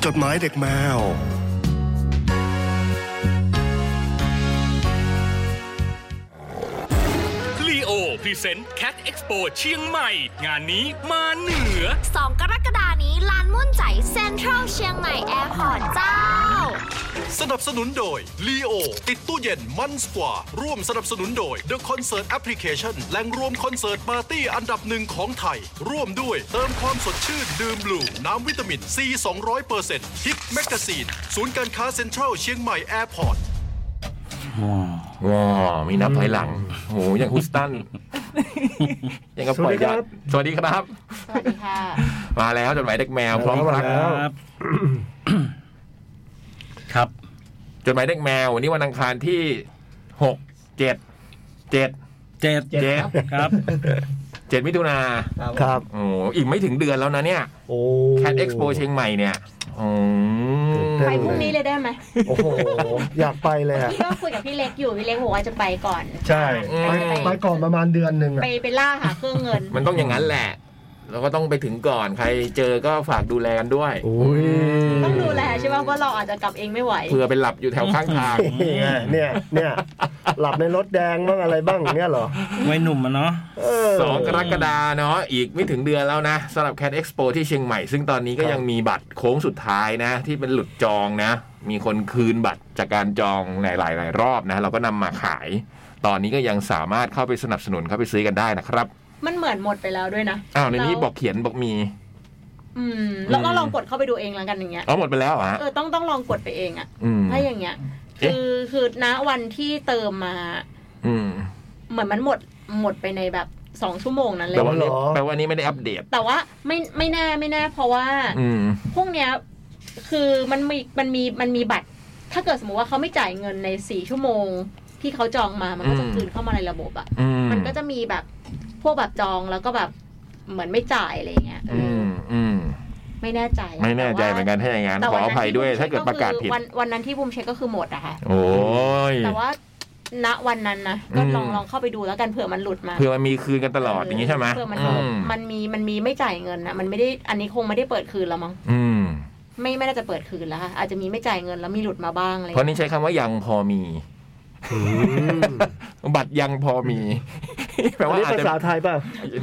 จดหมายเด็กแมวพรีเซนต์ Cat Expo เชียงใหม่งานนี้มาเหนือ 2 กรกฎาคมนี้ลานม่วนใจเซ็นทรัลเชียงใหม่แอร์พอร์ตเจ้าสนับสนุนโดย Leo ติดตู้เย็นมันกว่าร่วมสนับสนุนโดย The Concert Application แหล่งรวมคอนเสิร์ตปาร์ตี้อันดับหนึ่งของไทยร่วมด้วยเติมความสดชื่นดื่มบลูน้ำวิตามิน C 200% ฮิตแมกกาซีนศูนย์การค้าเซ็นทรัลเชียงใหม่แอร์พอร์ตว้าวมีนับถอยหลังโหอย่างฮุสตันยังกับปล่อยยัดสวัสดีครับสวัสดีค่ะมาแล้วจดหมายเด็กแมวพร้อมรักครับจดหมายเด็กแมววันนี้วันอังคารที่7 ครับ 7มิถุนาครับโอ้อีกไม่ถึงเดือนแล้วนะเนี่ยโอ้ Cat Expo เชียงใหม่เนี่ยไปพรุ่งนี้เลยได้ไหมโอ้โหอยากไปเลยอ่ะพี่ก็คุยกับพี่เล็กอยู่พี่เล็กบอกว่าจะไปก่อนใช่ไปก่อนประมาณเดือนนึงไปล่าหาเครื่องเงินมันต้องอย่างนั้นแหละเราก็ต้องไปถึงก่อนใครเจอก็ฝากดูแลกันด้วยต้องดูแลใช่ไหมเพราะเราอาจจะกลับเองไม่ไหวเผื่อไปหลับอยู่แถวข้างทางเนี่ยหลับในรถแดงบ้างอะไรบ้างเนี่ยเหรอวัยหนุ่มอ่ะเนาะ 2 กรกฎาคมเนาะอีกไม่ถึงเดือนแล้วนะสำหรับ Cat Expo ที่เชียงใหม่ซึ่งตอนนี้ก็ยังมีบัตรโค้งสุดท้ายนะที่เป็นหลุดจองนะมีคนคืนบัตรจากการจองหลายรอบนะเราก็นำมาขายตอนนี้ก็ยังสามารถเข้าไปสนับสนุนเข้าไปซื้อกันได้นะครับมันเหมือนหมดไปแล้วด้วยนะในนี้บอกเขียนบอกมีแล้วก็ลองกดเข้าไปดูเองแล้วกันอย่างเงี้ยหมดไปแล้วอ่ะต้องลองกดไปเองอ่ะถ้าอย่างเงี้ยคือณวันที่เติมมาเหมือนมันหมดไปในแบบ2 ชั่วโมงนั้นเลยแปลว่านี้ไม่ได้อัปเดตแต่ว่าไม่แน่เพราะว่าพวกเนี้ยคือมันมีบัตรถ้าเกิดสมมติว่าเขาไม่จ่ายเงินใน4 ชั่วโมงที่เขาจองมามันก็จะคืนเข้ามาในระบบอ่ะมันก็จะมีแบบพวกแบบจองแล้วก็แบบเหมือนไม่จ่ายอะไรเงี้ยไม่แน่ใจเหมือนกันถ้าอย่างงั้นขออภัยด้วยถ้าเกิดประกาศผิดวันนั้นที่บูมเช็คก็คือหมดอะค่ะโอ้ยแต่ว่าณวันนั้นนะก็ลองเข้าไปดูแล้วกันเผื่อมันหลุดมาเผื่อมันมีคืนกันตลอดอย่างนี้ใช่ไหมเผื่อมันมีไม่จ่ายเงินนะมันไม่ได้อันนี้คงไม่ได้เปิดคืนแล้วมั้งไม่น่าจะเปิดคืนแล้วค่ะอาจจะมีไม่จ่ายเงินแล้วมีหลุดมาบ้างอะไรเพราะนี่ใช้คำว่ายังพอมีบัตรยังพอมีแปลว่าภาษาไทยป่ะ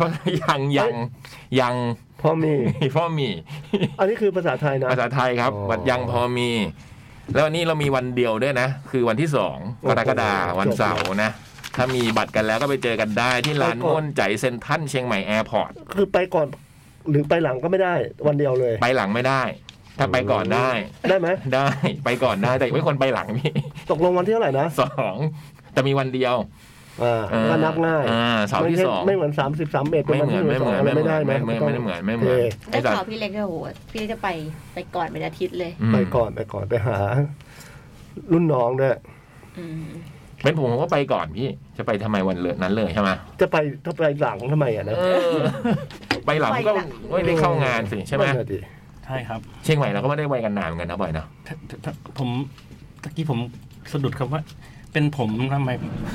ยังพอมีอันนี้คือภาษาไทยนะภาษาไทยครับบัตรยังพอมีแล้ววันนี้เรามีวันเดียวด้วยนะคือวันที่2 กรกฎาคมวันเสาร์นะถ้ามีบัตรกันแล้วก็ไปเจอกันได้ที่ลานม่วนใจเซ็นทรัลเชียงใหม่แอร์พอร์ตคือไปก่อนหรือไปหลังก็ไม่ได้วันเดียวเลยไปหลังไม่ได้ถ้าไปก่อนได้ไหมได้ไปก่อนได้แต่ไม่ควรไปหลังพี่ตกลงวันที่เท่าไหร่นะ 2แต่มีวันเดียวก็นับง่ายเสาร์ที่2 ไม่เหมือน33ไม่เหมือนไม่ได้ไหมไม่เหมือนไอ้สาวพี่เล็กโอ้โหพี่เล็กจะไปก่อนเป็นอาทิตย์เลยไปก่อนไปหารุ่นน้องด้วยเป็นผมก็ไปก่อนพี่จะไปทำไมวันนั้นเลยใช่ไหมจะไปถ้าไปหลังทำไมอ่ะนะไปหลังก็ไม่ได้เข้างานสิใช่ไหมใช่ครับเชียงใหม่เราก็ไม่ได้ไปกันนานกันนะบ่อยนะผมตะกี้ผมสะดุดคำว่าเป็นผมทำไม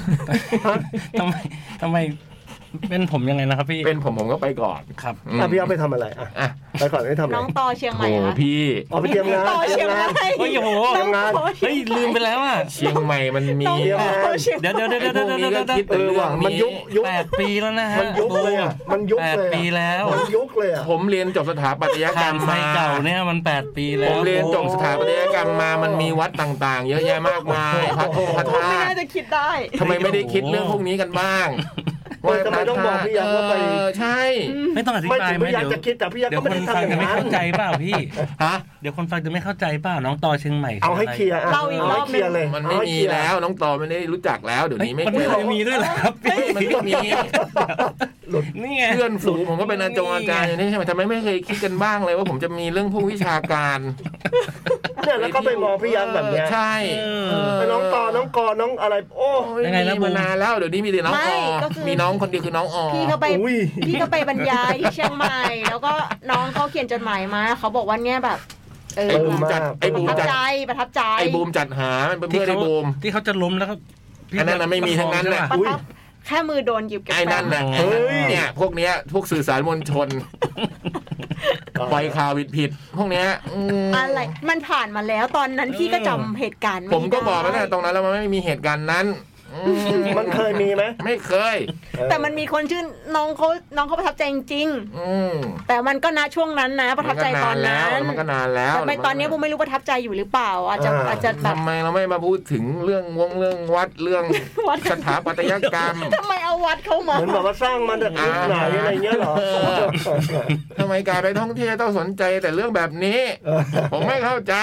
เป็นผมยังไงนะครับพี่เป็นผมก็ไปก่อนครับพี่เอาไปทำอะไรไปก่อนไม่ทำอะไรน้องต่อเชียงใหม่โอ้พี่เอาไปเตรียมงานเชียงใหม่โอ้ยโหเตรียมงานเฮ้ยลืมไปแล้วอ่ะเชียงใหม่มันมีเดี๋ยวว่ะมันยุค 8 ปีแล้วนะฮะมันยุคเลยอ่ะมันยุคเลย 8 ปีแล้วมันยุคเลยอ่ะผมเรียนจบสถาปัตยกรรมมาเก่าเนี่ยมัน8 ปีแล้วผมเรียนจบสถาปัตยกรรมมามันมีวัดต่างๆเยอะแยะมากมายพระธาตุไม่น่าจะคิดได้ทำไมไม่ได้คิดเรื่องพวกนี้กันบ้างทำไมต้องบอกพี่ยักษ์ว่าไปใช่ไม่ต้องอธิบายไหมพี่ยักษ์จะคิดแต่พี่ยักษ์ก็ไม่ได้ทำอย่างนั้นไม่เข้าใจเปล่าพี่ฮะเดี๋ยวคนฟังจะไม่เข้าใจเปล่าน้องต่อเชียงใหม่เอาให้เคลียร์เราอีกรอบนึงเลยมันไม่มีแล้วน้องต่อไม่ได้รู้จักแล้วเดี๋ยวนี้ไม่เคยมีด้วยเหรอครับมันไม่มีนี่ไงเพื่อนฝูงผมก็เป็นอาจารย์อย่างนี้ใช่ไหมทำไมไม่เคยคิดกันบ้างเลยว่าผมจะมีเรื่องพวกวิชาการเนี่ยแล้วก็ไปมองพี่ยักษ์แบบเนี้ยใช่น้องต่อน้องกอน้องอะไรโอ้ยังไงแล้วมานานแล้วเดี๋ยวนี้มีแต่น้องอมีน้องคนเดียวคือน้องอพี่ก็ไปบรรยายที่เชียงใหม่แล้วก็น้องเขาเขียนจดหมายมาเขาบอกว่าเนี่ยแบบไอ้บูมจัดประทับใจไอ้บูมจัดหามันเป็นเพื่อนไอ้บูมที่เขาจะล้มแล้วก็อันนั้นน่ะไม่มีทั้งนั้นน่ะแค่มือโดนหยิบไอ้นั่นน่ะเนี่ยพวกเนี้ยพวกสื่อสารมวลชนปล่อยข่าวผิดพวกเนี้ยอะไรมันผ่านมาแล้วตอนนั้นพี่ก็จำเหตุการณ์ไม่ได้ผมก็บอกแล้วนะตรงนั้นแล้วมันไม่มีเหตุการณ์นั้นมันเคยมีไหมไม่เคยแต่มันมีคนชื่อน้องเขาประทับใจจริงๆแต่มันก็ณช่วงนั้นนะประทับใจตอนนั้นมันก็นานแล้วแต่ตอนนี้ผมไม่รู้ประทับใจอยู่หรือเปล่าอาจจะแบบทำไมเราไม่มาพูดถึงเรื่องวัดเรื่องสถาปัตยกรรมทำไมเอาวัดเข้ามาเหมือนแบบว่าสร้างมาจากยุคไหนอะไรเงี้ยหรอทำไมการไปท่องเที่ยวต้องสนใจแต่เรื่องแบบนี้ผมไม่เข้าใจ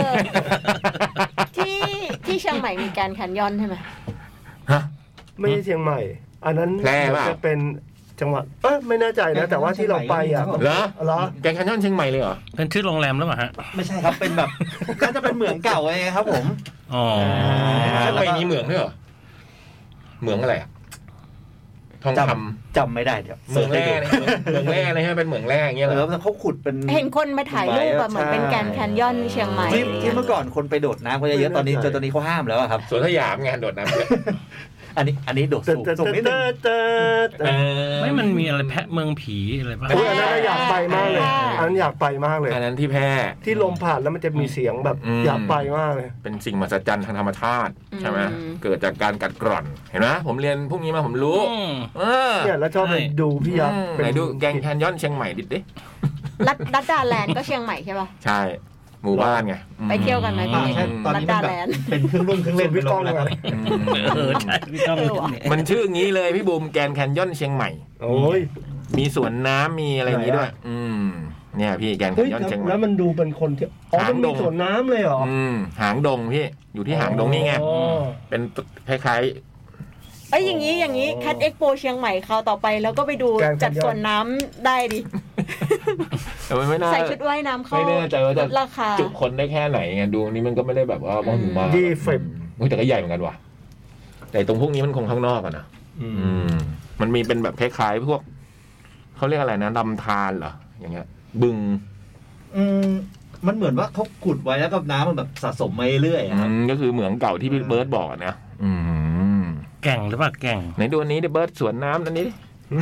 ที่เชียงใหม่มีการแคนยอนใช่ไหมไม่ใช่เชียงใหม่อันนั้นจะเป็นจังหวัดไม่แน่ใจนะแต่ว่าที่เราไปอ่ะเหรอแกงแคนยอนเชียงใหม่เลยเหรอเป็นชื่อโรงแรมหรือเปล่าฮะไม่ใช่ครับเป็นแบบก็จะเป็นเหมืองเก่าไงครับผมอ๋อเชียงใหม่มีเหมืองด้วยเหรอเหมืองอะไรอ่ะทองคำจำไม่ได้เดี๋ยวเหมืองแร่เลยใช่ไหมเป็นเหมืองแร่อย่างเงี้ยเหรอแล้วเขาขุดเป็นเห็นคนมาถ่ายรูปแบบเหมือนเป็นแกรนด์แคนยอนเชียงใหม่ที่เมื่อก่อนคนไปโดดน้ำเขาเยอะตอนนี้เขาห้ามแล้วครับสวนสยามงานโดดน้ำอันนี้โดดสูงนิดนึงไม่มันมีอะไรแพะเมืองผีอะไรบ้างอันนั้นอยากไปมากเลยอันนั้นอยากไปมากเลยอันนั้นที่แพร่ที่ลมผ่านแล้วมันจะมีเสียงแบบอยากไปมากเลยเป็นสิ่งมหัศจรรย์ทางธรรมชาติใช่ไหมเกิดจากการกัดกร่อนเห็นไหมผมเรียนพวกนี้มาผมรู้เนี่ยแล้วชอบไปดูพี่ยักษ์ไปดูแกงแคนยอนเชียงใหม่ดิรัดดาแลนด์ก็เชียงใหม่ใช่ป่ะใช่หมู่บ้านไงไปเที่ยวกันไหมพี่รัดดาแลนด์เป็นเครื่องเล่นพี่ก้องเลยใช่พี่ก้องมันชื่ออย่างนี้เลยพี่บูมแกนแคนยอนเชียงใหม่โอ้ยมีสวนน้ำมีอะไรอย่างนี้ด้วยเนี่ยพี่แกนแคนยอนเชียงใหม่แล้วมันดูเป็นคนที่มันมีสวนน้ำเลยเหรอหางดงพี่อยู่ที่หางดงนี่ไงเป็นคล้ายอย่างนี้แคทเอ็กโปเชียงใหม่คราวต่อไปแล้วก็ไปดูจัดสวนน้ำได้ดิใส่ชุดว่ายน้ำเข้าไม่แน่ใจว่าจะจุคนได้แค่ไหนไงดูนี่มันก็ไม่ได้แบบว่าว่าถึงมาแต่ก็ใหญ่เหมือนกันว่ะแต่ตรงพวกนี้มันคงข้างนอกอะนะมันมีเป็นแบบคล้ายๆพวกเขาเรียกอะไรนะลำธารเหรออย่างเงี้ยบึงมันเหมือนว่าเขาขุดไว้แล้วก็น้ำมันแบบสะสมมาเรื่อยๆครับก็คือเหมืองเก่าที่พี่เบิร์ดบอกนะแก่งหรือเปล่าแก่งไหนดูอันนี้ดิเบิร์ดสวนน้ำอันนี้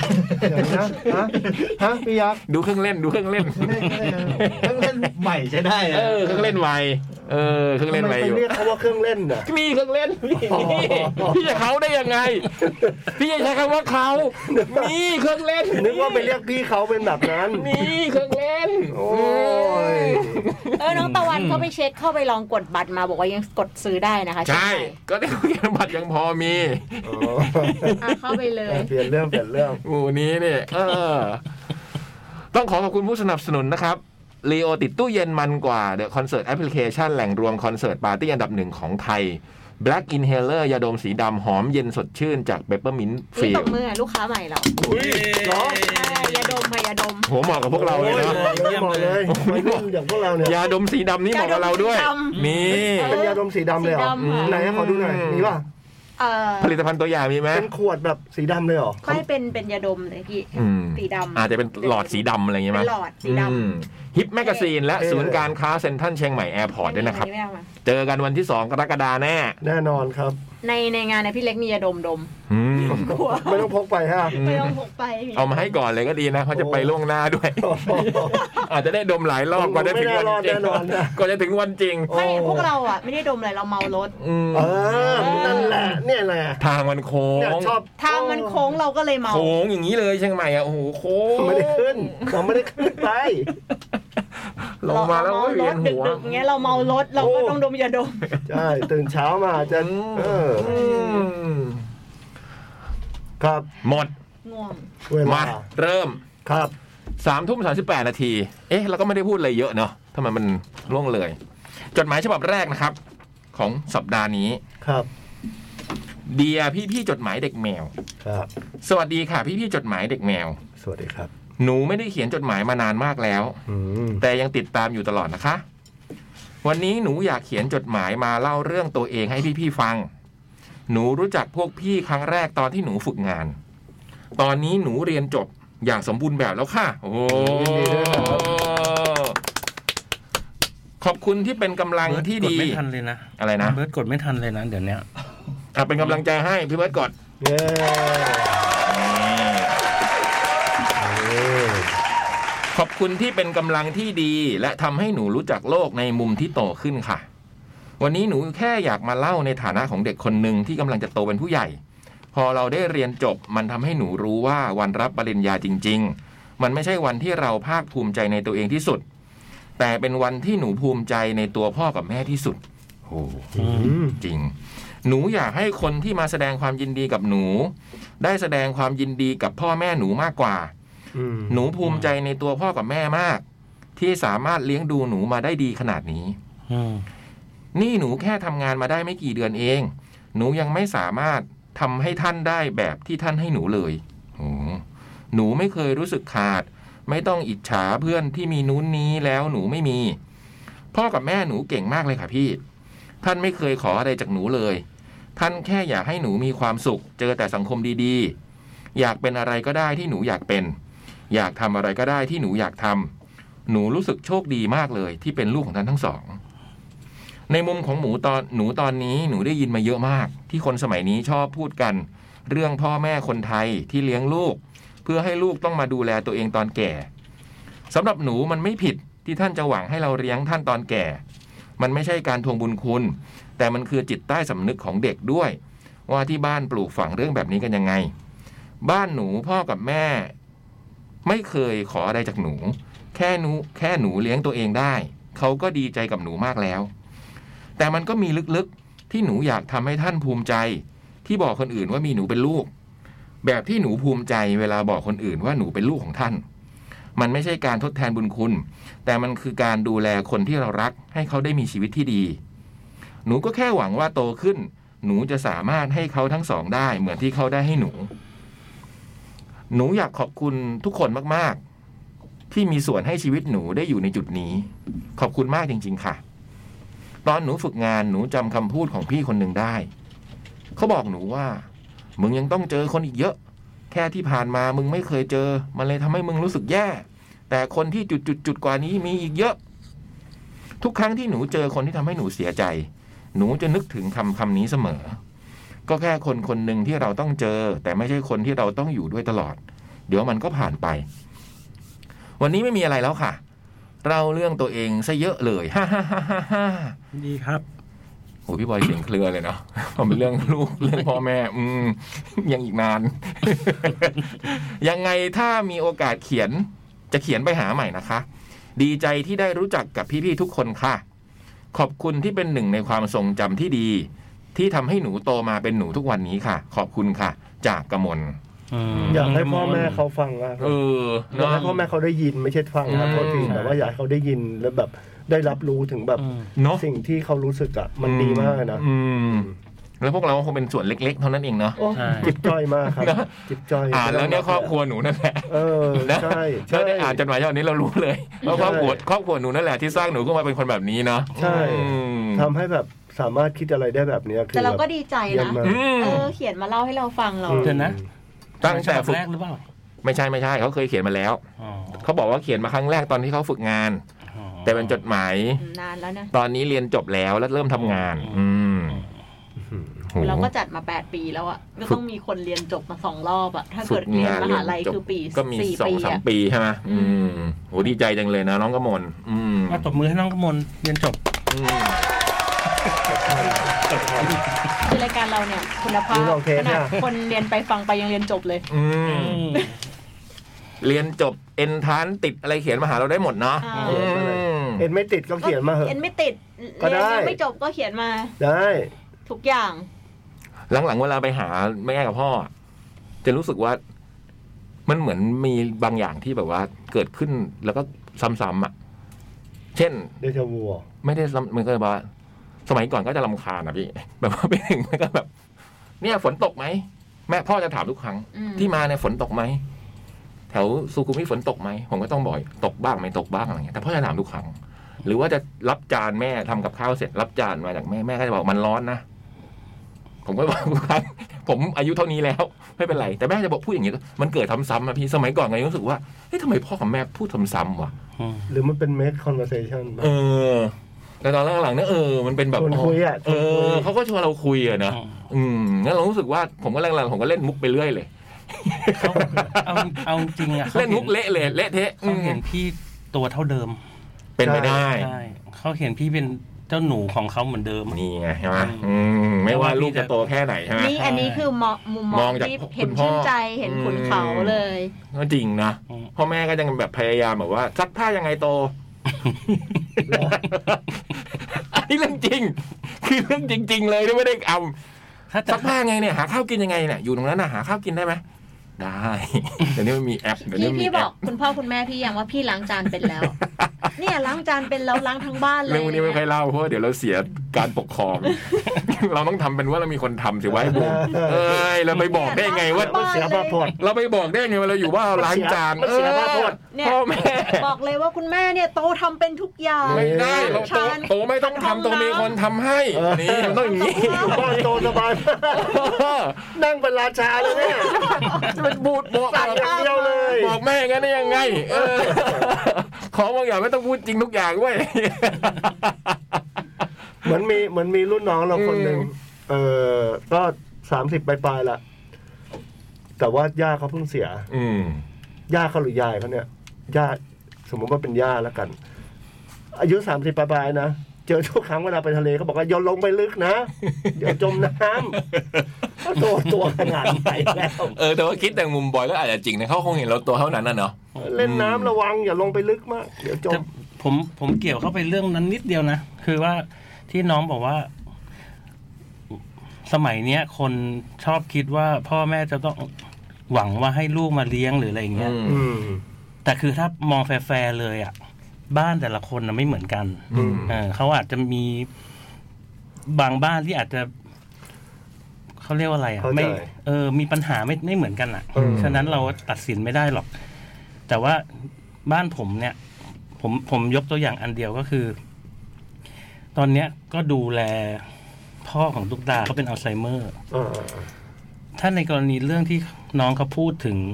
ฮะพี่ยักษ์ดูเครื่องเล่นเครื่องเล่นใหม่ใช้ได้เครื่องเล่นใหม่เครื่องเล่นใหม่อยู่เรียกเขาว่าเครื่องเล่นอ่ะมีเครื่องเล่นพี่จะเขาได้ยังไงพี่จะใช้คำว่าเขามีเครื่องเล่นนึกว่าไปเรียกพี่เขาเป็นแบบนั้นมีเครื่องเล่นโอ้ยน้องตะวันเขาไปเช็คเข้าไปลองกดบัตรมาบอกว่ายังกดซื้อได้นะคะใช่ก็ได้บัตรยังพอมีเข้าไปเลยเปลี่ยนเรื่องหมู่นี้เนี่ยต้องขอบคุณผู้สนับสนุนนะครับลีโอติดตู้เย็นมันกว่าเดอะคอนเสิร์ตแอปพลิเคชันแหล่งรวมคอนเสิร์ตปาร์ตี้อันดับหนึ่งของไทย Black Inhaler ยาดมสีดำหอมเย็นสดชื่นจากเปปเปอร์มินต์ฟิลตบมือลูกค้าใหม่เราเหรอยาดมโหเหมาะกับพวกเราเลยนะเหมาะเลยไม่รุ่นอย่างพวกเราเนี่ยยาดมสีดำนี่เหมาะกับเราด้วยนี่เป็นยาดมสีดำเลยเหรอไหนขอดูหน่อยมีป่ะผลิตภัณฑ์ตัวอย่างมีไหมเป็นขวดแบบสีดำเลยเหรอไม่เป็นยาดมเลยพี่สีดำอาจจะเป็นหลอดสีดำอะไรอย่างเงี้ยมั้ยหลอดสีดำฮิปแมกกาซีนและศูนย์การค้าเซ็นทรัลเชียงใหม่แอร์พอร์ตด้วยนะครับเจอกันวันที่2กรกฎาคมแน่นอนครับในงานในพี่เล็กมียาดมไม่ต้องพกไปฮะไม่ต้องพกไปเอามาให้ก่อนเลยก็ดีนะเพราะจะไปล่วงหน้าด้วยอาจจะได้ดมหลายรอบกว่าจะถึงวันจริงก่อนจะถึงวันจริงไม่พวกเราอ่ะไม่ได้ดมอะไรเราเมารถนั่นแหละเนี่ยแหละทางมันโค้งทางมันโค้งเราก็เลยเมาโค้งอย่างนี้เลยเชียงใหม่อ่ะโอ้โหโค้งไม่ได้ขึ้นเราไม่ได้ขึ้นไปลงมาแล้วก็เวียนหัวดึกๆเงี้ยเราเมารถเราก็ต้องดมยาดมใช่ตื่นเช้ามาจะครับหมดง่วงมาเริ่มครับ 3:38 นาทีเราก็ไม่ได้พูดอะไรเยอะเนาะทำไมมันล่วงเลยจดหมายฉบับแรกนะครับของสัปดาห์นี้ครับเดียพี่จดหมายเด็กแมวครับสวัสดีค่ะพี่จดหมายเด็กแมวสวัสดีครับหนูไม่ได้เขียนจดหมายมานานมากแล้วแต่ยังติดตามอยู่ตลอดนะคะวันนี้หนูอยากเขียนจดหมายมาเล่าเรื่องตัวเองให้พี่ฟังหนูรู้จักพวกพี่ครั้งแรกตอนที่หนูฝึกงานตอนนี้หนูเรียนจบอย่างสมบูรณ์แบบแล้วค่ะโอ้ขอบคุณที่เป็นกำลังที่ดีไม่ทันเลยนะอะไรนะเบิร์ดกดไม่ทันเลยนะเดี๋ยวนี้เป็นกำลังใจให้พี่เบิร์ดกดขอบคุณที่เป็นกำลังที่ดีและทำให้หนูรู้จักโลกในมุมที่โตขึ้นค่ะวันนี้หนูแค่อยากมาเล่าในฐานะของเด็กคนหนึ่งที่กำลังจะโตเป็นผู้ใหญ่พอเราได้เรียนจบมันทำให้หนูรู้ว่าวันรับปริญญาจริงๆมันไม่ใช่วันที่เราภาคภูมิใจในตัวเองที่สุดแต่เป็นวันที่หนูภูมิใจในตัวพ่อกับแม่ที่สุดโอ้จริงหนูอยากให้คนที่มาแสดงความยินดีกับหนูได้แสดงความยินดีกับพ่อแม่หนูมากกว่าหนูภูมิใจในตัวพ่อกับแม่มากที่สามารถเลี้ยงดูหนูมาได้ดีขนาดนี้นี่หนูแค่ทำงานมาได้ไม่กี่เดือนเองหนูยังไม่สามารถทำให้ท่านได้แบบที่ท่านให้หนูเลยหนูไม่เคยรู้สึกขาดไม่ต้องอิจฉาเพื่อนที่มีนู้นนี้แล้วหนูไม่มีพ่อกับแม่หนูเก่งมากเลยค่ะพี่ท่านไม่เคยขออะไรจากหนูเลยท่านแค่อยากให้หนูมีความสุขเจอแต่สังคมดีๆอยากเป็นอะไรก็ได้ที่หนูอยากเป็นอยากทำอะไรก็ได้ที่หนูอยากทำหนูรู้สึกโชคดีมากเลยที่เป็นลูกของท่านทั้งสองในมุมของหนูตอนนี้หนูได้ยินมาเยอะมากที่คนสมัยนี้ชอบพูดกันเรื่องพ่อแม่คนไทยที่เลี้ยงลูกเพื่อให้ลูกต้องมาดูแลตัวเองตอนแก่สำหรับหนูมันไม่ผิดที่ท่านจะหวังให้เราเลี้ยงท่านตอนแก่มันไม่ใช่การทวงบุญคุณแต่มันคือจิตใต้สำนึกของเด็กด้วยว่าที่บ้านปลูกฝังเรื่องแบบนี้กันยังไงบ้านหนูพ่อกับแม่ไม่เคยขออะไรจากหนูแค่หนูเลี้ยงตัวเองได้เขาก็ดีใจกับหนูมากแล้วแต่มันก็มีลึกๆที่หนูอยากทำให้ท่านภูมิใจที่บอกคนอื่นว่ามีหนูเป็นลูกแบบที่หนูภูมิใจเวลาบอกคนอื่นว่าหนูเป็นลูกของท่านมันไม่ใช่การทดแทนบุญคุณแต่มันคือการดูแลคนที่เรารักให้เขาได้มีชีวิตที่ดีหนูก็แค่หวังว่าโตขึ้นหนูจะสามารถให้เขาทั้งสองได้เหมือนที่เขาได้ให้หนูอยากขอบคุณทุกคนมากๆที่มีส่วนให้ชีวิตหนูได้อยู่ในจุดนี้ขอบคุณมากจริงๆค่ะตอนหนูฝึกงานหนูจำคำพูดของพี่คนหนึ่งได้เขาบอกหนูว่ามึงยังต้องเจอคนอีกเยอะแค่ที่ผ่านมามึงไม่เคยเจอมันเลยทำให้มึงรู้สึกแย่แต่คนที่จุดกว่านี้มีอีกเยอะทุกครั้งที่หนูเจอคนที่ทำให้หนูเสียใจหนูจะนึกถึงคำนี้เสมอก็แค่คนหนึ่งที่เราต้องเจอแต่ไม่ใช่คนที่เราต้องอยู่ด้วยตลอดเดี๋ยวมันก็ผ่านไปวันนี้ไม่มีอะไรแล้วค่ะเราเรื่องตัวเองซะเยอะเลยฮ่าดีครับโอ้พี่บอยเสียงเคลือเลยเนาะพอเป็นเรื่องลูกเรื่องพ่อแม่ยังอีกนาน ยังไงถ้ามีโอกาสเขียนจะเขียนไปหาใหม่นะคะดีใจที่ได้รู้จักกับพี่ๆทุกคนค่ะขอบคุณที่เป็นหนึ่งในความทรงจำที่ดีที่ทำให้หนูโตมาเป็นหนูทุกวันนี้ค่ะขอบคุณค่ะจากกมลอยากให้พ่อแม่เขาฟังอะอยากให้พ่อแม่เขาได้ยินไม่ใช่ฟังนะโทษทีแต่ว่าอยากให้เขาได้ยินแล้วแบบได้รับรู้ถึงแบบสิ่งที่เขารู้สึกอะมันดีมากนะแล้วพวกเราคงเป็นส่วนเล็กๆเท่านั้นเองเนาะจิบจ้อยมากครับจิบจ้อยแล้วเนี่ยครอบครัวหนูนั่นแหละใช่ถ้าได้อ่านจดหมายฉบับนี้เรารู้เลยว่าครอบครัวหนูนั่นแหละที่สร้างหนูขึ้นมาเป็นคนแบบนี้เนาะใช่ทำให้แบบสามารถคิดอะไรได้แบบนี้แต่เราก็ดีใจนะเขียนมาเล่าให้เราฟังเราเดี๋ยวนะตั้งแต่ฝึกแรกหรือเปล่าไม่ใช่เขาเคยเขียนมาแล้วเขาบอกว่าเขียนมาครั้งแรกตอนที่เขาฝึกงานแต่เป็นจดหมายนานแล้วนะตอนนี้เรียนจบแล้วเริ่มทำงานเราก็จัดมา8ปีแล้วอ่ะก็ต้องมีคนเรียนจบมา2รอบอ่ะถ้าเกิดเรียนมหาลัยคือปีก็มี2-3 ปีใช่ไหมโหดีใจจังเลยนะน้องกมลมาตบมือให้น้องกมลเรียนจบคือรายการเราเนี่ยคุณภาพขนาดคนเรียนไปฟังไปยังเรียนจบเลยเรียนจบเอ็นทานติดอะไรเขียนมาหาเราได้หมดเนาะเอ็นไม่ติดก็เขียนมาเหอะเอ็นไม่ติดเรียนยังไม่จบก็เขียนมาได้ทุกอย่างหลังๆเวลาไปหาแม่กับพ่อจะรู้สึกว่ามันเหมือนมีบางอย่างที่แบบว่าเกิดขึ้นแล้วก็ซ้ำๆอ่ะเช่นเดจาวูไม่ได้มันก็แบบว่าสมัยก่อนก็จะรำคาญนะพี่แบบว่าไปถึงมันก็แบบเนี่ยฝนตกไหมแม่พ่อจะถามทุกครั้งที่มาเนี่ยฝนตกไหมแถวสุขุมวิทฝนตกไหมผมก็ต้องบอกตกบ้างไม่ตกบ้างอะไรเงี้ยแต่พ่อจะถามทุกครั้งหรือว่าจะรับจานแม่ทำกับข้าวเสร็จรับจานมาจากแม่ก็จะบอกมันร้อนนะผมก็บอกทุกครั้งผมอายุเท่านี้แล้วไม่เป็นไรแต่แม่จะบอกพูดอย่างนี้มันเกิดซ้ำๆอะพี่สมัยก่อนไงรู้สึกว่าเฮ้ยทำไมพ่อกับแม่พูดซ้ำๆวะหรือมันเป็นเมสคอนเวอร์เซชั่นแต่ตอนหลังๆเนี่ยมันเป็นแบบคุยเขาก็ชวนเราคุยอะนะงั้นเรารู้สึกว่าผมก็หลังๆผมก็เล่นมุกไปเรื่อยเลยเอาจริงอะเล่นมุกเละเลยเละเทะเขาเห็นพี่ตัวเท่าเดิมเป็นไปได้ใช่เขาเห็นพี่เป็นเจ้าหนูของเขาเหมือนเดิมนี่ไงใช่ไหมไม่ว่าลูกจะโตแค่ไหนใช่ไหมนี่อันนี้คือมุมมองที่เห็นชื่นใจเห็นคุณเขาเลยก็จริงนะพ่อแม่ก็ยังแบบพยายามแบบว่าซักผ้ายังไงโตอันนี้เรื่องจริงคือเรื่องจริงๆเลยที่ไม่ได้เอาซักผ้าไงเนี่ยหาข้าวกินยังไงเนี่ยอยู่ตรงนั้นน่ะหาข้าวกินได้ไหมได้เดี๋ยวนี้มันมีแอปพี่บอกคุณพ่อคุณแม่พี่ยังว่าพี่ล้างจานเป็นแล้วเนี่ยล้างจานเป็นแล้วล้างทั้งบ้านเลยเรื่องนี้ไม่เคยเล่าเพราะเดี๋ยวเราเสียการปกครองเราต้องทำเป็นว่าเรามีคนทำสิไว้บุ้งเราไปบอกได้ไงว่าเสียภาพพจน์เราไปบอกได้ไงว่าเราอยู่ว่าล้างจานเสียภาพพจน์พ่อแม่บอกเลยว่าคุณแม่เนี่ยโตทำเป็นทุกอย่างไม่ได้เราโตไม่ต้องทำโตมีคนทำให้นี่มันต้องอย่างนี้บ้านโตสบายนั่งเป็นราชาเลยเนี่ยเป็นบูดบอกอย่างเดียวเลยบอกแม่งั้นได้ยังไงของบางอย่างไม่ต้องพูดจริงทุกอย่างเว้ยเหมือนมีรุ่นน้องเราคนหนึ่งก็30ปลายๆละแต่ว่าย่าเขาเพิ่งเสียย่าเขาหรือยายเขาเนี่ยย่าสมมติว่าเป็นย่าแล้วกันอายุ30ปลายๆนะเจอทุกครั้งเวลาไปทะเลเขาบอกว่าอย่าลงไปลึกนะเดี๋ยวจมน้ำตัวขนาดไหนแล้วแต่ว่าคิดแต่มุมบอยก็อาจจะจริงนะเขาคงเห็นเราตัวเท่านั้นน่ะเนาะเล่นน้ำระวังอย่าลงไปลึกมากเดี๋ยวจมผมเกี่ยวเข้าไปเรื่องนั้นนิดเดียวนะคือว่าที่น้องบอกว่าสมัยเนี้ยคนชอบคิดว่าพ่อแม่จะต้องหวังว่าให้ลูกมาเลี้ยงหรืออะไรอย่างเงี้ยแต่คือถ้ามองแฟร์เลยอ่ะบ้านแต่ละคนนะไม่เหมือนกันเขาอาจจะมีบางบ้านที่อาจจะเขาเรียกว่าอะไรอ่ะไม่มีปัญหาไม่เหมือนกันอ่ะฉะนั้นเราตัดสินไม่ได้หรอกแต่ว่าบ้านผมเนี่ยผมยกตัวอย่างอันเดียวก็คือตอนเนี้ยก็ดูแลพ่อของตุ๊กตาเขาเป็นอัลไซเมอร์ถ้าในกรณีเรื่องที่น้องเขาพูดถึง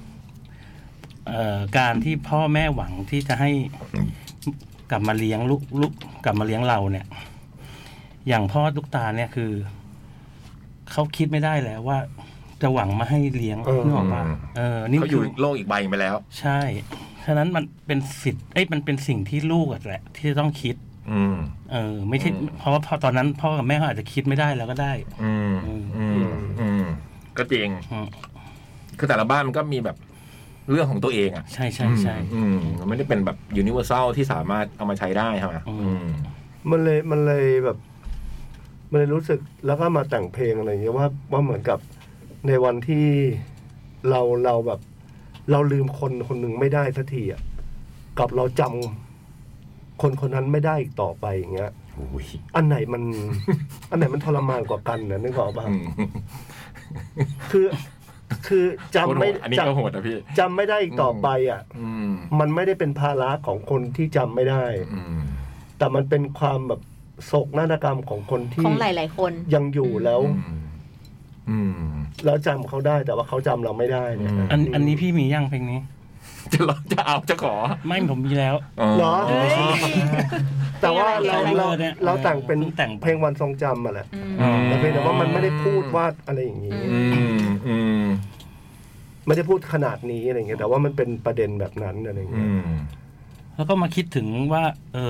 การที่พ่อแม่หวังที่จะให้กลับมาเลี้ยงลูกกลับมาเลี้ยงเราเนี่ยอย่างพ่อตุ๊กตาเนี่ยคือเขาคิดไม่ได้แล้วว่าจะหวังมาให้เลี้ยงนึกออกป่ะนี่เขาอยู่โลกอีกใบไปแล้วใช่ฉะนั้นมันเป็นสิทธิ์มันเป็นสิ่งที่ลูกแหละที่จะต้องคิดไม่ใช่เพราะว่าพอตอนนั้นพ่อกับแม่เขาอาจจะคิดไม่ได้แล้วก็ได้ก็จริงคือแต่ละบ้านมันก็มีแบบเรื่องของตัวเองอ่ะใช่ใช่ใช่มันไม่ได้เป็นแบบยูนิเวอร์แซลที่สามารถเอามาใช้ได้ใช่ไหมมันเลยแบบมันเลยรู้สึกแล้วก็มาแต่งเพลงอะไรอย่างเงี้ยว่าเหมือนกับในวันที่เราแบบเราลืมคนหนึ่งไม่ได้สักทีอ่ะกับเราจำคนนั้นไม่ได้อีกต่อไปอย่างเงี้ยอันไหนมันทรมานกว่ากันนะนึกออกป่ะคือจำไม่อันนี้ก็โหดนะพี่จำไม่ได้อีกต่อไปอ่ะมันไม่ได้เป็นภาระของคนที่จำไม่ได้แต่มันเป็นความแบบโศกนาฏกรรมของคนที่ของหลายๆคนยังอยู่แล้วจำเขาได้แต่ว่าเขาจำเราไม่ได้เนี่ยอันนี้พี่มียังเพลงนี้จะขอไม่ผมมีแล้วเหรอแต่ว่าเราแต่งเป็นเพลงวันทรงจำมาแหละแต่เพียงแต่ว่ามันไม่ได้พูดว่าอะไรอย่างนี้ไม่ได้พูดขนาดนี้อะไรเงี้ยแต่ว่ามันเป็นประเด็นแบบนั้นอะไรเงี้ยแล้วก็มาคิดถึงว่า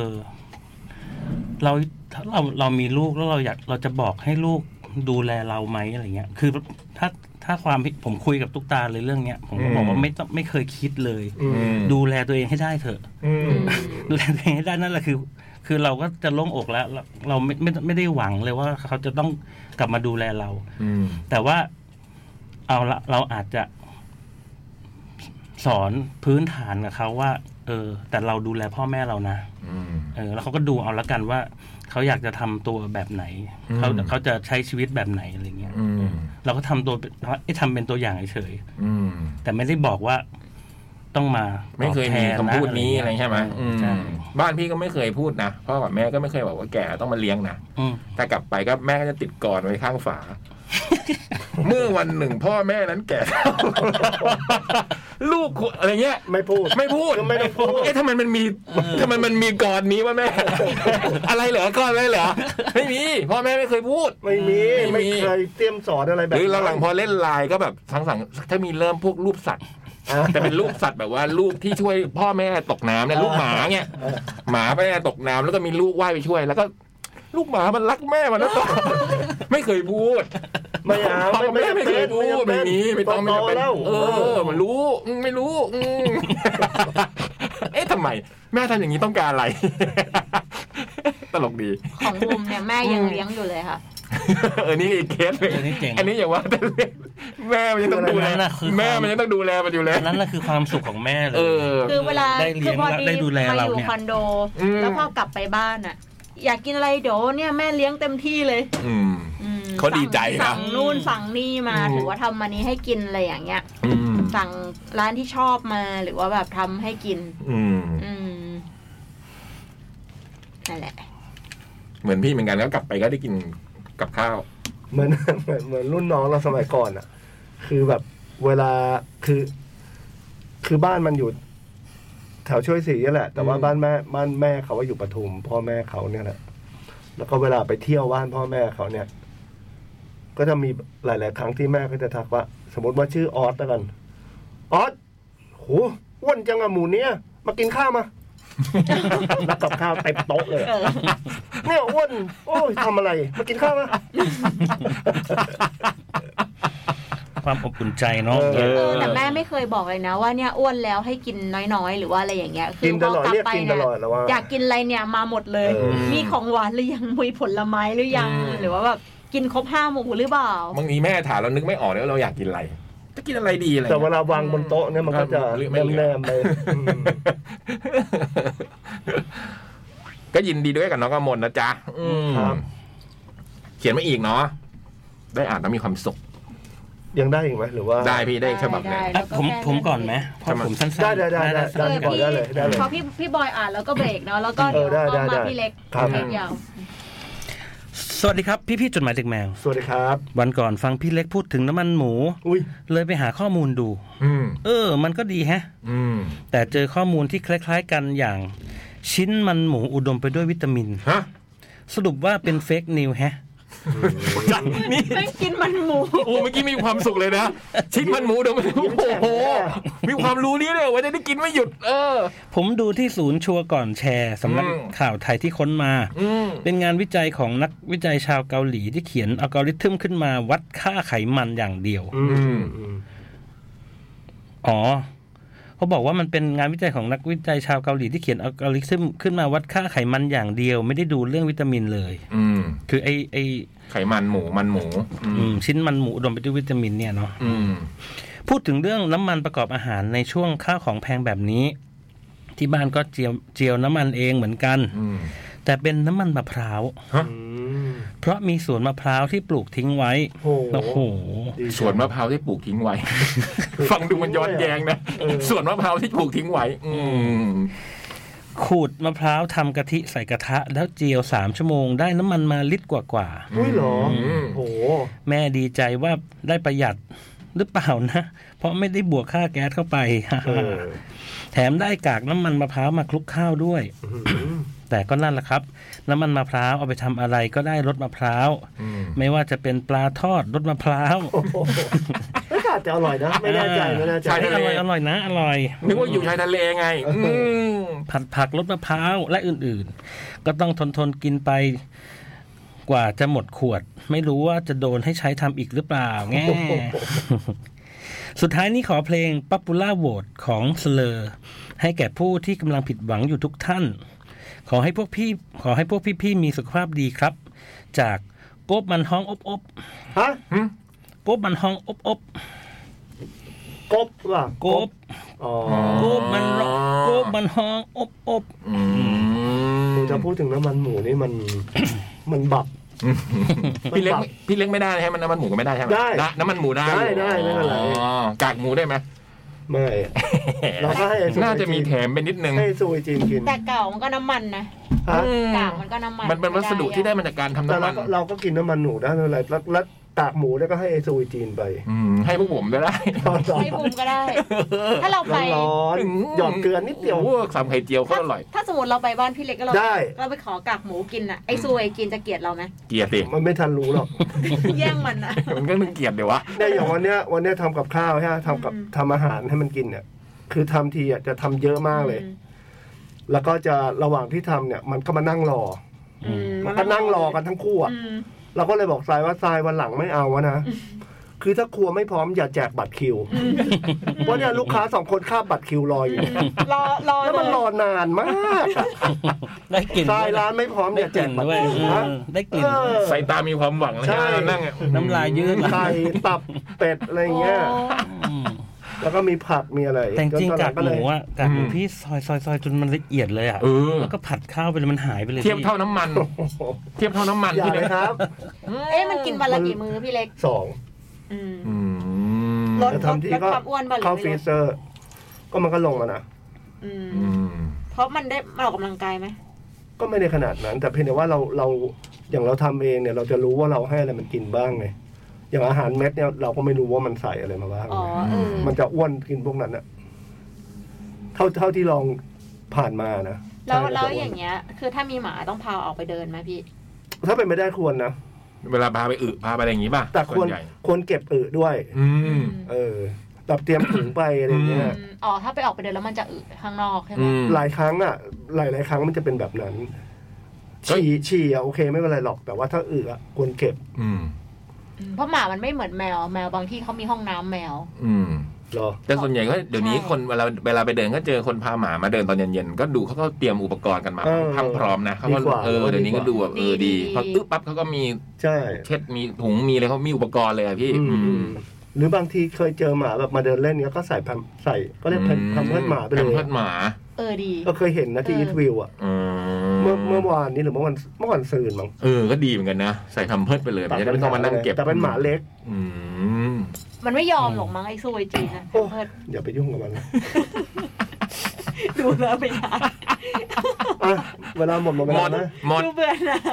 เรามีลูกแล้วเราจะบอกให้ลูกดูแลเราไหมอะไรเงี้ยคือถ้าความผมคุยกับตุ๊กตาเลยเรื่องเนี้ยผมก็บอกว่าไม่เคยคิดเลยดูแลตัวเองให้ได้เถอะดูแลตัวเองให้ได้นั่นแหละคือเราก็จะโล่งอกแล้วเราไม่ได้หวังเลยว่าเขาจะต้องกลับมาดูแลเราแต่ว่าเอาละเราอาจจะสอนพื้นฐานกับเขาว่าแต่เราดูแลพ่อแม่เรานะแล้วเขาก็ดูเอาละกันว่าเขาอยากจะทำตัวแบบไหนเขาจะใช้ชีวิตแบบไหนอะไรเงี้ยเราก็ทำเป็นตัวอย่างเฉยแต่ไม่ได้บอกว่าต้องมาไม่เคยมีคำพูดนี้อะไรใช่ไหมบ้านพี่ก็ไม่เคยพูดนะพ่อกับแม่ก็ไม่เคยบอกว่าแกต้องมาเลี้ยงนะถ้ากลับไปก็แม่ก็จะติดกรไว้ข้างฝาเมื่อวันหนึ่งพ่อแม่นั้นแก่เฒ่าลูกอะไรเงี้ยไม่พูดก็ไม่ได้พูดทำไมมันมีกรนี้วะแม่ อะไรเหรอกรอะไรเหรอไม่มีพ่อแม่ไม่เคยพูดไม่เคยเตรียมสอนอะไรแบบหรือหลังๆพอเล่นไลน์ก็แบบสั่งถ้ามีเริ่มพวกรูปสัตว์แต่เป็นรูปสัตว์แบบว่าลูกที่ช่วยพ่อแม่ตกน้ำเนี่ยลูกหมาเนี่ยหมาไปตกน้ำแล้วก็มีลูกว่ายไปช่วยแล้วก็ลูกหมามันรักแม่มันแล้วไม่เคยพูดไม่เอาไม่เคยพูดไม่มีไม่ต้องไม่เป็นมันรู้ไม่รู้ทำไมแม่ทำอย่างนี้ต้องการอะไรตลกดีของมุมเนี่ยแม่ยังเลี้ยงอยู่เลยค่ะนี่อีกเคสเลยอันนี้อย่าว่าแต่แม่มันยังต้องดูแลแม่มันยังต้องดูแลมันอยู่แล้วนั่นแหละคือความสุขของแม่เลยคือเวลาคือพอดีมาอยู่คอนโดแล้วพอกลับไปบ้านอ่ะอยากกินอะไรเดี๋ยวเนี่ยแม่เลี้ยงเต็มที่เลยเขาดีใจนะสั่งนู่นสั่งนี่มาถือว่าทำมานี้ให้กินอะไรอย่างเงี้ยสั่งร้านที่ชอบมาหรือว่าแบบทำให้กินนั่นแหละเหมือนพี่เหมือนกันแล้วกลับไปก็ได้กินกับข้าวเหมือนรุ่นน้องเราสมัยก่อนอ่ะคือแบบเวลาคือบ้านมันอยู่แถวช่วยศรีนี่แหละแต่ว่าบ้านแม่เขาว่าอยู่ปทุมพ่อแม่เขาเนี่ยแหละแล้วก็เวลาไปเที่ยวบ้านพ่อแม่เขาเนี่ยก็จะมีหลายๆครั้งที่แม่ก็จะทักว่าสมมติว่าชื่อออสแล้วกันออสโหอ้วนจังอะหมูเนี้ยมากินข้าวมาแล้วกับข้าวเต็มโต๊ะเลยเนี่ยอ้วนโอ้ยทำอะไรมากินข้าวมาความอบอุ่นใจเนาะแต่แม่ไม่เคยบอกเลยนะว่าเนี่ยอ้วนแล้วให้กินน้อยๆหรือว่าอะไรอย่างเงี้ยคือพอกลับไปเนี่ยอยากกินอะไรเนี่ยมาหมดเลยมีของหวานหรือยังมีผลไม้หรือยังหรือว่าแบบกินครบ5 หมู่หรือเปล่าบางทีแม่ถามเรานึกไม่ออกเลยว่าเราอยากกินอะไรจะกินอะไรดีอะไรแต่เวลาวางบนโต๊ะเนี่ยมันก็จะแนมๆไปก็ยินดีด้วยกับน้องกมลนะจ๊ะเขียนมาอีกเนาะได้อ่านแล้วมีความสุขยังได้อีกไหมหรือว่าได้พี่ได้ฉบับไหนผมก่อนไหมพอผมสั้นๆได้เลยพอพี่บอยอ่านแล้วก็เบรกเนาะแล้วก็เดี๋ยวมาพี่เล็กยาวสวัสดีครับพี่ๆจดหมายเด็กแมวสวัสดีครับวันก่อนฟังพี่เล็กพูดถึงน้ำมันหมูเลยไปหาข้อมูลดูมันก็ดีแฮะแต่เจอข้อมูลที่คล้ายๆกันอย่างชิ้นมันหมูอุดมไปด้วยวิตามินสรุปว่าเป็นเฟกนิวแฮะนี่ไม่กินมันหมูโอ้เมื่อกี้มีความสุขเลยนะชิ้นมันหมูเดี๋ยวมันโอ้โหมีความรู้นี้เลยว่าจะได้กินไม่หยุดผมดูที่ศูนย์ชัวร์ก่อนแชร์สำนักข่าวไทยที่ค้นมาเป็นงานวิจัยของนักวิจัยชาวเกาหลีที่เขียนอัลกอริทึมขึ้นมาวัดค่าไขมันอย่างเดียวเขาบอกว่ามันเป็นงานวิจัยของนักวิจัยชาวเกาหลีที่เขียนอัลกอริทึมขึ้นมาวัดค่าไขมันอย่างเดียวไม่ได้ดูเรื่องวิตามินเลยคือไอไขมันหมูชิ้นมันหมูรวมไปด้วยวิตามินเนี่ยเนาะพูดถึงเรื่องน้ำมันประกอบอาหารในช่วงข้าวของแพงแบบนี้ที่บ้านก็เจียวน้ำมันเองเหมือนกันแต่เป็นน้ำมันมะพร้าวเพราะมีสวนมะพร้าวที่ปลูกทิ้งไว้โอ้โหสวนมะพร้าวที่ปลูกทิ้งไว้ฟังดูมันย้อนแย้งนะสวนมะพร้าวที่ปลูกทิ้งไว้ขูดมะพร้าวทำกะทิใส่กระทะแล้วเจียว3 ชั่วโมงได้น้ำมันมาลิตรกว่าอุ้ยเหรอโอ้แม่ดีใจว่าได้ประหยัดหรือเปล่านะเพราะไม่ได้บวกค่าแก๊สเข้าไปแถมได้กากน้ำมันมะพร้าวมาคลุกข้าวด้วยแต่ก็นั่นแหละครับน้ำมันมะพร้าวเอาไปทำอะไรก็ได้รสมะพร้าวไม่ว่าจะเป็นปลาทอดรสมะพร้าวไม่ขาดจะอร่อยนะไม่แน่ใจอร่อยนะอร่อยนึกว่าอยู่ชายทะเลไงผัดผักรสมะพร้าวและอื่นๆก็ต้องทนกินไปกว่าจะหมดขวดไม่รู้ว่าจะโดนให้ใช้ทำอีกหรือเปล่าแง่สุดท้ายนี้ขอเพลง Popular Vote ของ Slur ให้แก่ผู้ที่กำลังผิดหวังอยู่ทุกท่านขอให้พวกพี่มีสุขภาพดีครับจากโก๊บมันฮ้องอบฮะโก๊บมันฮ้องอบกบว่ะกบโก๊บมันฮ้องอบจะพูดถึงน้ำมันหมูนี่มันบับพี่เล็กไม่ได้ใช่ไหมน้ำมันหมูก็ไม่ได้ใช่ไหมได้น้ำมันหมูได้ไม่เป็นไรกากหมูได้ไหมไม่เราก็ให้น่าจะมีแถมเป็นนิดนึงให้ซูยจีนกินแต่เก่ามันก็น้ำมันนะกากมันก็น้ำมันมันเป็นวัสดุที่ได้มาจากการทำน้ำมันเราก็กินน้ำมันหมูได้ไม่เป็นไรแล้วกากหมูเนี่ยก็ให้ไอซูจีนไปให้พวกผมก็ได้ให้ภูมิก็ได้ ถ้าเราไปร้อนๆหยอดเกลือนิดเดียวสามไข่เจียวก็อร่อยถ้าสมมติเราไปบ้านพี่เล็กก็เราได้เราไปขอกากหมูกินอ่ะไอซูไอกินจะเกลียดเราไหมเกลียดสิมันไม่ทันรู้หรอกแย่งมันอ่ะมันก็นึงเกลียดเดี๋ยววะเนี่ยอย่างวันเนี้ยทำกับข้าวใช่ไหมทำอาหารให้มันกินเนี่ยคือทำทีอ่ะจะทำเยอะมากเลย แล้วก็จะระหว่างที่ทำเนี่ยมันก็มานั่งรอมันก็นั่งรอกันทั้งคู่อ่ะเราก็เลยบอกทรายว่าทรายวันหลังไม่เอาวะนะคือถ้าครัวไม่พร้อมอย่าแจกบัตรคิวเพราะเนี่ยลูกค้า2 คนคาบบัตรคิวรออยู่รอแล้วมันรอนานมากอะได้กลิ่นทรายร้านไม่พร้อมอย่าแจกบัตรคิวนะได้กลิ่นใส่ตามีความหวังเลยนะนั่งน้ำลายยืดไก่ตับเป็ดอะไรเงี้ยแล้วก็มีผักมีอะไรแต่จริงกากหมูอ่ะกากหมูพี่ซอยจนมันละเอียดเลยอ่ะแล้วก็ผัดข้าวไปเลยมันหายไปเลยเทียบเท่าน้ำมันอย่าเลยครับมันกินวันละกี่มื้อพี่เล็ก 2 ลดความอ้วนบ้างหรือเข้าไม่ฟรีลดเซอร์ ก็มันก็ลงมานะเพราะมันได้มาออกกำลังกายไหมก็ไม่ได้ขนาดนั้น แต่เพียงแต่ว่าเราอย่างเราทำเองเนี่ยเราจะรู้ว่าเราให้อะไรมันกินบ้างไงอย่างอาหารเม็ดเนี่ยเราก็ไม่รู้ว่ามันใส่อะไรมาบ้างมันจะอ้วนกินพวกนั้นอะเท่าที่ลองผ่านมานะแล้วอย่างเงี้ยคือถ้ามีหมาต้องพาออกไปเดินไหมพี่ถ้าเป็นไม่ได้ควรนะเวลาพาไปพาไปอะไรอย่างงี้ป่ะแต่ควรเก็บด้วยแบบเตรียมถุงไปอะไรเงี้ยถ้าไปออกไปเดินแล้วมันจะข้างนอกใช่ไหมหลายครั้งอ่ะหลายครั้งมันจะเป็นแบบนั้นฉี่โอเคไม่เป็นไรหรอกแต่ว่าถ้าควรเก็บเพราะหมามันไม่เหมือนแมวบางที่เขามีห้องน้ำแมวแต่ส่วนใหญ่ก็เดี๋ยวนี้คนเวลาไปเดินก็เจอคนพาหมามาเดินตอนเย็นๆก็ดูเขาก็เตรียมอุปกรณ์กันมาทั้งพร้อมนะเขาก็เดี๋ยวนี้ก็ดูแบบดีพอปั๊บเขาก็มีเช็ดมีถุงมีอะไรเขามีอุปกรณ์เลยอ่ะพี่หรือบางทีเคยเจอหมาแบบมาเดินเล่นเนี้ยก็ใส่ก็เรียกทำเพื่อนหมาไปเลยเพื่อนหมาดีก็เคยเห็นนะที่อีทวิวอ่ะเมื่อวานนี้หรือเมื่อวันซืนมั้งก็ดีเหมือนกันนะใส่ทำเพื่อนไปเลยจะได้ไม่ต้องมานั่งเก็บแต่เป็นหมาเล็กมันไม่ยอมหรอกมั้งไอ้ซูไอจีนะอย่าไปยุ่งกับมันดูแล้วไปนานเวลาหมดเวลานะดูเบื่อหน่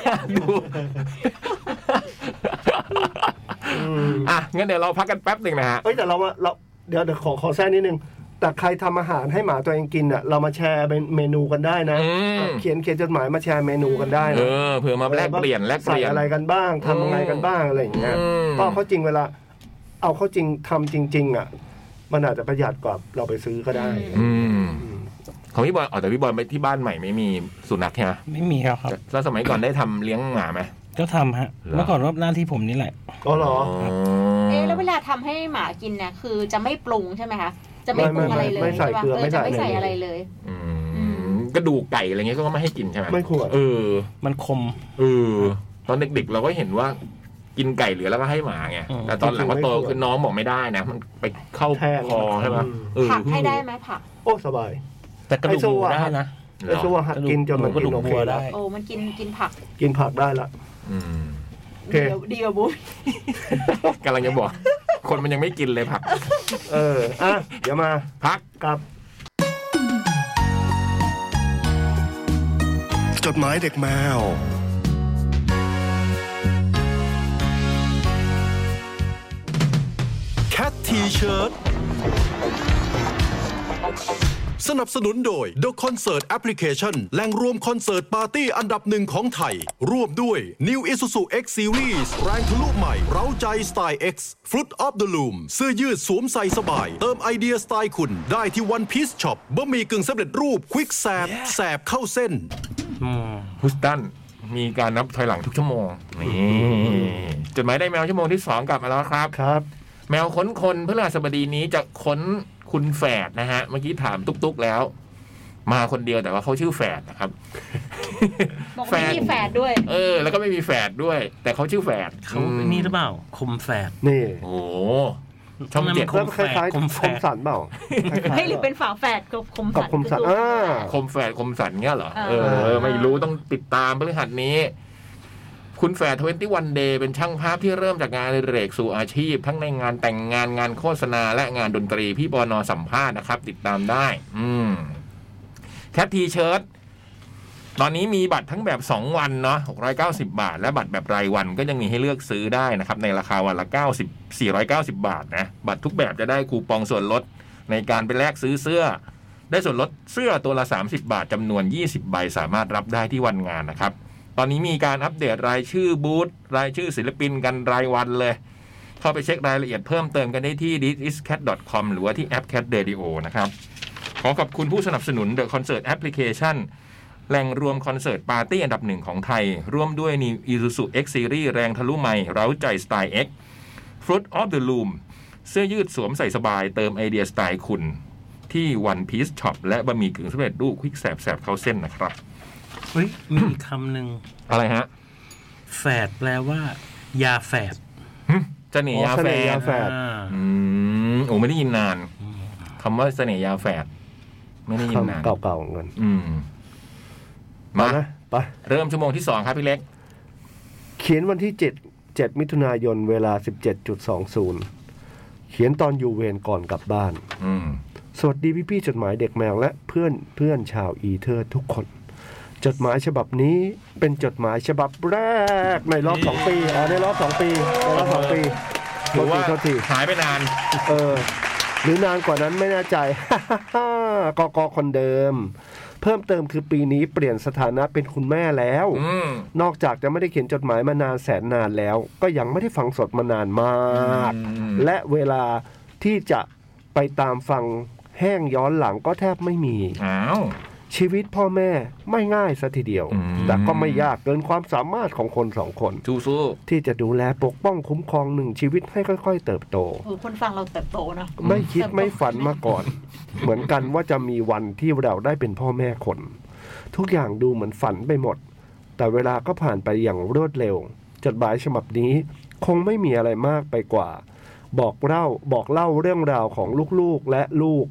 ายงั้นเดี๋ยวเราพักกันแป๊บหนึ่งนะฮะแต่เราเดี๋ยวขอแทรกนิดนึงแต่ใครทำอาหารให้หมาตัวเองกินอ่ะเรามาแชร์เป็นเมนูกันได้นะเขียนจดหมายมาแชร์เมนูกันได้นะเผื่อมาแลกเปลี่ยนใส่อะไรกันบ้างทำอะไรกันบ้างอะไรอย่างเงี้ยก็เขาจริงเวลาเอาเข้าจริงทำจริงๆอ่ะมันอาจจะประหยัดกว่าเราไปซื้อก็ได้ของพี่บอยแต่พี่บอยไปที่บ้านใหม่ไม่มีสุนัขใช่ไหมไม่มีครับแล้วสมัยก่อนได้ทำเลี้ยงหมาไหมก็ทำฮะเมื่อก่อนว่าหน้าที่ผมนี่แหละก็หรอแล้วเวลาทำให้หมากินเนี่ยคือจะไม่ปรุงใช่ไหมคะจะไม่ปรุงอะไรเลยไม่ใส่เกลือไม่ใส่อะไรเลยกระดูกไก่อะไรเงี้ยก็ไม่ให้กินใช่ไหมไม่ควรมันคมตอนเด็กๆเราก็เห็นว่ากินไก่เหลือแล้วก็ให้หมาไงแต่ตอนหลังว่าโตคือน้องบอกไม่ได้นะมันไปเข้าคอใช่ไหมผักให้ได้ไหมผักโอ้สบายแต่กระดูกวัวได้นะไอ้ชัวหัดกินจนมันกินโอเคได้มันกินผักได้ละดีกว่าบุ๊กกำลังจะบอกคนมันยังไม่กินเลยผักเดี๋ยวมาพักกับจดหมายเด็กแมว Cat T-shirt สนับสนุนโดย The Concert Application แหล่งรวมคอนเสิร์ตปาร์ตี้อันดับ1ของไทยร่วมด้วย New Isuzu X Series แรงทะลุใหม่เร้าใจสไตล์ X Fruit of the Loom เสื้อยืดสวมใส่สบายเติมไอเดียสไตล์คุณได้ที่ One Piece Shop บะหมี่กึ่งสำเร็จรูปควิกแสบเข้าเส้นฮุสตันมีการนับถอยหลังทุกชั่วโมงนี่จดหมายได้แมวชั่วโมงที่2กลับมาแล้วครับแมวค้นคนพฤหัสบดีนี้จะค้นคุณแฝดนะฮะเมื่อกี้ถามตุ๊กๆแล้วมาคนเดียวแต่ว่าเขาชื่อแฝดนะครับบอกไม่มีแฝดด้วยแล้วก็ไม่มีแฝดด้วยแต่เขาชื่อแฝดเขานี่หรือเปล่าคมแฝดนี่โอ้ช่อง7 คมแฝดคมสันเปล่าให้หรือเป็นฝาแฝดกับคมสันคมแฝดคมสันเงี้ยเหรอไม่รู้ต้องติดตามพฤหัสนี้คุณแฝด21 Day เป็นช่างภาพที่เริ่มจากงานเรกสู่อาชีพทั้งในงานแต่งงานงานโฆษณาและงานดนตรีพี่ปน.สัมภาษณ์นะครับติดตามได้แคททีเชิร์ตตอนนี้มีบัตรทั้งแบบ2วันเนาะ690 บาทและบัตรแบบรายวันก็ยังมีให้เลือกซื้อได้นะครับในราคาวันละ490 บาทนะบัตรทุกแบบจะได้คูปองส่วนลดในการไปแลกซื้อเสื้อได้ส่วนลดเสื้อตัวละ30 บาทจำนวน20ใบสามารถรับได้ที่วันงานนะครับตอนนี้มีการอัปเดตรายชื่อบูธรายชื่อศิลปินกันรายวันเลยเข้าไปเช็ครายละเอียดเพิ่มเติมกันได้ที่ thisiscat.com หรือว่าที่แอป Cat Radio นะครับขอขอบคุณผู้สนับสนุน The Concert Application แหล่งรวมคอนเสิร์ตปาร์ตี้อันดับหนึ่งของไทยร่วมด้วย New Isuzu X Series แรงทะลุไมค์เร้าใจสไตล์ X Fruit of the Loom เสื้อยืดสวมใส่สบายเติมไอเดียสไตล์คุณที่ One Piece Shop และบะหมี่กึ่งสำเร็จรูปควิกแสบเข้าเส้นนะครับเฮ้ยมีอีกคำหนึ่งอะไรฮะแฝดแปลว่ายาแฝดเสน่ห์ยาแฝดโอ้ไม่ได้ยินนานคำว่าเสน่ห์ยาแฝดไม่ได้ยินนานเก่าๆเงินมาไปเริ่มชั่วโมงที่2ครับพี่เล็กเขียนวันที่7มิถุนายนเวลา 17.20 เขียนตอนอยู่เวรก่อนกลับบ้านสวัสดีพี่ๆจดหมายเด็กแมวและเพื่อนชาวอีเทอร์ทุกคนจดหมายฉบับนี้เป็นจดหมายฉบับแรกในรอบ2 ปีในรอบ2 ปีถือว่าหายไปนานหรือนานกว่านั้นไม่แน่ใจ กคนเดิมเพิ่มเติมคือปีนี้เปลี่ยนสถานะเป็นคุณแม่แล้วนอกจากจะไม่ได้เขียนจดหมายมานานแสนนานแล้วก็ยังไม่ได้ฟังสดมานานมากและเวลาที่จะไปตามฟังแห้งย้อนหลังก็แทบไม่มีชีวิตพ่อแม่ไม่ง่ายซะทีเดียวแต่ก็ไม่ยากเกินความสามารถของคน2 คนที่จะดูแลปกป้องคุ้มครอง1ชีวิตให้ค่อยๆเติบโตคนฟังเราเติบโตนะไม่คิดไม่ฝันมาก่อน เหมือนกันว่าจะมีวันที่เราได้เป็นพ่อแม่คนทุกอย่างดูเหมือนฝันไปหมดแต่เวลาก็ผ่านไปอย่างรวดเร็วจดหมายฉบับนี้คงไม่มีอะไรมากไปกว่าบอกเล่าเรื่องราวของลูกๆและลูก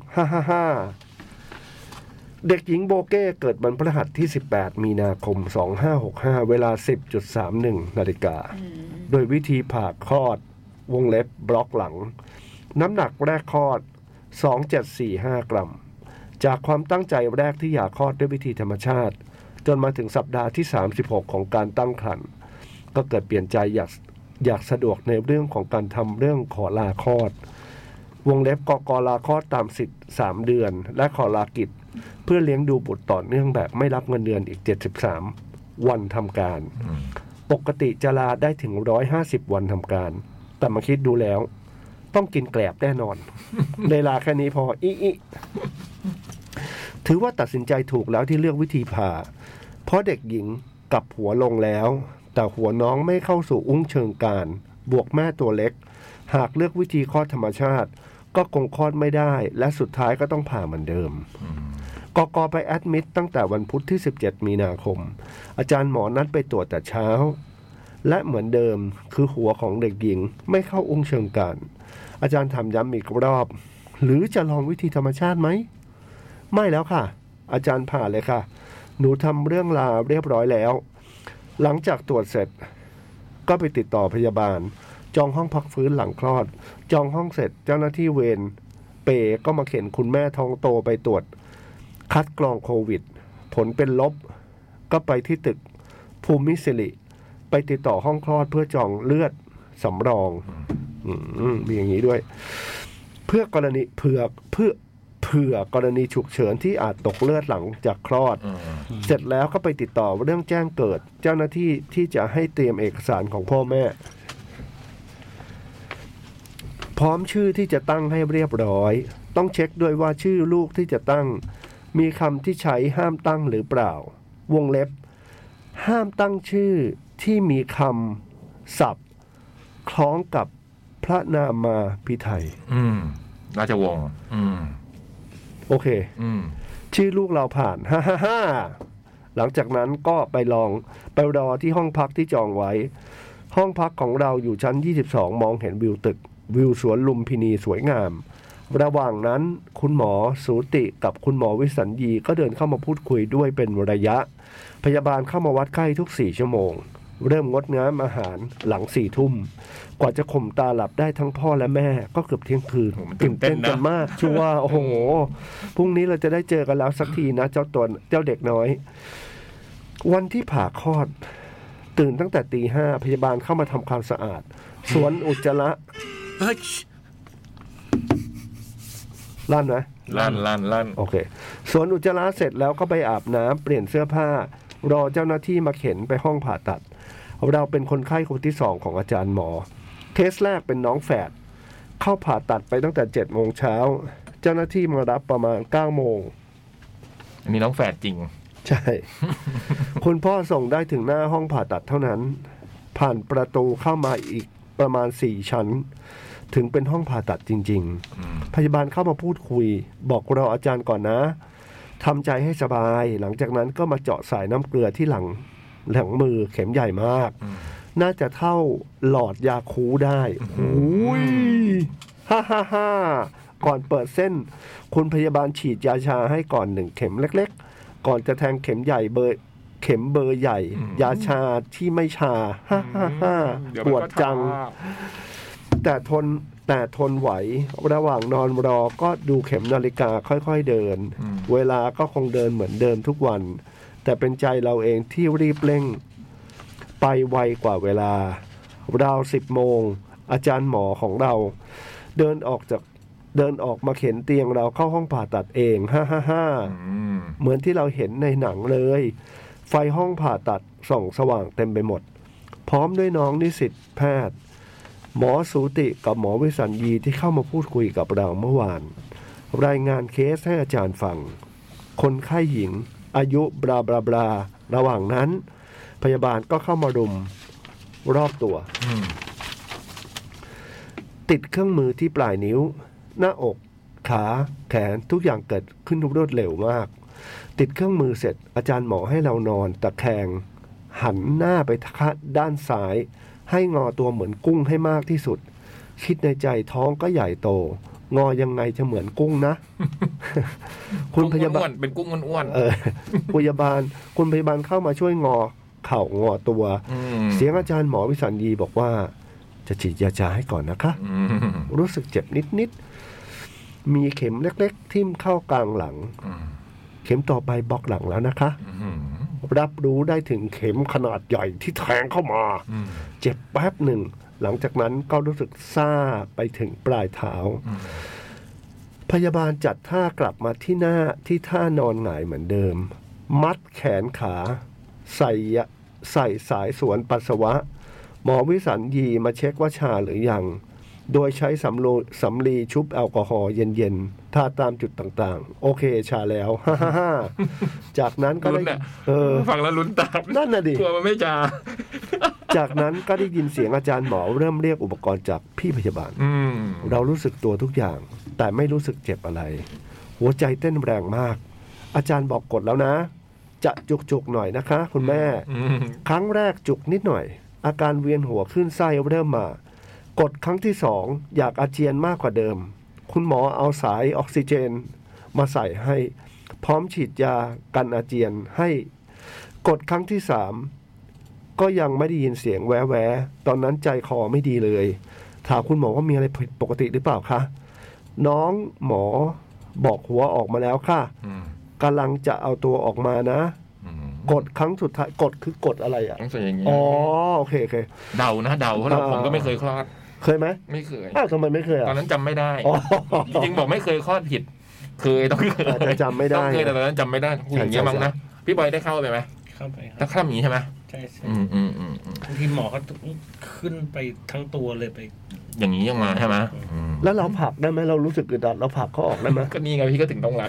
เด็กหญิงโบเก้เกิดวันพฤหัสที่18มีนาคม2565เวลา 10.31 นาฬิกาโดยวิธีผ่าคลอดวงเล็บบล็อกหลังน้ำหนักแรกคลอด 2745 กรัมจากความตั้งใจแรกที่อยากคลอดด้วยวิธีธรรมชาติจนมาถึงสัปดาห์ที่36ของการตั้งครรภ์ก็เกิดเปลี่ยนใจอยากสะดวกในเรื่องของการทำเรื่องขอลาคลอดวงเล็บกลาคลอดตามสิทธิ์3 เดือนและขอลากิจเพื่อเลี้ยงดูบุตรต่อเนื่องแบบไม่รับเงินเดือนอีก73วันทำการปกติจะลาได้ถึง150วันทำการแต่มาคิดดูแล้วต้องกินแกลบแน่นอนในลาแค่นี้พอถือว่าตัดสินใจถูกแล้วที่เลือกวิธีผ่าเพราะเด็กหญิงกลับหัวลงแล้วแต่หัวน้องไม่เข้าสู่อุ้งเชิงการบวกแม่ตัวเล็กหากเลือกวิธีคลอดธรรมชาติก็คงคลอดไม่ได้และสุดท้ายก็ต้องผ่าเหมือนเดิมกไปแอดมิดตั้งแต่วันพุธที่17มีนาคมอาจารย์หมอนัดไปตรวจแต่เช้าและเหมือนเดิมคือหัวของเด็กหญิงไม่เข้าองค์เชิงการอาจารย์ถามย้ำอีกรอบหรือจะลองวิธีธรรมชาติไหมไม่แล้วค่ะอาจารย์ผ่าเลยค่ะหนูทำเรื่องลาเรียบร้อยแล้วหลังจากตรวจเสร็จก็ไปติดต่อพยาบาลจองห้องพักฟื้นหลังคลอดจองห้องเสร็จเจ้าหน้าที่เวรเปก็มาเข็นคุณแม่ท้องโตไปตรวจคัดกรองโควิดผลเป็นลบก็ไปที่ตึกภูมิสิริไปติดต่อห้องคลอดเพื่อจองเลือดสำรองมีอย่างนี้ด้วยเพื่อกรณีฉุกเฉินที่อาจตกเลือดหลังจากคลอดเสร็จแล้วก็ไปติดต่อเรื่องแจ้งเกิดเจ้าหน้าที่ที่จะให้เตรียมเอกสารของพ่อแม่พร้อมชื่อที่จะตั้งให้เรียบร้อยต้องเช็คด้วยว่าชื่อลูกที่จะตั้งมีคำที่ใช้ห้ามตั้งหรือเปล่าวงเล็บห้ามตั้งชื่อที่มีคำศัพท์คล้องกับพระนามาพิไทยราชวงศ์โอเคชื่อลูกเราผ่านหลังจากนั้นก็ไปรอที่ห้องพักที่จองไว้ห้องพักของเราอยู่ชั้น22มองเห็นวิวตึกวิวสวนลุมพินีสวยงามระหว่างนั้นคุณหมอสูติกับคุณหมอวิสัญญีก็เดินเข้ามาพูดคุยด้วยเป็นระยะพยาบาลเข้ามาวัดไข้ทุก4ชั่วโมงเริ่มงดน้ำอาหารหลัง4 ทุ่มกว่าจะข่มตาหลับได้ทั้งพ่อและแม่ก็เกือบเที่ยงคืนตื่นเต้นกันมากชัวร์โอ้โหพรุ่งนี้เราจะได้เจอกันแล้วสักทีนะเจ้าเด็กน้อยวันที่ผ่าคลอดตื่นตั้งแต่ตี 5พยาบาลเข้ามาทำความสะอาดสวนอุจจาระเฮ้ยลั่นไหมลั่นโอเคสวนอุจจาระเสร็จแล้วก็ไปอาบน้ำเปลี่ยนเสื้อผ้ารอเจ้าหน้าที่มาเข็นไปห้องผ่าตัดเราเป็นคนไข้คนที่2ของอาจารย์หมอเคสแรกเป็นน้องแฝดเข้าผ่าตัดไปตั้งแต่7 โมงเช้าเจ้าหน้าที่มารับประมาณ9 โมงอันนี้น้องแฝดจริงใช่ คุณพ่อส่งได้ถึงหน้าห้องผ่าตัดเท่านั้นผ่านประตูเข้ามาอีกประมาณ4 ชั้นถึงเป็นห้องผ่าตัดจริงๆพยาบาลเข้ามาพูดคุยบอกรออาจารย์ก่อนนะทำใจให้สบายหลังจากนั้นก็มาเจาะสายน้ำเกลือที่หลังมือเข็มใหญ่มากน่าจะเท่าหลอดยาคูได้อุ้ยฮ่าก่อนเปิดเส้นคุณพยาบาลฉีดยาชาให้ก่อน1 เข็มเล็กๆก่อนจะแทงเข็มใหญ่เบอร์ใหญ่ยาชาที่ไม่ชาฮ่าปวดจังแต่ทนไหวระหว่างนอนรอก็ดูเข็มนาฬิกาค่อยๆเดินเวลาก็คงเดินเหมือนเดิมทุกวันแต่เป็นใจเราเองที่รีบเร่งไปไวกว่าเวลาราว10 โมงอาจารย์หมอของเราเดินออกมาเข็นเตียงเราเข้าห้องผ่าตัดเองฮ่าเหมือนที่เราเห็นในหนังเลยไฟห้องผ่าตัดส่องสว่างเต็มไปหมดพร้อมด้วยน้องนิสิตแพทย์หมอสูติกับหมอวิสัญญีที่เข้ามาพูดคุยกับเราเมื่อวานรายงานเคสให้อาจารย์ฟังคนไข้หญิงอายุบลาบลาบลาระหว่างนั้นพยาบาลก็เข้ามารุมรอบตัวติดเครื่องมือที่ปลายนิ้วหน้าอกขาแขนทุกอย่างเกิดขึ้นรวดเร็วมากติดเครื่องมือเสร็จอาจารย์หมอให้เรานอนตะแคงหันหน้าไปด้านซ้ายให้งอตัวเหมือนกุ้งให้มากที่สุดคิดในใจท้องก็ใหญ่โตงอยังไงจะเหมือนกุ้งนะ คุณพยาบาลเป็นกุ้งอ้วนๆคุณพยาบาลเข้ามาช่วยงอเข่างอตัวเสียงอาจารย์หมอวิสัญญีบอกว่าจะฉีดยาชาให้ก่อนนะคะรู้สึกเจ็บนิดๆมีเข็มเล็กๆทิ่มเข้ากลางหลังเข็มต่อไปบล็อกหลังแล้วนะคะรับรู้ได้ถึงเข็มขนาดใหญ่ที่แทงเข้ามาเจ็บแป๊บหนึ่งหลังจากนั้นก็รู้สึกซ่าไปถึงปลายเท้าพยาบาลจัดท่ากลับมาที่ท่านอนหงายเหมือนเดิมมัดแขนขาใส่สายสวนปัสสาวะหมอวิสัญญีมาเช็คว่าชาหรือยังโดยใช้สำลีชุบแอลกอฮอล์เย็นๆทาตามจุดต่างๆโอเคชาแล้วฮ่าจากนั้นก็ได้ฟังแล้วลุ้นตามนั่นน่ะดิกลัวมันไม่ชาจากนั้นก็ได้ยินเสียงอาจารย์หมอเริ่มเรียกอุปกรณ์จากพี่พยาบาลเรารู้สึกตัวทุกอย่างแต่ไม่รู้สึกเจ็บอะไรหัวใจเต้นแรงมากอาจารย์บอกกดแล้วนะจะจุกๆหน่อยนะคะคุณแม่ครั้งแรกจุกนิดหน่อยอาการเวียนหัวขึ้นไส้เริ่มมากดครั้งที่2อยากอาเจียนมากกว่าเดิมคุณหมอเอาสายออกซิเจนมาใส่ให้พร้อมฉีดยากันอาเจียนให้กดครั้งที่3ก็ยังไม่ได้ยินเสียงแวะตอนนั้นใจคอไม่ดีเลยถามคุณหมอว่ามีอะไรผิดปกติหรือเปล่าคะน้องหมอบอกหัวออกมาแล้วค่ะกำลังจะเอาตัวออกมานะกดครั้งสุดท้ายกดคือกดอะไรอ่ะต้องใส่อย่างนี้อ๋อโอเคเดานะเพราะผมก็ไม่เคยคลอดเคยไหมไม่เคยอ้าวทำไมไม่เคยตอนนั้นจำไม่ได้จริงๆบอกไม่เคยคลอดผิดเคยต้องเคยแต่จำไม่ได้เคยแต่ตอนนั้นจำไม่ได้อย่างเงี้ยมั้งนะพี่บอยได้เข้าไปไหมเข้าไปถ้าข้ามอย่างนี้ใช่ไหมใช่บางทีหมอเขาขึ้นไปทั้งตัวเลยไปอย่างนี้ยังมาใช่ไหมแล้วเราผลักได้ไหมเรารู้สึกอึดอัดเราผลักเขาออกได้ไหมก็นี่ไงพี่ก็ถึงต้องรัก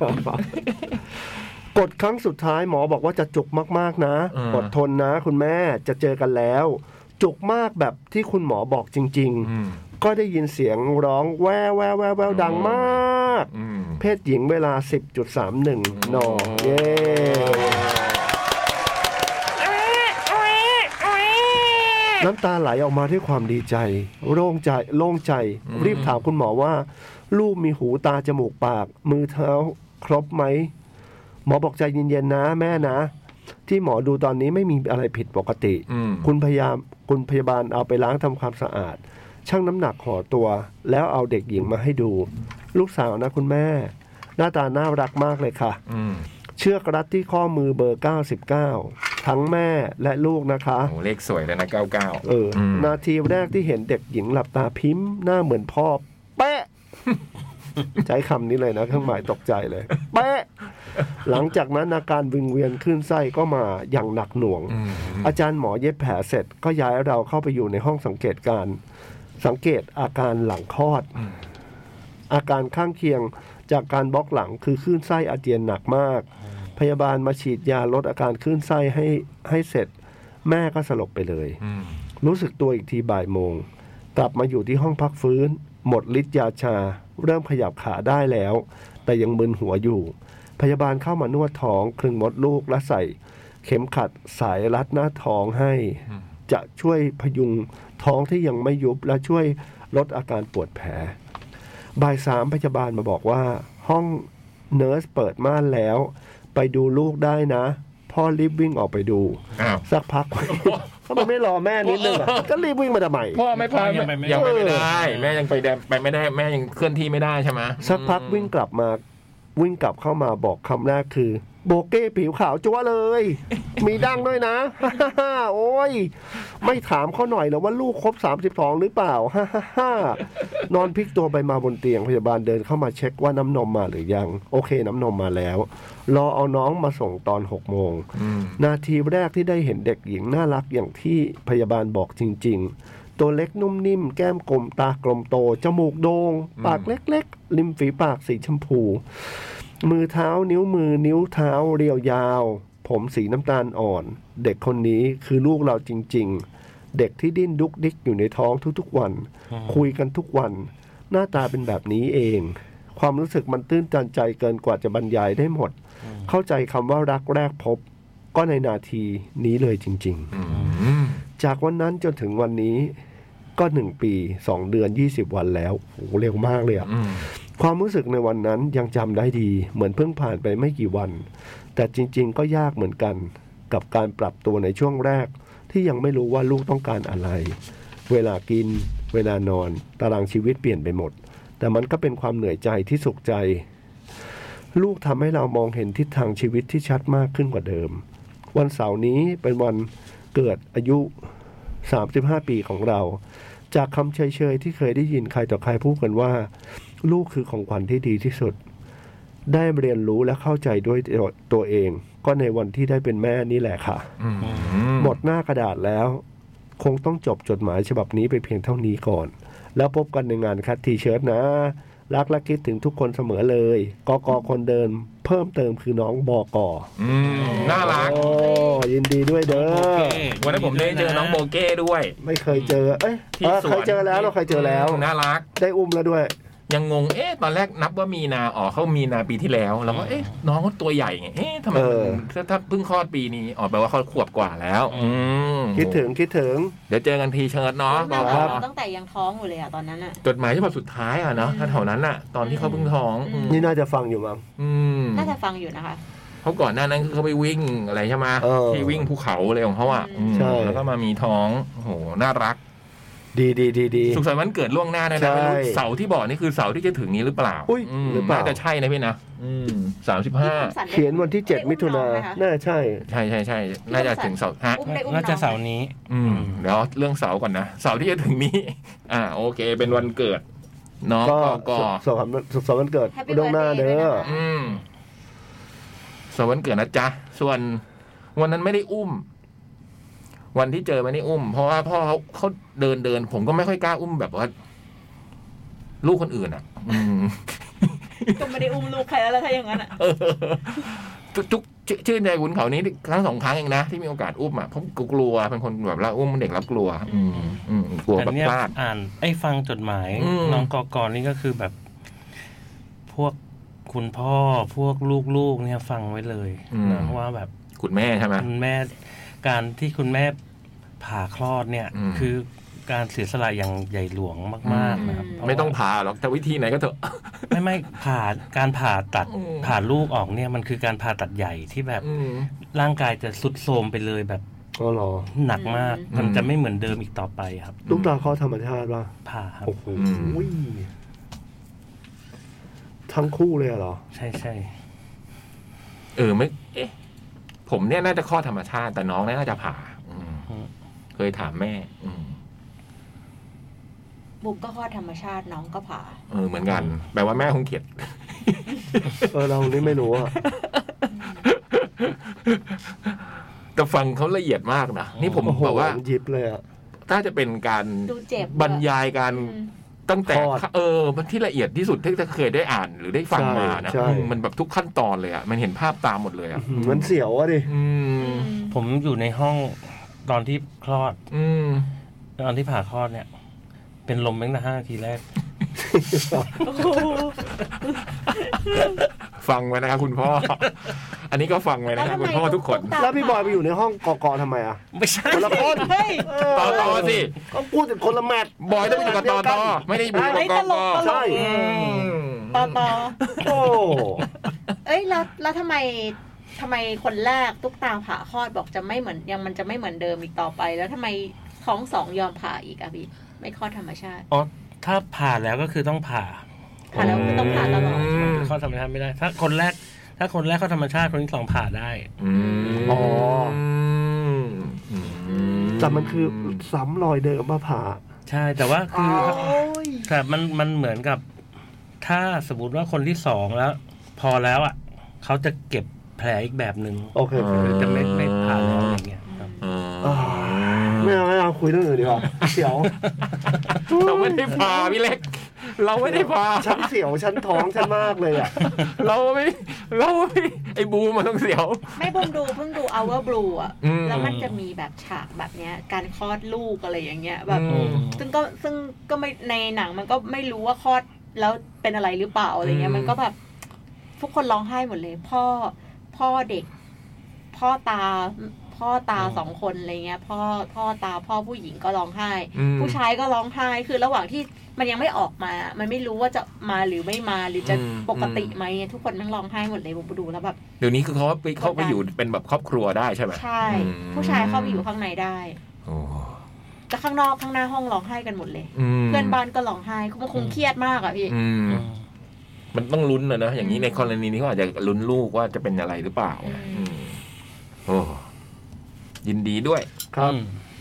กดครั้งสุดท้ายหมอบอกว่าจะจุกมากๆนะอดทนนะคุณแม่จะเจอกันแล้วจุกมากแบบที่คุณหมอบอกจริงๆก็ได้ยินเสียงร้องแววดังมากเพศหญิงเวลา 10.31 น.เย้น้ำตาไหลออกมาด้วยความดีใจโล่งใจรีบถามคุณหมอว่าลูกมีหูตาจมูกปากมือเท้าครบไหมหมอบอกใจเย็นๆนะแม่นะที่หมอดูตอนนี้ไม่มีอะไรผิดปกติคุณพยาบาลเอาไปล้างทำความสะอาดชั่งน้ำหนักห่อตัวแล้วเอาเด็กหญิงมาให้ดูลูกสาวนะคุณแม่หน้าตาน่ารักมากเลยค่ะเชือกรัดที่ข้อมือเบอร์99ทั้งแม่และลูกนะคะโอ้เลขสวยเลยนะ99 นาทีแรกที่เห็นเด็กหญิงหลับตาพิมพ์หน้าเหมือนพ่อเป๊ะ ใช้คำนี้เลยนะเครื่องหมายตกใจเลยเป๊ะหลังจากนั้นอาการวิงเวียนคลื่นไส้ก็มาอย่างหนักหน่วงอาจารย์หมอเย็บแผลเสร็จก็ย้ายเราเข้าไปอยู่ในห้องสังเกตอาการหลังคลอดอาการข้างเคียงจากการบล็อกหลังคือคลื่นไส้อาเจียนหนักมากพยาบาลมาฉีดยาลดอาการคลื่นไส้ให้เสร็จแม่ก็สลบไปเลยรู้สึกตัวอีกทีบ่ายโมงกลับมาอยู่ที่ห้องพักฟื้นหมดฤทธิ์ยาชาเริ่มขยับขาได้แล้วแต่ยังมึนหัวอยู่พยาบาลเข้ามานวดท้องคลึงมดลูกและใส่เข็มขัดสายรัดหน้าท้องให้จะช่วยพยุงท้องที่ยังไม่ยุบและช่วยลดอาการปวดแผลบ่าย3พยาบาลมาบอกว่าห้องเนิร์สเปิดม่านแล้วไปดูลูกได้นะพ่อรีบวิ่งออกไปดูสักพักทำไมไม่รอแม่นิดนึงอ่ะก็รีบวิ่งมาทำไมพ่อไม่พายังไปไม่ได้แม่ยังไปไม่ได้แม่ยังเคลื่อนที่ไม่ได้ใช่ไหมสักพักวิ่งกลับเข้ามาบอกคำแรกคือโบเก้ผิวขาวจั๊วเลยมีดั้งด้วยนะ โอ้ยไม่ถามเขาหน่อยเหรอว่าลูกครบ32หรือเปล่า นอนพลิกตัวไปมาบนเตียงพยาบาลเดินเข้ามาเช็คว่าน้ำนมมาหรือยังโอเคน้ำนมมาแล้วรอเอาน้องมาส่งตอน6 โมงนาทีแรกที่ได้เห็นเด็กหญิงน่ารักอย่างที่พยาบาลบอกจริงๆตัวเล็กนุ่มนิ่มแก้มกลมตากลมโตจมูกโด่งปากเล็กๆริมฝีปากสีชมพูมือเท้านิ้วมือนิ้วเท้าเรียวยาวผมสีน้ำตาลอ่อนเด็กคนนี้คือลูกเราจริงๆเด็กที่ดิ้นดุกดิกอยู่ในท้องทุกๆวันคุยกันทุกวันหน้าตาเป็นแบบนี้เองความรู้สึกมันตื้นตันใจเกินกว่าจะบรรยายได้หมดเข้าใจคำว่ารักแรกพบก็ในนาทีนี้เลยจริงๆจากวันนั้นจนถึงวันนี้ก็1 ปี2 เดือน20 วันแล้วโหเร็วมากเลยอ่ะความรู้สึกในวันนั้นยังจำได้ดีเหมือนเพิ่งผ่านไปไม่กี่วันแต่จริงๆก็ยากเหมือนกันกับการปรับตัวในช่วงแรกที่ยังไม่รู้ว่าลูกต้องการอะไรเวลากินเวลานอนตารางชีวิตเปลี่ยนไปหมดแต่มันก็เป็นความเหนื่อยใจที่สุขใจลูกทำให้เรามองเห็นทิศทางชีวิตที่ชัดมากขึ้นกว่าเดิมวันเสาร์นี้เป็นวันเกิดอายุ35 ปีของเราจากคำเฉยๆที่เคยได้ยินใครต่อใครพูดกันว่าลูกคือของขวัญที่ดีที่สุดได้เรียนรู้และเข้าใจด้วยตัวเองก็ในวันที่ได้เป็นแม่นี่แหละค่ะหมดหน้ากระดาษแล้วคงต้องจบจดหมายฉบับนี้ไปเพียงเท่านี้ก่อนแล้วพบกันในงานคัดทีเชิร์ตนะรักและคิดถึงทุกคนเสมอเลยกกคนเดินเพิ่มเติมคือน้องบกน่ารักยินดีด้วยเด้อวันนั้นผมได้เจอน้องโบเก้ด้วยไม่เคยเจอเคยเจอแล้วเราเคยเจอแล้วน่ารักได้อุ้มแล้วด้วยยังงงตอนแรกนับว่ามีนาเขามีนาปีที่แล้วแล้วก็น้องเขาตัวใหญ่ไงทำไมถ้าเพิ่งคลอดปีนี้แปลว่าเขาขวบกว่าแล้วคิดถึงเดี๋ยวเจอกันทีเชิญเนาะตั้งแต่ยังท้องอยู่เลยตอนนั้นจดหมายฉบับสุดท้ายเนาะแถวนั้นตอนที่เขาเพิ่งท้องนี่น่าจะฟังอยู่มั้งน่าจะฟังอยู่นะคะเขาก่อนหน้านั้นคือเขาไปวิ่งอะไรใช่ไหมที่วิ่งภูเขาอะไรของเขาแล้วก็มามีท้องโอ้โหน่ารักดีสุขสันต์วันเกิดล่วงหน้านะไม่รู้เสาร์ที่บอกนี่คือเสาร์ที่จะถึงนี้หรือเปล่าหรือเปล่าน่าจะใช่นะพี่นะ 35เขียนวันที่7 มิถุนายนน่าใช่น่าจะถึงเสาร์น่าจะเสาร์นี้เดี๋ยวเรื่องเสาร์ก่อนนะเสาร์ที่จะถึงนี้โอเคเป็นวันเกิดน้องก็สุขสันต์วันเกิดล่วงหน้าเด้อสุขสันต์วันเกิดนะจ๊ะส่วนวันนั้นไม่ได้อุ้มวันที่เจอไม่ได้อุ้มเพราะว่าพ่อเขาเดินผมก็ไม่ค่อยกล้าอุ้มแบบว่าลูกคนอื่นก็ไม่ได้อุ้มลูกใครแล้วถ้าอย่างนั้นทุกชื่นใจคุณเขานี้ครั้ง2 ครั้งเองนะที่มีโอกาสอุ้มเพราะกลัวเป็นคนแบบว่าอุ้มเด็กรับกลัวกลัวแบบพลาดฟังจดหมายน้องกรนี่ก็คือแบบพวกคุณพ่อพวกลูกๆเนี่ยฟังไว้เลยนะว่าแบบคุณแม่ใช่ไหมคุณแม่การที่คุณแม่ผ่าคลอดเนี่ยคือการเสียสละอย่างใหญ่หลวงมากๆนะครับไม่ต้องผ่าหรอกแต่วิธีไหนก็เถอะไม่การผ่าตัดผ่าลูกออกเนี่ยมันคือการผ่าตัดใหญ่ที่แบบร่างกายจะทรุดโทรมไปเลยแบบหนักมากมันจะไม่เหมือนเดิมอีกต่อไปครับลูกตาคลอดธรรมชาติป่ะผ่าครับโอ้โหทั้งคู่เลยเหรอใช่ไม่ผมเนี่ยน่าจะคลอดธรรมชาติแต่น้องน่าจะผ่าเคยถามแม่บุกก็คลอดธรรมชาติน้องก็ผ่าเหมือนกันแปลว่าแม่คงเกลียดเรานี่ไม่รู้อะแต่ฟังเขาละเอียดมากนะนี่ผมบอกว่ายิบเลยอะถ้าจะเป็นการบรรยายการตั้งแต่มันที่ละเอียดที่สุดที่เคยได้อ่านหรือได้ฟังมานะมันแบบทุกขั้นตอนเลยอ่ะมันเห็นภาพตามหมดเลยอ่ะมันเสียวอ่ะดิผมอยู่ในห้องตอนที่คลอดตอนที่ผ่าคลอดเนี่ยเป็นลมตั้งแต่5 นาทีแรกฟังไว้นะครับคุณพ่ออันนี้ก็ฟังไว้นะครับคุณพ่อทุกคนแล้วพี่บอยไปอยู่ในห้องกอทำไมอ่ะไม่ใช่คนละคนต่อสิก็พูดถึงคนละแมทบอยต้องอยู่กับต่อไม่ได้อยู่กับกอใช่ต่อโอ้แล้วทำไมคนแรกตุ๊กตาผ่าคลอดบอกจะไม่เหมือนมันจะไม่เหมือนเดิมอีกต่อไปแล้วทำไมท้อง2ยอมผ่าอีกอะพี่ไม่คลอดธรรมชาติถ้าผ่าแล้วก็คือต้องผ่าแล้วคือต้องผ่าตลอดคลอดธรรมชาติไม่ได้ถ้าคนแรกคลอดธรรมชาติคนที่2ผ่าได้แต่มันคือซ้ำรอยเดิมมาผ่าใช่แต่ว่าคือแต่มันเหมือนกับถ้าสมมติว่าคนที่2แล้วพอแล้วอ่ะเขาจะเก็บแผลอีกแบบนึงโอเคจะไม่ผ่าแล้วอย่างเงี้ยไม่เอาคุยเรื่องอื่นดีกว่าเสียวเราไม่ได้พาพี่เล็กเราไม่ได้พาฉันเสียวฉันท้องฉันมากเลยอ่ะเราไม่ไอ้บูมมันต้องเสียวไม่บูมเพิ่งดู Our Blue อ่ะแล้วมันจะมีแบบฉากแบบเนี้ยการคลอดลูกอะไรอย่างเงี้ยแบบซึ่งก็ไม่ในหนังมันก็ไม่รู้ว่าคลอดแล้วเป็นอะไรหรือเปล่าอะไรเงี้ยมันก็แบบทุกคนร้องไห้หมดเลยพ่อเด็กพ่อตา2คนอะไรเงี้ยพ่อผู้หญิงก็ร้องไห้ผู้ชายก็ร้องไห้คือระหว่างที่มันยังไม่ออกมามันไม่รู้ว่าจะมาหรือไม่มาหรือจะปกติไหมทุกคนนั่งร้องไห้หมดเลยผมดูแล้วแบบเดี๋ยวนี้คือเขาเข้าไปอยู่เป็นแบบครอบครัวได้ใช่ไหมใช่ผู้ชายเข้าไปอยู่ข้างในได้แต่ข้างนอกข้างหน้าห้องร้องไห้กันหมดเลยเพื่อนบ้านก็ร้องไห้เขาคงเครียดมากอ่ะพี่มันต้องลุ้นนะอย่างนี้ในกรณีนี้เขาอาจจะลุ้นลูกว่าจะเป็นอะไรหรือเปล่าโอ้ยินดีด้วยครับ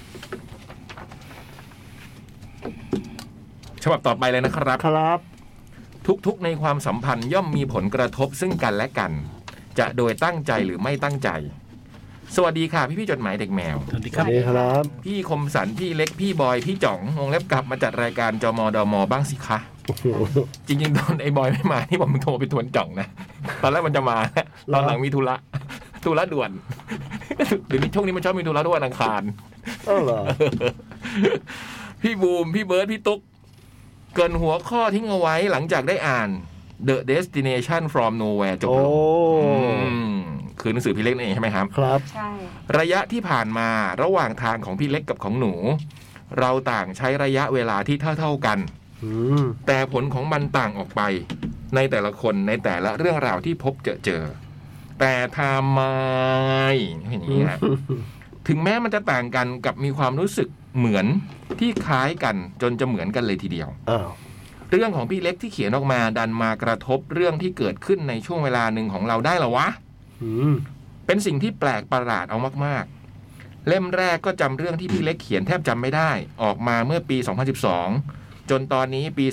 ฉบับต่อไปเลยนะครับครับทุกๆในความสัมพันธ์ย่อมมีผลกระทบซึ่งกันและกันจะโดยตั้งใจหรือไม่ตั้งใจสวัสดีค่ะพี่จดหมายเด็กแมวสวัสดีครับพี่คมสันพี่เล็กพี่บอยพี่จ่องวงเล็บกลับมาจัดรายการจมดมบ้างสิคะจริงๆตอนไอ้บอยไม่มาที่ผมโทรไปทวนจ่องนะตอนแรกมันจะมาตอนหลังมีธุระด่วนเดี๋ยวนี้ช่วงนี้มันชอบมีธุระทุกวันอังคารเหรอพี่บูมพี่เบิร์ดพี่ตุ๊กเกินหัวข้อทิ้งเอาไว้หลังจากได้อ่าน The Destination from Nowhere จบลงคือหนังสือพี่เล็กนี่เองใช่ไหมครับครับใช่ระยะที่ผ่านมาระหว่างทางของพี่เล็กกับของหนูเราต่างใช้ระยะเวลาที่เท่ากันแต่ผลของมันต่างออกไปในแต่ละคนในแต่ละเรื่องราวที่พบเจอแต่ทำไมอย่างนี้ครับถึงแม้มันจะต่างกันกับมีความรู้สึกเหมือนที่คล้ายกันจนจะเหมือนกันเลยทีเดียวเรื่องของพี่เล็กที่เขียนออกมาดันมากระทบเรื่องที่เกิดขึ้นในช่วงเวลาหนึ่งของเราได้หรอวะเป็นสิ่งที่แปลกประหลาดเอามากๆเล่มแรกก็จำเรื่องที่พี่เล็กเขียนแทบจำไม่ได้ออกมาเมื่อปี2012จนตอนนี้ปี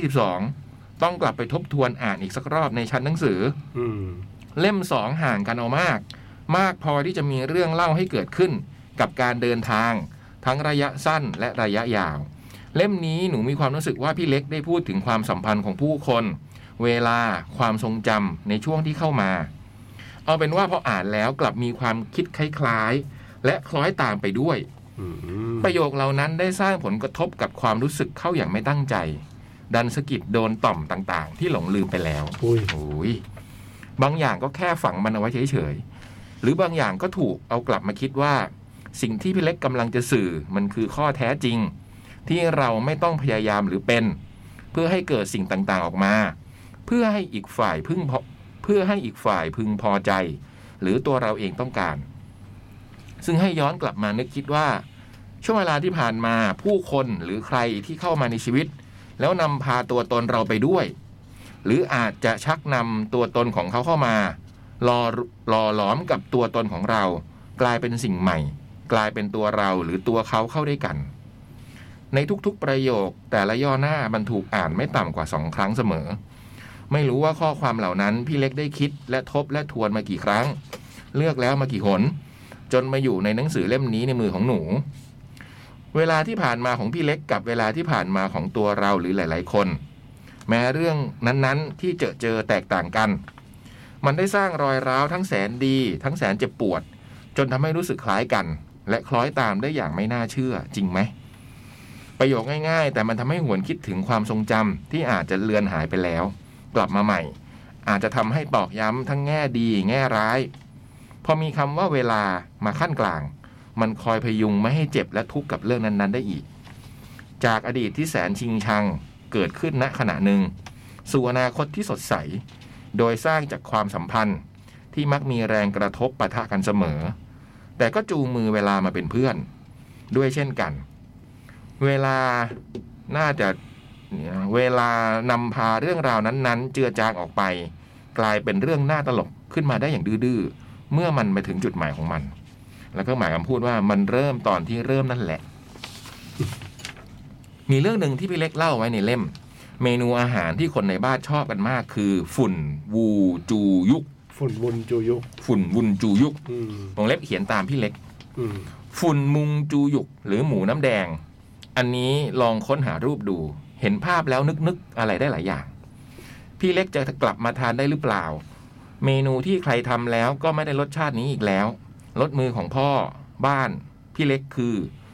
2022ต้องกลับไปทบทวนอ่านอีกสักรอบในชั้นหนังสือเล่ม2ห่างกันเอามากพอที่จะมีเรื่องเล่าให้เกิดขึ้นกับการเดินทางทั้งระยะสั้นและระยะยาวเล่มนี้หนูมีความรู้สึกว่าพี่เล็กได้พูดถึงความสัมพันธ์ของผู้คนเวลาความทรงจำในช่วงที่เข้ามาเอาเป็นว่าพออ่านแล้วกลับมีความคิดคล้ายๆและคล้อยตามไปด้วยประโยคเหล่านั้นได้สร้างผลกระทบกับความรู้สึกเข้าอย่างไม่ตั้งใจดันสะกิดโดนต่อมต่างๆที่หลงลืมไปแล้วบางอย่างก็แค่ฝังมันเอาไว้เฉยๆหรือบางอย่างก็ถูกเอากลับมาคิดว่าสิ่งที่พี่เล็กกำลังจะสื่อมันคือข้อแท้จริงที่เราไม่ต้องพยายามหรือเป็นเพื่อให้เกิดสิ่งต่างๆออกมาเพื่อให้อีกฝ่ายพึงพอใจหรือตัวเราเองต้องการซึ่งให้ย้อนกลับมานึกคิดว่าช่วงเวลาที่ผ่านมาผู้คนหรือใครที่เข้ามาในชีวิตแล้วนำพาตัวตนเราไปด้วยหรืออาจจะชักนำตัวตนของเขาเข้ามาหล่อหลอมกับตัวตนของเรากลายเป็นสิ่งใหม่กลายเป็นตัวเราหรือตัวเขาเข้าด้วยกันในทุกๆประโยคแต่ละย่อหน้ามันถูกอ่านไม่ต่ำกว่า2 ครั้งเสมอไม่รู้ว่าข้อความเหล่านั้นพี่เล็กได้คิดและทบและทวนมากี่ครั้งเลือกแล้วมากี่หนจนมาอยู่ในหนังสือเล่มนี้ในมือของหนูเวลาที่ผ่านมาของพี่เล็กกับเวลาที่ผ่านมาของตัวเราหรือหลายๆคนแม้เรื่องนั้นๆที่เจอแตกต่างกันมันได้สร้างรอยร้าวทั้งแสนดีทั้งแสนเจ็บปวดจนทำให้รู้สึกคล้ายกันและคล้อยตามได้อย่างไม่น่าเชื่อจริงไหมประโยคง่ายๆแต่มันทำให้หวนคิดถึงความทรงจำที่อาจจะเลือนหายไปแล้วกลับมาใหม่อาจจะทำให้ตอกย้ำทั้งแง่ดีแง่ร้ายพอมีคำว่าเวลามาขั้นกลางมันคอยพยุงไม่ให้เจ็บและทุกข์กับเรื่องนั้นๆได้อีกจากอดีตที่แสนชิงชังเกิดขึ้นณขณะหนึ่งสู่อนาคตที่สดใสโดยสร้างจากความสัมพันธ์ที่มักมีแรงกระทบปะทะกันเสมอแต่ก็จูงมือเวลามาเป็นเพื่อนด้วยเช่นกันเวลานำพาเรื่องราวนั้นๆเจือจางออกไปกลายเป็นเรื่องน่าตลกขึ้นมาได้อย่างดื้อๆเมื่อมันไปถึงจุดหมายของมันแล้วก็หมายคำพูดว่ามันเริ่มตอนที่เริ่มนั่นแหละ มีเรื่องหนึ่งที่พี่เล็กเล่าไว้ในเล่มเมนูอาหารที่คนในบ้านชอบกันมากคือฝุ่นวูจูยุกฝุ่นวุนจูยุกฝุ่นวุนจูยุกวงเล็บเขียนตามพี่เล็กฝุ่นมุงจูยุกหรือหมูน้ำแดงอันนี้ลองค้นหารูปดูเห็นภาพแล้วนึกอะไรได้หลายอย่างพี่เล็กจะกลับมาทานได้หรือเปล่าเมนูที่ใครทำแล้วก็ไม่ได้รสชาตินี้อีกแล้วรสมือของพ่อบ้านพี่เล็กคือ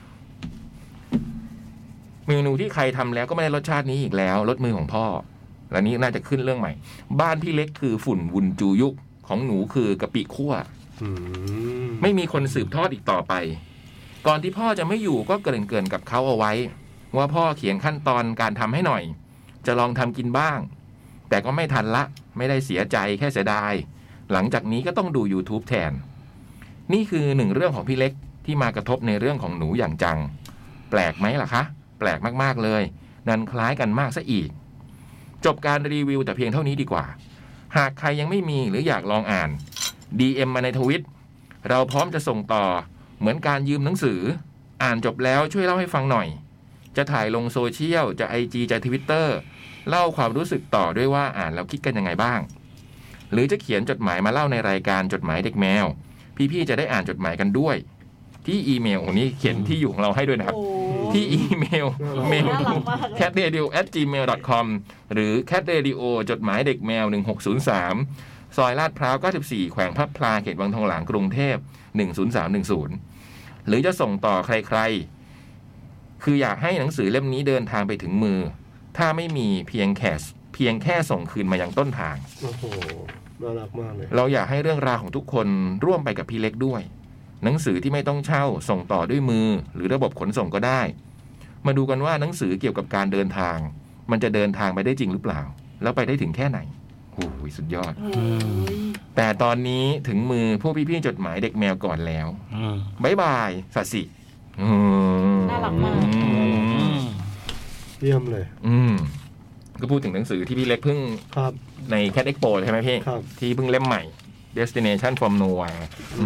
เมนูที่ใครทำแล้วก็ไม่ได้รสชาตินี้อีกแล้วรสมือของพ่อและนี้น่าจะขึ้นเรื่องใหม่บ้านพี่เล็กคือฝุ่นวุนจูยุกของหนูคือกะปิคั่วไม่มีคนสืบทอดอีกต่อไปก่อนที่พ่อจะไม่อยู่ก็เกริ่นกับเขาเอาไว้ว่าพ่อเขียนขั้นตอนการทำให้หน่อยจะลองทำกินบ้างแต่ก็ไม่ทันละไม่ได้เสียใจแค่เสียดายหลังจากนี้ก็ต้องดู YouTube แทนนี่คือหนึ่งเรื่องของพี่เล็กที่มากระทบในเรื่องของหนูอย่างจังแปลกไหมล่ะคะแปลกมากๆเลยนั่นคล้ายกันมากซะอีกจบการรีวิวแต่เพียงเท่านี้ดีกว่าหากใครยังไม่มีหรืออยากลองอ่าน DM มาในทวิตเราพร้อมจะส่งต่อเหมือนการยืมหนังสืออ่านจบแล้วช่วยเล่าให้ฟังหน่อยจะถ่ายลงโซเชียลจะ IG จะ Twitter เล่าความรู้สึกต่อด้วยว่าอ่านแล้วคิดกันยังไงบ้างหรือจะเขียนจดหมายมาเล่าในรายการจดหมายเด็กแมวพี่ๆจะได้อ่านจดหมายกันด้วยที่อีเมลนี้เขียนที่อยู่ของเราให้ด้วยนะครับที่อีเมล mail@catradio@gmail.com หรือ catradio จดหมายเด็กแมว1603ซอยลาดพร้าว94แขวงพระพลาเขตวังทองหลางกรุงเทพ10310หรือจะส่งต่อใครๆคืออยากให้หนังสือเล่มนี้เดินทางไปถึงมือถ้าไม่มีเพียงแค่ส่งคืนมายังต้นทางโอ้โหน่ารักมากเลยเราอยากให้เรื่องราวของทุกคนร่วมไปกับพี่เล็กด้วยหนังสือที่ไม่ต้องเช่าส่งต่อด้วยมือหรือระบบขนส่งก็ได้มาดูกันว่าหนังสือเกี่ยวกับการเดินทางมันจะเดินทางไปได้จริงหรือเปล่าแล้วไปได้ถึงแค่ไหนโอ้ยสุดยอดแต่ตอนนี้ถึงมือพวกพี่ๆจดหมายเด็กแมวก่อนแล้วบ๊ายบายสัตสิน่ารักมากเยี่ยมเลยก็พูดถึงหนังสือที่พี่เล็กเพิ่งใน Cat Expo ใช่ไหมพี่ที่เพิ่งเล่มใหม่ Destination from Nowhere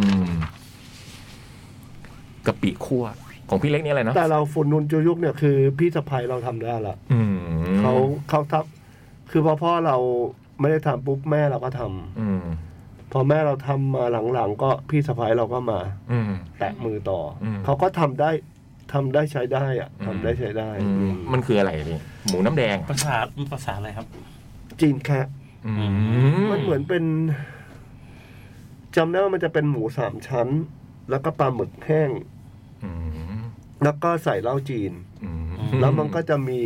กะปิคั่วของพี่เล็กนี่อะไรเนาะแต่เราฝุ่นนุนจูยุกเนี่ยคือพี่สะใภ้เราทำได้ละเขาทำคือพอพ่อเราไม่ได้ทำปุ๊บแม่เราก็ทำพอแม่เราทำมาหลังๆก็พี่สะใภ้เราก็มาแตะมือต่อเขาก็ทำได้ใช้ได้อะทำได้ใช้ได้มันคืออะไรนี่หมูน้ำแดงภาษาอะไรครับจีนแคะมันเหมือนเป็นจำได้ว่ามันจะเป็นหมู3ชั้นแล้วก็ปลาหมึกแห้งแล้วก็ใส่เหล้าจีนแล้วมันก็จะมี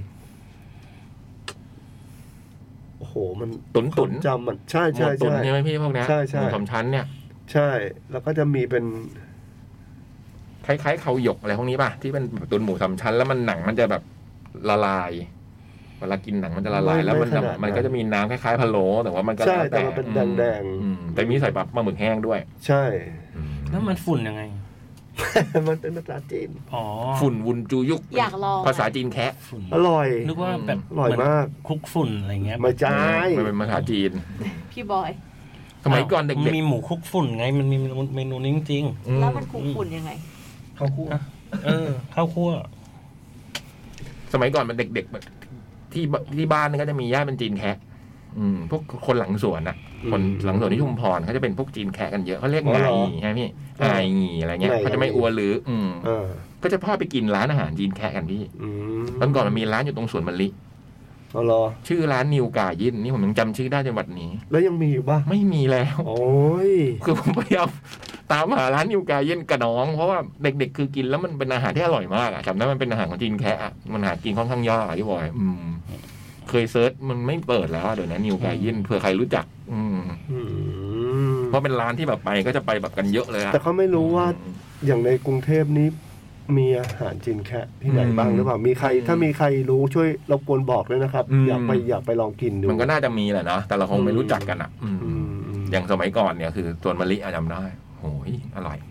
โอ้โหมันตุ๋นจำมันใช่ใช่ใช่ไหมพี่พวกนี้ใช่ใช่ 3ชั้นเนี่ยใช่แล้วก็จะมีเป็นคล้ายๆเขาหยกอะไรพวกนี้ป่ะที่เป็นตุ๋นหมู3ชั้นแล้วมันหนังมันจะแบบละลายเวลากินหนังมันจะละลายแล้วมันก็จะมีน้ำคล้ายๆพะโล้แต่ว่ามันก็ใช่แต่มันเป็นแดงๆแต่มีใส่ปลาหมึกแห้งด้วยใช่แล้วมันฝุ่นยังไงมันเป็นภาษาจีนฝุ่นวุนจูยุกอยากลองภาษาจีนแคะอร่อยนึกว่าแบบอร่อยมากคุกฝุ่นอะไรเงี้ยไม่ใช่มันเป็นภาษาจีนพี่บอยสมัยก่อนเด็กๆมีหมูคลุกฝุ่นไงมันมีเมนูนี้จริงแล้วมันคุกฝุ่นยังไงเขาคู่ข้าวคั่วสมัยก่อนมันเด็กๆแบบที่บ้านก็จะมีญาติเป็นจีนแคะพวกคนหลังสวนนะคนหลังสวนที่ชุมพรเขาจะเป็นพวกจีนแคะกันเยอะเขาเรียกไงใช่ไหมพี่ไงงีอะไรเงี้ยเขาจะไม่อัวหรือก็จะพ่อไปกินร้านอาหารจีนแคะกันพี่ตอนก่อนมันมีร้านอยู่ตรงสวนมะลิชื่อร้านนิวกายินนี่ผมยังจำชื่อได้จนวันนี้แล้วยังมีอยู่ป่ะไม่มีแล้วโอ้ยคือผมพยายามตามหาร้านนิวกายินกับน้องเพราะว่าเด็กๆคือกินแล้วมันเป็นอาหารที่อร่อยมากจำได้มันเป็นอาหารของจีนแคะมันหากินค่อนข้างยากพี่บอยเคยเซิร์ชมันไม่เปิดแล้วเดี๋ยวนะนิวกายินเผื่อใครรู้จักเพราะเป็นร้านที่แบบไปก็จะไปแบบกันเยอะเลยแต่เขาไม่รู้ว่าอย่างในกรุงเทพนี้มีอาหารจีนแคะที่ไหนบ้างหรือเปล่ามีใครถ้ามีใครรู้ช่วยรบกวนบอกด้วยนะครับอยากไปลองกินดูมันก็น่าจะมีแหละเนาะแต่เราคงไม่รู้จักกันอย่างสมัยก่อนเนี่ยคือสวนมะลิจำได้โอ้ยอร่อย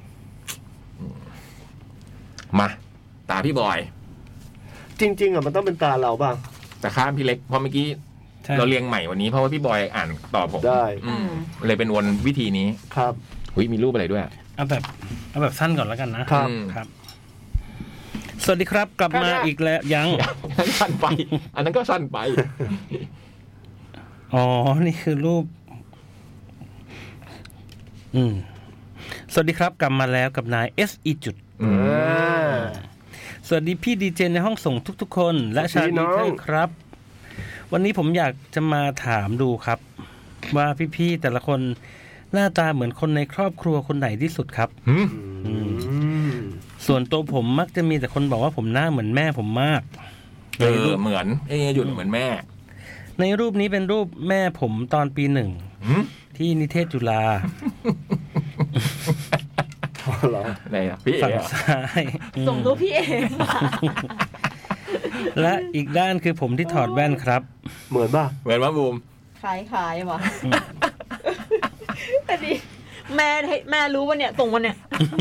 มาตาพี่บอยจริงๆมันต้องเป็นตาเราบ้างแต่ข้ามพี่เล็กเพราะเมื่อกี้เราเรียงใหม่วันนี้เพราะว่าพี่บอยอ่านตอบผมได้เลยเป็นวนวิธีนี้ครับมีรูปอะไรด้วยเอาแบบสั้นก่อนแล้วกันนะครับสวัสดีครับกลับมาอีกแล้วยังสั้นไปอันนั้นก็สั้นไปอ๋อนี่คือรูปสวัสดีครับกลับมาแล้วกับนาย SE จุดสวัสดีพี่ดีเจในห้องส่งทุกๆคนและชาลีเธอครับวันนี้ผมอยากจะมาถามดูครับว่าพี่ๆแต่ละคนหน้าตาเหมือนคนในครอบครัวคนไหนที่สุดครับส่วนตัวผมมักจะมีแต่คนบอกว่าผมหน้าเหมือนแม่ผมมากเหมือนหยุดเหมือนแม่ในรูปนี้เป็นรูปแม่ผมตอนปี1ที่นิเทศจุฬาไหนพี่เอ๋ฝั่งซ้ายส่งรูปพี่เอ๋และอีกด้านคือผมที่ถอดแว่นครับเหมือนป่ะเหมือนว่าบูมคล้ายๆว่ะอันนี้แม่รู้ว่าเนี่ยตรงวันเนี่ย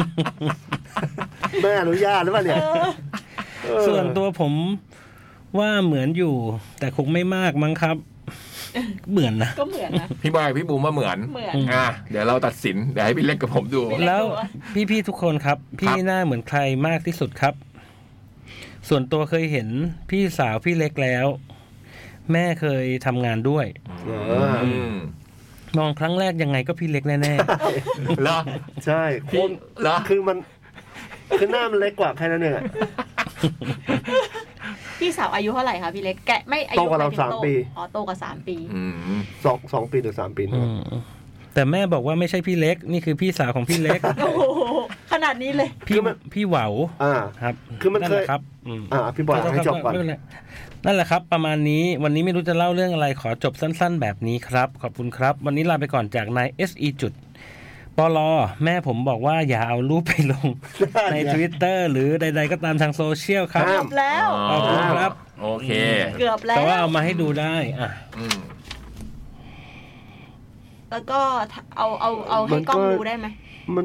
แม่อนุญาตหรือเปล่าเนี่ยส่วนตัวผมว่าเหมือนอยู่แต่คงไม่มากมั้งครับเหมือนนะก็เหมือนนะพี่บอยพี่บูมว่าเหมือนเดี๋ยวเราตัดสินเดี๋ยวให้พี่เล็กกับผมดูแล้วพี่ๆทุกคนครับพี่หน้าเหมือนใครมากที่สุดครับส่วนตัวเคยเห็นพี่สาวพี่เล็กแล้วแม่เคยทำงานด้วยมองครั้งแรกยังไงก็พี่เล็กแน่ๆเหรอใช่คนเหรอคือหน้ามันเล็กกว่าแค่นั้นเองพี่สาวอายุเท่าไหร่คะพี่เล็กแกะไม่อายุโตกว่าเรา3 ปีโตกว่า3 ปี 2 ปีหรือ3 ปีนะแต่แม่บอกว่าไม่ใช่พี่เล็กนี่คือพี่สาวของพี่เล็กโอ้โหขนาดนี้เลยพี่เหวาครับคือมันเคยครับพี่บอยให้จบก่อนนั่นแหละครับประมาณนี้วันนี้ไม่รู้จะเล่าเรื่องอะไรขอจบสั้นๆแบบนี้ครับขอบคุณครับวันนี้ลาไปก่อนจากนาย SE จุดปลแม่ผมบอกว่าอย่าเอารูปไปลงใน Twitter หรือใดๆก็ตามทางโซเชียลครับเกือบแล้วขอบคุณครับโอเคเกือบแล้วแต่ว่าเอามาให้ดูได้แล้วก็เอาให้กล้องดูได้ไหมมัน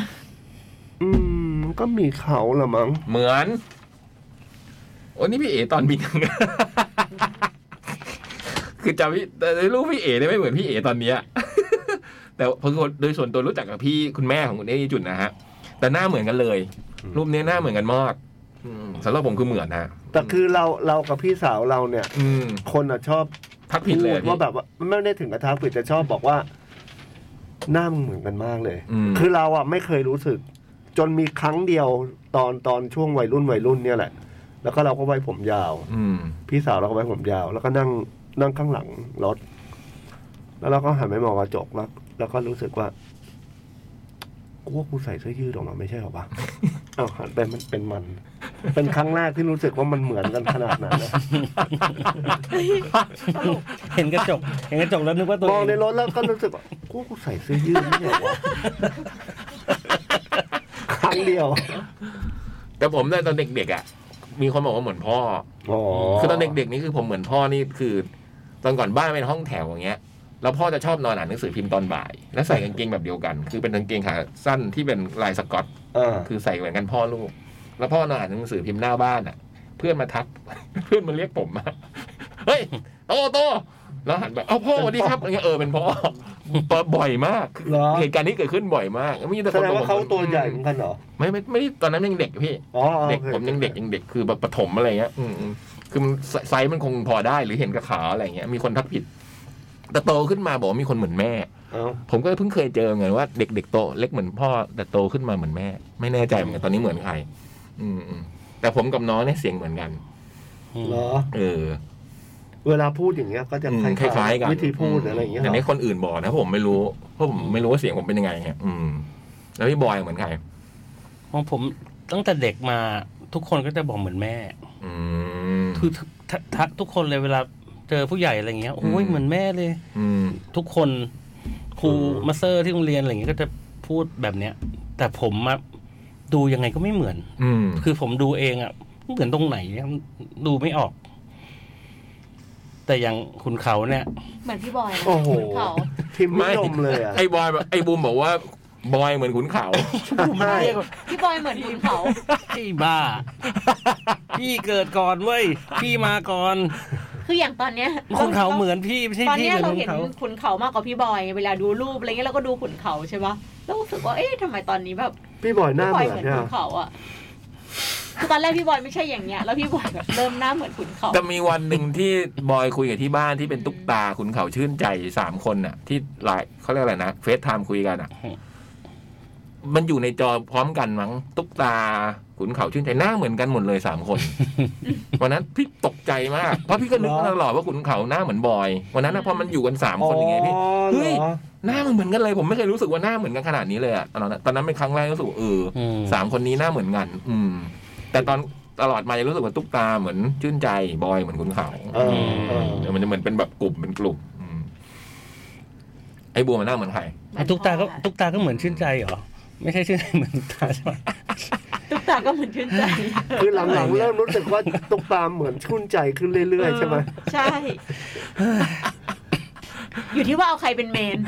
ก็มีเขาละมั้งเหมือนโอ้นี่พี่เอ๋ตอนบินคือจำพี่แต่รูปพี่เอ๋เนี่ยไม่เหมือนพี่เอ๋ตอนเนี้ยแต่พอโดยส่วนตัวรู้จักกับพี่คุณแม่ของคุณเอ๋จุดนะฮะแต่หน้าเหมือนกันเลยรูปนี้หน้าเหมือนกันมากสำหรับผมคือเหมือนนะแต่คือเรากับพี่สาวเราเนี่ยคนชอบทักผิดเลยว่าแบบว่าไม่ได้ถึงกับทักผิดแต่ชอบบอกว่าหน้าเหมือนกันมากเลยคือเราไม่เคยรู้สึกจนมีครั้งเดียวตอนช่วงวัยรุ่นเนี่ยแหละแล้วก็เราก็ไว้ผมยาวพี่สาวเราก็ไว้ผมยาวแล้วก็นั่งข้างหลังรถแล้วเราก็หันไปมองกระจกแล้วก็รู้สึกว่ากูใส่เสื้อยืดออกมาไม่ใช่หรอปะหันไปมันเป็นครั้งแรกที่รู้สึกว่ามันเหมือนกันขนาดนั้นนะเห็นกระจกแล้วนึกว่าตัวมองในรถแล้วก็รู้สึกว่ากูใส่เสื้อยืดไม่ใช่หรอวะครั้งเดียวแต่ผมเนี่ยตอนเด็กๆมีคนบอกว่าเหมือนพ่อคือตอนเด็กๆนี่คือผมเหมือนพ่อนี่คือตอนก่อนบ้านเป็นห้องแถวอย่างเงี้ยแล้วพ่อจะชอบนอนอ่านหนังสือพิมพ์ตอนบ่ายแล้วใส่กางเกงแบบเดียวกันคือเป็นกางเกงขาสั้นที่เป็นลายสก๊อตคือใส่เหมือนกันพ่อลูกแล้วพ่อนอนอ่านหนังสือพิมพ์หน้าบ้านเพื่อนมาทักเพื่อนมาเรียกผมมาเฮ้ยโตแล้วหันไปพ่อสวัสดีครับอะไรเงี้ยเป็นพ่อบ่อยมากเหรอเหตุการณ์นี้เกิดขึ้นบ่อยมากไม่มีแต่แสคนดงบอกว่าเขาตัวใหญ่เหมือนกันเหรอไม่ตอนนั้นยังเด็กพี่อ๋อเด็กโอคผมยังเด็กคือแบบประถมอะไรเงี้ยคือมันไซส์มันคงพอได้หรือเห็นกับขาอะไรเงี้ยมีคนทักผิดแต่โตขึ้นมาบอกว่ามีคนเหมือนแม่เอ้าผมก็เพิ่งเคยเจอไงว่าเด็กโตเล็กเหมือนพ่อแต่โตขึ้นมาเหมือนแม่ ไม่แน่ใจเหมือนกันตอนนี้เหมือนใครแต่ผมกับน้องเนี่ยเสียงเหมือนกันเหรอ เวลาพูดอย่างเงี้ยก็จะคล้ายๆกันวิธีพูดอะไรอย่างเงี้ยแต่นี้คนอื่นบอกนะผมไม่รู้เพราะผมไม่รู้ว่าเสียงผมเป็นยังไงไงแล้วพี่บอยเหมือนใครของผมตั้งแต่เด็กมาทุกคนก็จะบอกเหมือนแม่คือทุกคนเลยเวลาเจอผู้ใหญ่อะไรเงี้ยโอ้ยเหมือนแม่เลยทุกคนครูมาสเตอร์ที่โรงเรียนอะไรเงี้ยก็จะพูดแบบเนี้ยแต่ผมมาดูยังไงก็ไม่เหมือนคือผมดูเองอ่ะเหมือนตรงไหนดูไม่ออกแต่อย่างคุณเขาเนี่ยเหมือนพี่บอยนะโอ้โหขุนเขาพิมพ์ไม่ลมเลยอ่ะไอ้บอยไอ้บูมบอกว่าบอยเหมือนขุนเขาใช่พี่บอยเหมือนขุนเขาไอ้บ้า พี่เกิดก่อนเว้ยพี่มาก่อนคืออย่างตอนเนี้ยคุณเขาเหมือนพี่ไม่ใช่ตอนพี่เนี้ยเหมืเราอนเห็นเขาขุนเขามากกว่าพี่บอยเวลาดูรูปอะไรเงี้ยเราก็ดูขุนเขาใช่ปะแล้วรู้สึกว่าเอ๊ะทำไมตอนนี้แบบพี่บอยหน้าพี่บเหอยมือนเหมือนเนี่ยขุนเขาอ่ะคือตอนแรกพี่บอยไม่ใช่อย่างเงี้ยแล้วพี่บอยแบบเริ่มหน้าเหมือนขุนเขาจะมีวันหนึ่งที่บอยคุยกับที่บ้านที่เป็นตุ๊กตาขุนเขาชื่นใจ3 คนน่ะ ที่ไลน์เขาเรียกอะไรนะเฟซไทม์คุยกันอ่ะ มันอยู่ในจอพร้อมกันมั้งตุ๊กตาขุนเขาชื่นใจหน้าเหมือนกันหมดเลย3 คน วันนั้นพี่ตกใจมากเพราะพี่ก็นึกมาตลอดว่าขุนเขาหน้าเหมือนบอยวันนั้นนะพอมันอยู่กัน3 คนอย่างเงี้ยพี่ เฮ้ย หน้ามันเหมือนกันเลยผมไม่เคยรู้สึกว่าหน้าเหมือนกันขนาดนี้เลยอะตอนนั้นเป็นครั้งแรกรู้สึก3 คนนี้หน้าเหมือนกันแต่ตลอดมาจะรู้สึกว่าตุ๊กตาเหมือนชื่นใจบอยเหมือนขุนเขามันจะเหมือนเป็นแบบกลุ่มเป็นกลุ่มไอ้บัวมันหน้าเหมือนใครตุ๊กตาก็เหมือนชื่นใจเหรอไม่ใช่ชื่นใจเหมือนตุ๊กตาใช่ไหมตุ๊กตาก็เหมือนชื่นใจคือหลังๆเริ่มรู้สึกว่าตุ๊กตาเหมือนชื่นใจขึ้นเรื่อยๆใช่ไหมใช่ อยู่ที่ว่าเอาใครเป็นเมน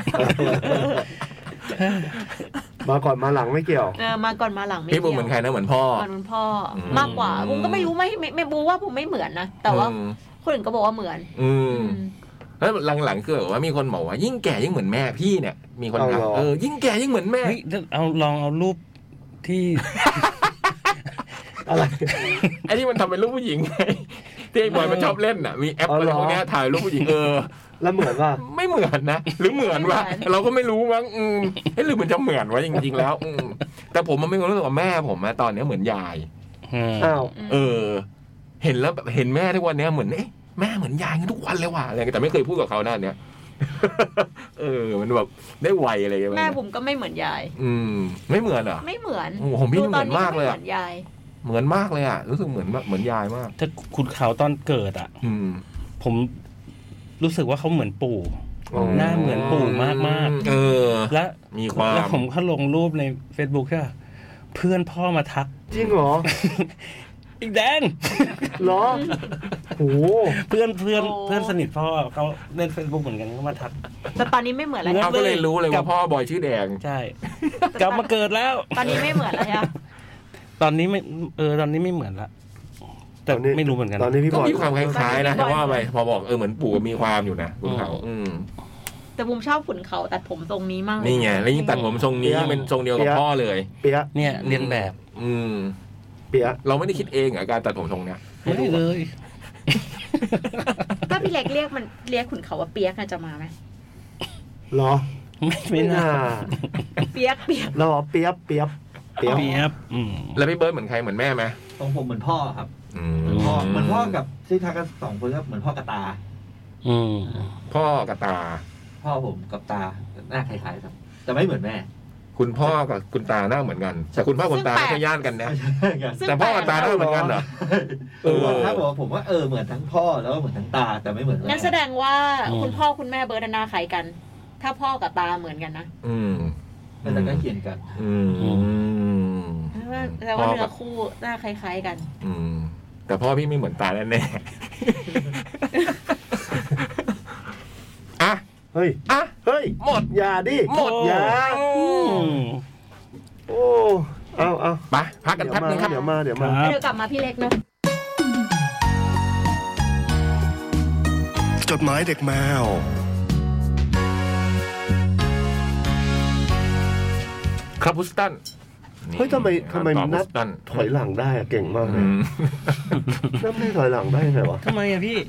มาก่อนมาหลังไม่เกี่ยวมาก่อนมาหลังไม่พี่บูมเหมือนใครนะเหมือนพ่อเหมือนพ่อมากกว่าบูมก็ไม่รู้ไม่บูว่าบูมไม่เหมือนนะแต่ว่าคนอื่นก็บอกว่าเหมือนแล้วหลังๆคือแบบว่ามีคนบอกว่ายิ่งแก่ยิ่งเหมือนแม่พี่เนี่ยมีคนทักยิ่งแก่ยิ่งเหมือนแม่เฮ้ยลองเอารูปที่อะไรไอ้ที่มันทำเป็นรูปผู้หญิงไงที่ไอ้บอยมันชอบเล่นน่ะมีแอปอะไรพวกนี้ถ่ายรูปผู้หญิงแล้วเหมือนว่าไม่เหมือนนะหรือเหมือนวะเราก็ไม่รู้มั้งหรือมันจะเหมือนวะจริงๆแล้วแต่ผมมันไม่รู้สึกว่าแม่ผมนะตอนนี้เหมือนยายอ้าวเห็นแล้วแบบเห็นแม่ทุกวันนี้เหมือนแม่เหมือนยายกันทุกวันเลยว่ะอะไรแต่ไม่เคยพูดกับเขาหน้าเนี้ยมันแบบได้ไวอะไรกันแม่ผมก็ไม่เหมือนยายไม่เหมือนเหรอไม่เหมือนโอ้ผมพี่เหมือนมากเลยอ่ะเหมือนยายเหมือนมากเลยอ่ะรู้สึกเหมือนยายมากถ้าขุนเขาตอนเกิดอ่ะผมรู้สึกว่าเขาเหมือนปู่หน้าเหมือนปู่มากๆและมีความแล้วผมเขาลงรูปใน Facebook ใช่ป่ะเพื่อนพ่อมาทักจริงเหรออีกแดนเหรอโอ้เพื่อนสนิทพ่อเขาเล่น Facebook เหมือนกันก็มาทักแต่ตอนนี้ไม่เหมือนแล้วเขาก็เลยรู้เลยว่าพ่อบอยชื่อแดงใช่กลับมาเกิดแล้วตอนนี้ไม่เหมือนแล้วใช่ตอนนี้ไม่ตอนนี้ไม่เหมือนละแต่ไม่รู้เหมือนกันตอนนี้พี่บอยมีความคล้ายๆนะว่าไปพอบอกเหมือนปู่มีความอยู่นะขุนเขาแต่ผมชอบขุนเขาตัดผมทรงนี้มากนี่ไงแล้วยิ่งตัดผมทรงนี้เป็นทรงเดียวกับพ่อเลยเปียเนี่ยเรียนแบบเปียเราไม่ได้คิดเองการตัดผมทรงเนี้ยไม่เลยถ้าพี่เล็กเรียกขุนเขาว่าเปียกจะมาไหมหรอไม่น่าเปียกเราเปียบแล้วพี่เบิร์ดเหมือนใครเหมือนแม่ไหมของผมเหมือนพ่อครับเหมือนพ่อกับที่ทักกัน2 คนครับเหมือนพ่อกับตาพ่อกับตาพ่อผมกับตาหน้าคล้ายๆครับแต่ไม่เหมือนแม่คุณพ่อกับคุณตาหน้าเหมือนกันแต่คุณพ่อคุณตาไม่ใช่ญาติกันนะแต่พ่อกับตาหน้าเหมือนกันเหรอถ้าบอกผมว่าเหมือนทั้งพ่อแล้วก็เหมือนทั้งตาแต่ไม่เหมือนงั้นแสดงว่าคุณพ่อคุณแม่เบิร์ดหน้าคล้ายกันถ้าพ่อกับตาเหมือนกันนะแต่ก็เขียนกันแต่ว่าเนื้อคู่หน้าคล้ายๆกันแต่พ่อพี่ไม่เหมือนตาแน่ๆเฮ้ยหมดอย่าดิหมดอย่าโอ้เอาไปพักกันแป๊บนึงครับเดี๋ยวมากลับมาพี่เล็กเนาะจดหมายเด็กแมวครับพุสตันเฮ้ยทำไมนับถอยหลังได้เก่งมากเลยนับไม่ถอยหลังได้ไงวะทำไมอะพี่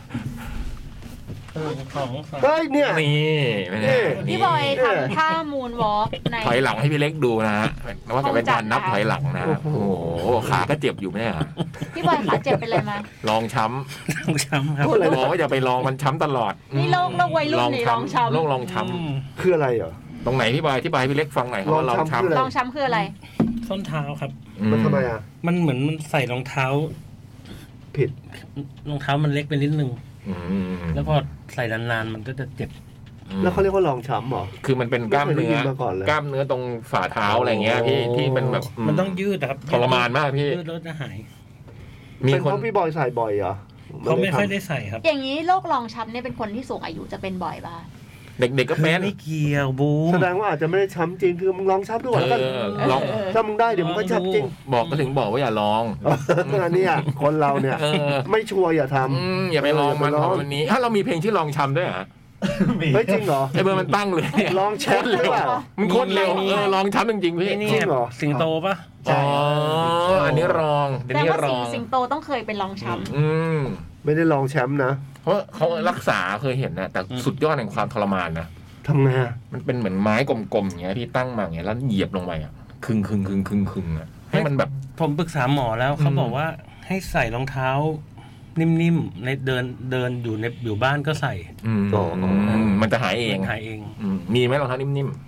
ของเฮ้ยเนี่ยนี่พี่บอยทำท่ามูนวอล์กในถอยหลังให้พี่เล็กดูนะฮะว่าจะเป็นการนับถอยหลังนะโอ้โหขาก็เจ็บอยู่ไหมอ่ะพี่บอยขาเจ็บเป็นอะไรมาลองช้ต้องช้ำครับำบอกว่าอย่าไปลองมันช้ำตลอดนี่โรควัยรุ่นนี่ลองช้ำโรคลองช้คืออะไรเหรอำตรงไหนพี่บอยที่บอยให้พี่เล็กฟังหน่อยว่าลองช้ำลองช้ำคืออะไรส้นเท้าครับมันทำไมอ่ะมันเหมือนมันใส่รองเท้าผิดรองเท้ามันเล็กไปนิดนึงอืมแล้วพอใส่นานๆมันก็จะเจ็บแล้วเขาเรียกว่าลองช้ำเหรอคือมันเป็นกล้ามเนื้อไม่เคยได้ยินมาก่อนเลยกล้ามเนื้อตรงฝ่าเท้าอะไรเงี้ยพี่ที่มันแบบมันต้องยืดอะครับทรมานมากพี่ยืดแล้วจะหายมีเป็นคเพนราะพี่บอยใส่บ่อยเหรอเขาไม่ค่อยได้ใส่ครับอย่างนี้โรคลองช้ำเนี่ยเป็นคนที่สูงอายุจะเป็นบ่อยป่ะเด็กๆก็เป็นไม่เกี่ยวบูมแสดงว่าอาจจะไม่ได้ช้ำจริงคือมึงลองช้ำด้วยแล้วกันลองถ้ามึงได้เดี๋ยวมึงก็ช้ำจริงบอกก็ถึงบอกว่าอย่าลองอันนี้อ่ะคนเราเนี่ย ไม่ชัวร์อย่าทำอย่าไปลองมันของวันนี้ถ้าเรามีเพลงที่ลองช้ำด้วยเหรอเฮ้ยจริงเหรอไอเบอร์มันตั้งเลยลองแชมป์หรือเปล่ามันโคตรเร็วลองช้ำจริงๆพี่ไอ้นี่จริงเหรอสิงโตปะอ๋ออันนี้รองอันแต่นี้ว่ารองสิงโตต้องเคยเป็นลองช้ำอืมไม่ได้ลองแชมป์นะเพราะเขารักษาเคยเห็นนะแต่สุดยอดแห่งความทรมานนะทำไงอะมันเป็นเหมือนไม้กลมๆอย่างเงี้ยที่ตั้งมาอย่างเงี้ยแล้วเหยียบลงไปอ่ะครึ่งอ่ะให้มันแบบผมปรึกษาหมอแล้วเขาบอกว่าให้ใส่รองเท้า นิ่มๆในเดินอยู่บ้านก็ใส่มันจะหายเองหายเองมีไหมรองเท้านิ่มๆ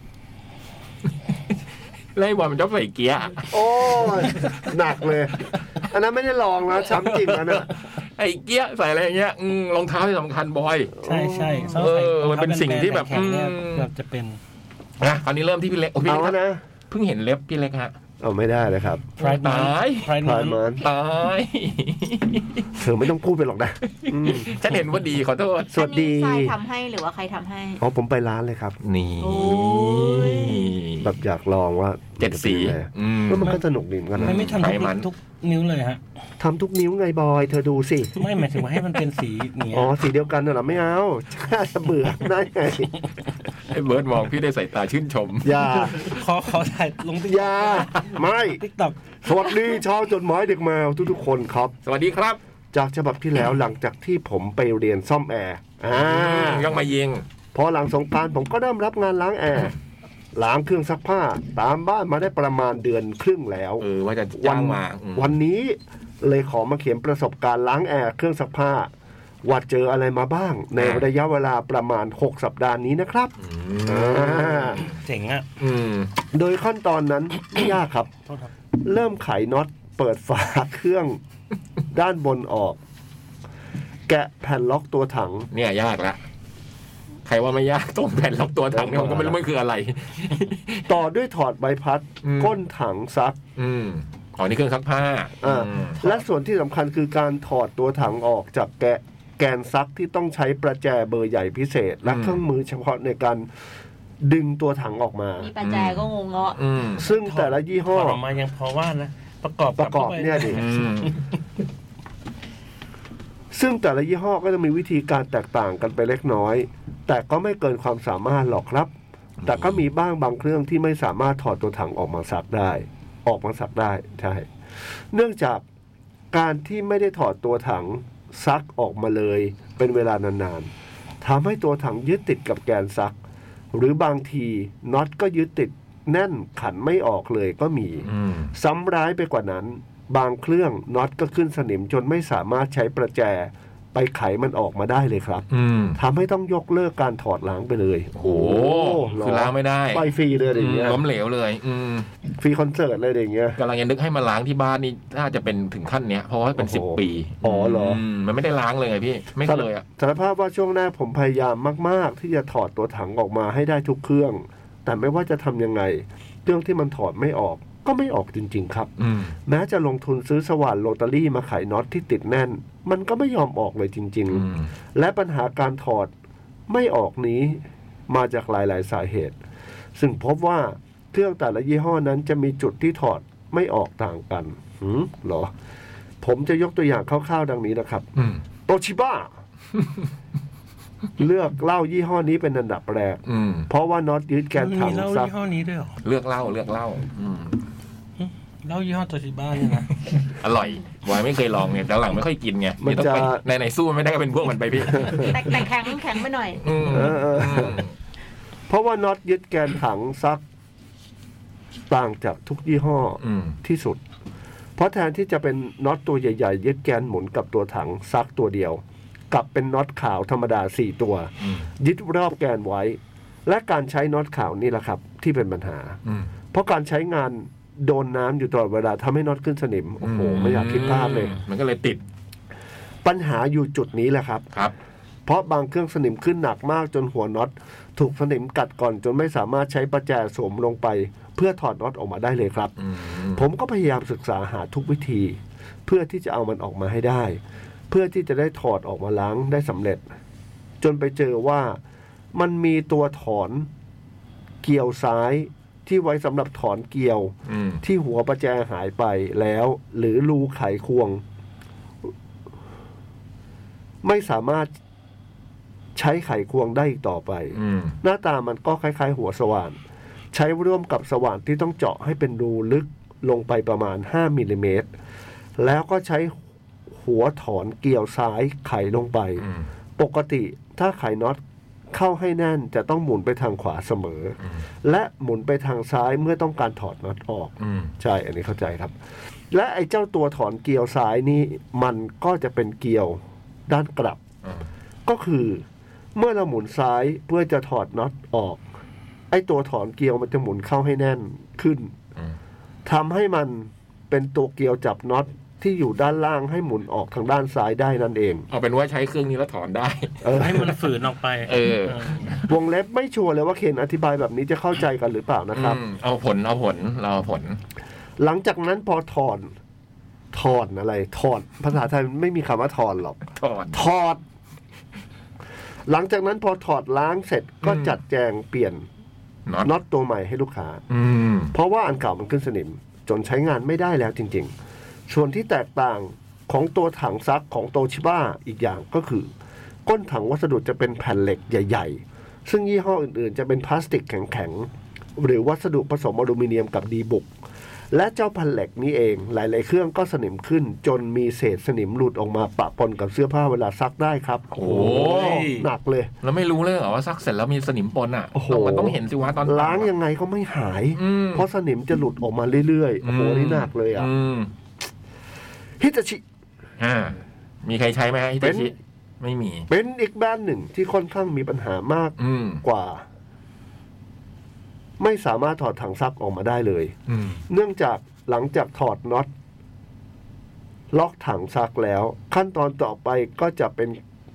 ไล่บอลมันชอบใส่เกียร์โอ้ยหนักเลย อันนั้นไม่ได้ลองนะช้ำจริงอันนั้นไอ้เกียร์ใส่อะไรอย่างเงี้ยรองเท้าที่สำคัญบอยใช่มันเป็นสิ่งที่แบบแข็งเนี่ยแบบจะเป็นนะคราวนี้เริ่มที่พี่เล็กพี่เอาเล็กนะเพิ่งเห็นเล็บพี่เล็กฮะเอาไม่ได้เลยครับ Pride ตาย Pride พายมันตายเธอไม่ต้องพูดไปหรอกนะอืมฉันเห็นว่าดีขอโทษสวัสดีอันนี้ทรายทำให้หรือว่าใครทำให้อ๋อผมไปร้านเลยครับนี่โอ้ยแบบอยากลองว่า 7 สีแล้วมันก็สนุกดีเหมือนกันนะไม่ทำทุกนิ้วเลยฮะทำทุกนิ้วไงบอยเธอดูสิไม่หมายถึงว่าให้มันเป็นสีเนี้ยอ๋อสีเดียวกันน่ะเหรอไม่เอาจะเบื่อได้ไงไอ้เบิร์ดมองพี่ได้สายตาชื่นชมอย่าขอถ่ายลงติ๊กอย่าไม่ต็อกสวัสดีชาวจดหมายเด็กแมวทุกๆคนครับสวัสดีครับจากฉบับที่แล้วหลังจากที่ผมไปเรียนซ่อมแอร์ยังมายิงพอหลังสงกรานต์ผมก็เริ่มรับงานล้างแอร์ล้างเครื่องซักผ้าตามบ้านมาได้ประมาณเดือนครึ่งแล้วว่าจะจ้างมาวันนี้เลยขอมาเขียนประสบการณ์ล้างแอร์เครื่องซักผ้าว่าเจออะไรมาบ้างในระยะเวลาประมาณ6สัปดาห์นี้นะครับเจ๋งอ่ะโดยขั้นตอนนั้นไม่ยากครับ เริ่มไขน็อตเปิดฝาเครื่องด้านบนออก แกะแผ่นล็อกตัวถังเนี่ยยากละใครว่าไม่ยากตรงแผ่นล็อกตัวถังเนี่ยผมก็ไม่รู้มันคืออะไรต่อด้วยถอดใบพัดก้นถังซักอ๋อนี่เครื่องซักผ้าและส่วนที่สำคัญคือการถอดตัวถังออกจากแกนซักที่ต้องใช้ประแจเบอร์ใหญ่พิเศษ และเครื่องมือเฉพาะในการดึงตัวถังออกมามีประแจก็งงเงาะซึ่งแต่ละยี่ห้อออกมายังพอว่านะประกอบเนี่ยดิซึ่งแต่ละยี่ห้อก็จะมีวิธีการแตกต่างกันไปเล็กน้อย แต่ก็ไม่เกินความสามารถหรอกครับ แต่ก็มีบ้างบางเครื่องที่ไม่สามารถถอดตัวถังออกมาซักได้ใช่เนื่องจากการที่ไม่ได้ถอดตัวถังซักออกมาเลยเป็นเวลานานๆทำให้ตัวถังยึดติดกับแกนซักหรือบางทีน็อตก็ยึดติดแน่นขันไม่ออกเลยก็มีซ้ำร้ายไปกว่านั้นบางเครื่องน็อตก็ขึ้นสนิมจนไม่สามารถใช้ประแจไปไขมันออกมาได้เลยครับทำให้ต้องยกเลิกการถอดล้างไปเลยโอ้โหคือล้างไม่ได้ไปฟรีเลยอย่างเงี้ยล้มเหลวเลยฟรีคอนเสิร์ตเลยอย่างเงี้ยกำลังจะนึกให้มาล้างที่บ้านนี่น่าจะเป็นถึงขั้นเนี้ยเพราะว่าเป็น10 ปีอ๋อเหรอมันไม่ได้ล้างเลยไงพี่ไม่เคยอ่ะสารภาพว่าช่วงแรกผมพยายามมากๆที่จะถอดตัวถังออกมาให้ได้ทุกเครื่องแต่ไม่ว่าจะทำยังไงเครื่องที่มันถอดไม่ออกก็ไม่ออกจริงๆครับแม้จะลงทุนซื้อสว่านโรตารี่มาไขน็อตที่ติดแน่นมันก็ไม่ยอมออกเลยจริงๆและปัญหาการถอดไม่ออกนี้มาจากหลายๆสาเหตุซึ่งพบว่าเครื่องแต่ละยี่ห้อนั้นจะมีจุดที่ถอดไม่ออกต่างกันเหรอผมจะยกตัวอย่างคร่าวๆดังนี้นะครับโตชิบ้าเลือกเหล้ายี่ห้อนี้เป็นอันดับแรกเพราะว่าน็อตยึดแกนถังมีเหล้าซักยี่ห้อนี้ด้วยเหรอเลือกเหล้าเหล้ายี่ห้อโตชิบ้าเนี่ยนะอร่อยบอยไม่เคยลองเนี่ยแต่หลังไม่ค่อยกินไงมันจะไหนสู้ไม่ได้ก็เป็นพวกมันไปพี่แต่แข็งไปหน่อยเพราะว่าน็อตยึดแกนถังซักต่างจากทุกยี่ห้อที่สุดเพราะแทนที่จะเป็นน็อตตัวใหญ่ๆยึดแกนหมุนกับตัวถังซักตัวเดียวกลับเป็นน็อตขาวธรรมดา4ตัวยึดรอบแกนไว้และการใช้น็อตขาวนี่แหละครับที่เป็นปัญหาเพราะการใช้งานโดนน้ำอยู่ตลอดเวลาทำให้น็อตขึ้นสนิมโอ้โหไม่อยากคิดภาพเลยมันก็เลยติดปัญหาอยู่จุดนี้แหละครับเพราะบางเครื่องสนิมขึ้นหนักมากจนหัวน็อตถูกสนิมกัดก่อนจนไม่สามารถใช้ประแจสวมลงไปเพื่อถอดน็อตออกมาได้เลยครับผมก็พยายามศึกษาหาทุกวิธีเพื่อที่จะเอามันออกมาให้ได้เพื่อที่จะได้ถอดออกมาล้างได้สำเร็จจนไปเจอว่ามันมีตัวถอนเกี่ยวซ้ายที่ไว้สำหรับถอนเกี่ยวที่หัวประแจหายไปแล้วหรือรูไขควงไม่สามารถใช้ไขควงได้อีกต่อไปหน้าตามันก็คล้ายๆหัวสว่านใช้ร่วมกับสว่านที่ต้องเจาะให้เป็นรูลึกลงไปประมาณ5มิลลิเมตรแล้วก็ใช้หัวถอนเกี่ยวซ้ายไขลงไปปกติถ้าไขน็อตเข้าให้แน่นจะต้องหมุนไปทางขวาเสมอและหมุนไปทางซ้ายเมื่อต้องการถอดน็อตออกใช่อันนี้เข้าใจครับและไอ้เจ้าตัวถอนเกี่ยวซ้ายนี้มันก็จะเป็นเกี่ยวด้านกลับก็คือเมื่อเราหมุนซ้ายเพื่อจะถอดน็อตออกไอ้ตัวถอนเกี่ยวมันจะหมุนเข้าให้แน่นขึ้นทำให้มันเป็นตัวเกี่ยวจับน็อตที่อยู่ด้านล่างให้หมุนออกทางด้านซ้ายได้นั่นเองเอาเป็นว่าใช้เครื่องนี้แล้วถอนได้ให้มันฝืนออกไปวงเล็บไม่ชัวร์เลยว่าเคนอธิบายแบบนี้จะเข้าใจกันหรือเปล่านะครับเอาผลเราผลหลังจากนั้นพอถอนอะไรถอดภาษาไทยไม่มีคำว่าถอนหรอกถอดหลังจากนั้นพอถอดล้างเสร็จก็จัดแจงเปลี่ยนน็อตตัวใหม่ให้ลูกค้าเพราะว่าอันเก่ามันขึ้นสนิมจนใช้งานไม่ได้แล้วจริงๆส่วนที่แตกต่างของตัวถังซักของโตชิบ้าอีกอย่างก็คือก้นถังวัสดุจะเป็นแผ่นเหล็กใหญ่ๆซึ่งยี่ห้ออื่นๆจะเป็นพลาสติกแข็งๆหรือวัสดุผสมอลูมิเนียมกับดีบุกและเจ้าแผ่นเหล็กนี้เองหลายๆเครื่องก็สนิมขึ้นจนมีเศษสนิมหลุดออกมาปะปนกับเสื้อผ้าเวลาซักได้ครับโอ้หนักเลยแล้วไม่รู้เลยเหรอว่าซักเสร็จแล้วมีสนิมปนอ่ะมันต้องเห็นสิว่าตอนล้างยังไงก็ไม่หายเพราะสนิมจะหลุดออกมาเรื่อยๆโอ้โหนี่หนักเลยอ่ะฮิตาชิมีใครใช้ไหมฮิตาชิไม่มีเป็นอีกแบรนด์หนึ่งที่ค่อนข้างมีปัญหามากกว่าไม่สามารถถอดถังซักออกมาได้เลยเนื่องจากหลังจากถอดน็อตล็อกถังซักแล้วขั้นตอนต่อไปก็จะเป็น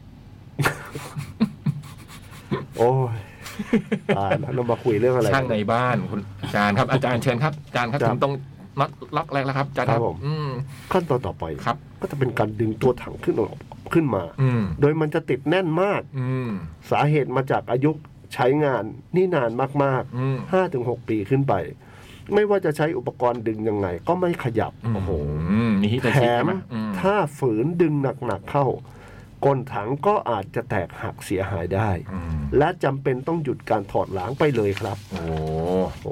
โอ้ยตายแล้วเรามาคุยเรื่องอะไรช่างในบ้านคุณอาจารย์ครับอาจารย์เชิญครับอาจารย์ครับถึงตรงน็อตล็อกแรกแล้วครับอาจารย์ครับขั้นตอนต่อไปครับก็จะเป็นการดึงตัวถังขึ้นมาโดยมันจะติดแน่นมากสาเหตุมาจากอายุใช้งานนี่นานมากๆ 5-6 ปีขึ้นไปไม่ว่าจะใช้อุปกรณ์ดึงยังไงก็ไม่ขยับโอ้โหแถมถ้าฝืนดึงหนักๆเข้าก้นถังก็อาจจะแตกหักเสียหายได้และจำเป็นต้องหยุดการถอดล้างไปเลยครับโอ้โห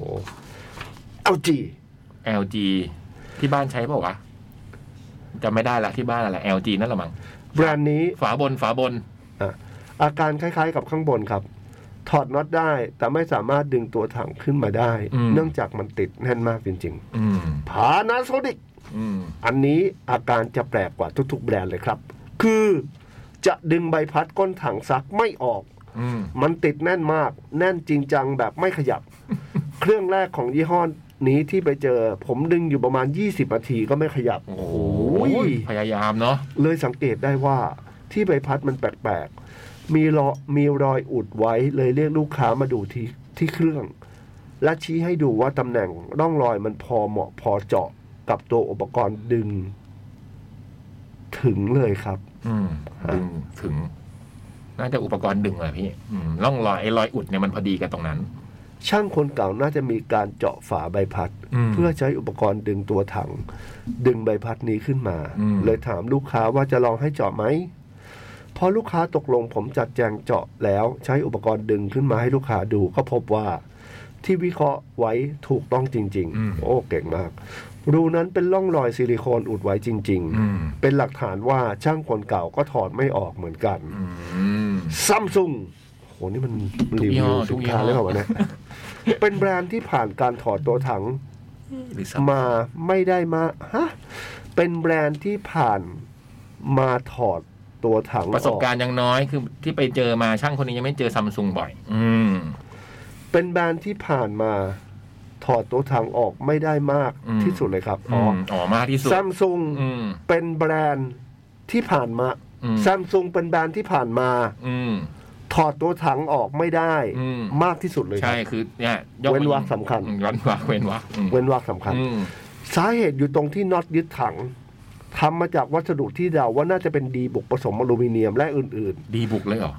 LG ที่บ้านใช้เปล่าวะจำไม่ได้ละที่บ้านอะไร LG นั่นแหละมั้งแบรนด์นี้ฝาบนอาการคล้ายๆกับข้างบนครับถอดน็อตได้แต่ไม่สามารถดึงตัวถังขึ้นมาได้เนื่องจากมันติดแน่นมากจริงๆ Panasonic อันนี้อาการจะแปลกกว่าทุกๆแบรนด์เลยครับคือจะดึงใบพัดก้นถังซักไม่ออกมันติดแน่นมากแน่นจริงจังแบบไม่ขยับ เครื่องแรกของยี่ห้อนี้ที่ไปเจอผมดึงอยู่ประมาณ20นาทีก็ไม่ขยับโอ้โหพยายามเนาะเลยสังเกตได้ว่าที่ใบพัดมันแปลกๆมีรอยอุดไว้เลยเรียกลูกค้ามาดูที่เครื่องและชี้ให้ดูว่าตำแหน่งร่องรอยมันพอเหมาะพอเจาะกับตัวอุปกรณ์ดึงถึงเลยครับดึงถึงน่าจะอุปกรณ์ดึงเลยพี่ร่องรอยไอ้รอยอุดเนี่ยมันพอดีกับตรงนั้นช่างคนเก่าน่าจะมีการเจาะฝาใบพัดเพื่อใช้อุปกรณ์ดึงตัวถังดึงใบพัดนี้ขึ้นมาเลยถามลูกค้าว่าจะลองให้เจาะไหมพอลูกค้าตกลงผมจัดแจงเจาะแล้วใช้อุปกรณ์ดึงขึ้นมาให้ลูกค้าดูก็พบว่าที่วิเคราะห์ไว้ถูกต้องจริงๆโอ้เก่งมากรูนั้นเป็นร่องรอยซิลิโคนอุดไว้จริงๆเป็นหลักฐานว่าช่างคนเก่าก็ถอดไม่ออกเหมือนกันซัมซุงโหนี่มันรีวิวสินค้าเลยเหรอวะเนี่ยเป็นแบรนด์ที่ผ่านการถอดตัวถังมาไม่ได้มาเป็นแบรนด์ที่ผ่านมาถอดตัวถังประสบการณ์ยังน้อยคือที่ไปเจอมาช่างคนนี้ยังไม่เจอซัมซุงบ่อยเป็นแบรนด์ที่ผ่านมาถอดตัวถังออกไม่ได้มากที่สุดเลยครับมากที่สุดซัมซุงเป็นแบรนด์ที่ผ่านมาซัมซุงเป็นแบรนด์ที่ผ่านมาถอดตัวถังออกไม่ได้มากที่สุดเลยใช่คือเนี่ยเว้นวรรคสำคัญเว้นวรรคสำคัญสาเหตุอยู่ตรงที่น็อตยึดถังทำมาจากวัสดุที่เดาว่าน่าจะเป็นดีบุกผสมอลูมิเนียมและอื่นๆดีบุกเลยเหรอ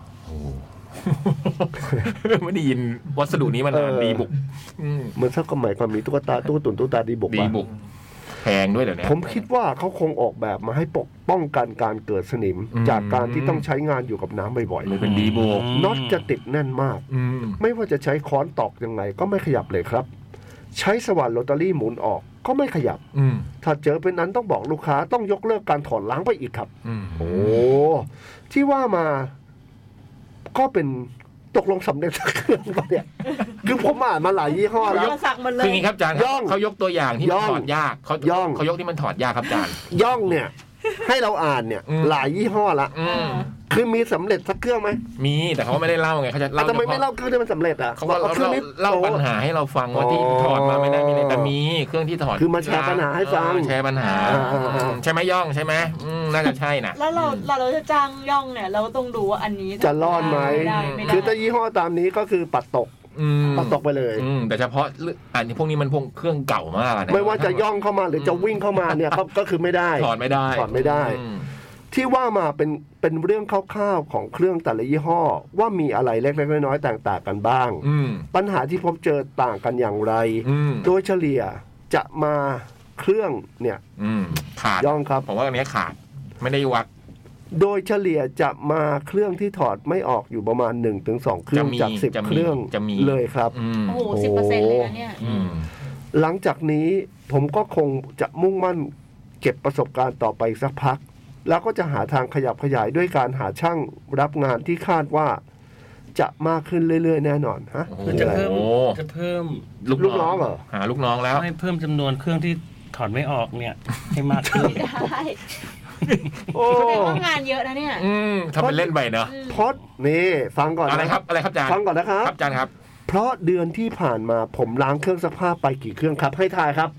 ไม่ได้ยินวัสดุนี้มานานดีบุกเหมือนสักสมัยก่อนมีตุ๊กตาตุ๊กตุ่นตุ๊กตาดีบุกแพงด้วยเดี๋ยวนี้ผมคิดว่าเขาคงออกแบบมาให้ป้องกันการเกิดสนิมจากการที่ต้องใช้งานอยู่กับน้ำบ่อยๆเลยเป็นดีบุกน็อตจะติดแน่นมากไม่ว่าจะใช้ค้อนตอกยังไงก็ไม่ขยับเลยครับใช้สว่านโรตารี่หมุนออกก็ไม่ขยับถ้าเจอเป็นนั้นต้องบอกลูกค้าต้องยกเลิกการถอดล้างไปอีกครับโอ้ที่ว่ามาก็เป็นตกลงสำเร็จเครื่องไปเนี่ยคือผมอ่านมาหลายยี่ห้อแล้วคืออย่างนี้ครับอาจารย์เขายกตัวอย่างที่ถอดยากเขายกที่มันถอดยากครับอาจารย์ย่องเนี่ยให้เราอ่านเนี่ยหลายยี่ห้อละคือมีสำเร็จสักเครื่องไหมมีแต่เขาไม่ได้เล่าไงเขาจะเล่าทำไมไม่เล่าเครื่องที่มันสำเร็จอ่ะเขาก็เล่าปัญหาให้เราฟังว่าที่ถอดมาไม่ได้มีแต่มีเครื่องที่ถอดคือมาแชร์ปัญหาให้ฟังแชร์ปัญหาใช่ไหมย่องใช่ไหมน่าจะใช่นะแล้วเราจะจ้างย่องเนี่ยเราต้องดูว่าอันนี้จะรอดไหมคือถ้ายี่ห้อตามนี้ก็คือปัดตกไปเลยแต่เฉพาะอันนี้พวกนี้มันพวกเครื่องเก่ามากนะไม่ว่าจะย่องเข้ามาหรือจะวิ่งเข้ามาเนี่ยก็คือไม่ได้ถอดไม่ได้ที่ว่ามาเป็นเรื่องคร่าวๆของเครื่องแต่ละยี่ห้อว่ามีอะไรเล็กๆน้อยๆต่างๆกันบ้างปัญหาที่พบเจอต่างกันอย่างไรโดยเฉลี่ยจะมาเครื่องเนี่ยขาดย่องครับผมว่าอันนี้ขาดไม่ได้วัดโดยเฉลี่ยจะมาเครื่องที่ถอดไม่ออกอยู่ประมาณ 1-2 เครื่องจาก10เครื่องเลยครับโอ้โห 10% เลยนะเนี่ยหลังจากนี้ผมก็คงจะมุ่งมั่นเก็บประสบการณ์ต่อไปสักพักแล้วก็จะหาทางขยับขยายด้วยการหาช่างรับงานที่คาดว่าจะมากขึ้นเรื่อยๆแน่นอนฮะจะเพิ่มลูกน้องเหรอหาลูกน้องแล้วให้เพิ่มจำนวนเครื่องที่ถอดไม่ออกเนี่ยให้มากขึ้นได้โอ้งานเยอะนะเนี่ยทำเป็นเล่นไปเนาะพอดนี่ฟังก่อนอะไรครับอาจารย์ฟังก่อนนะครับอาจารย์ครับเพราะเดือนที่ผ่านมาผมล้างเครื่องซักผ้าไปกี่เครื่องครับให้ทายครับ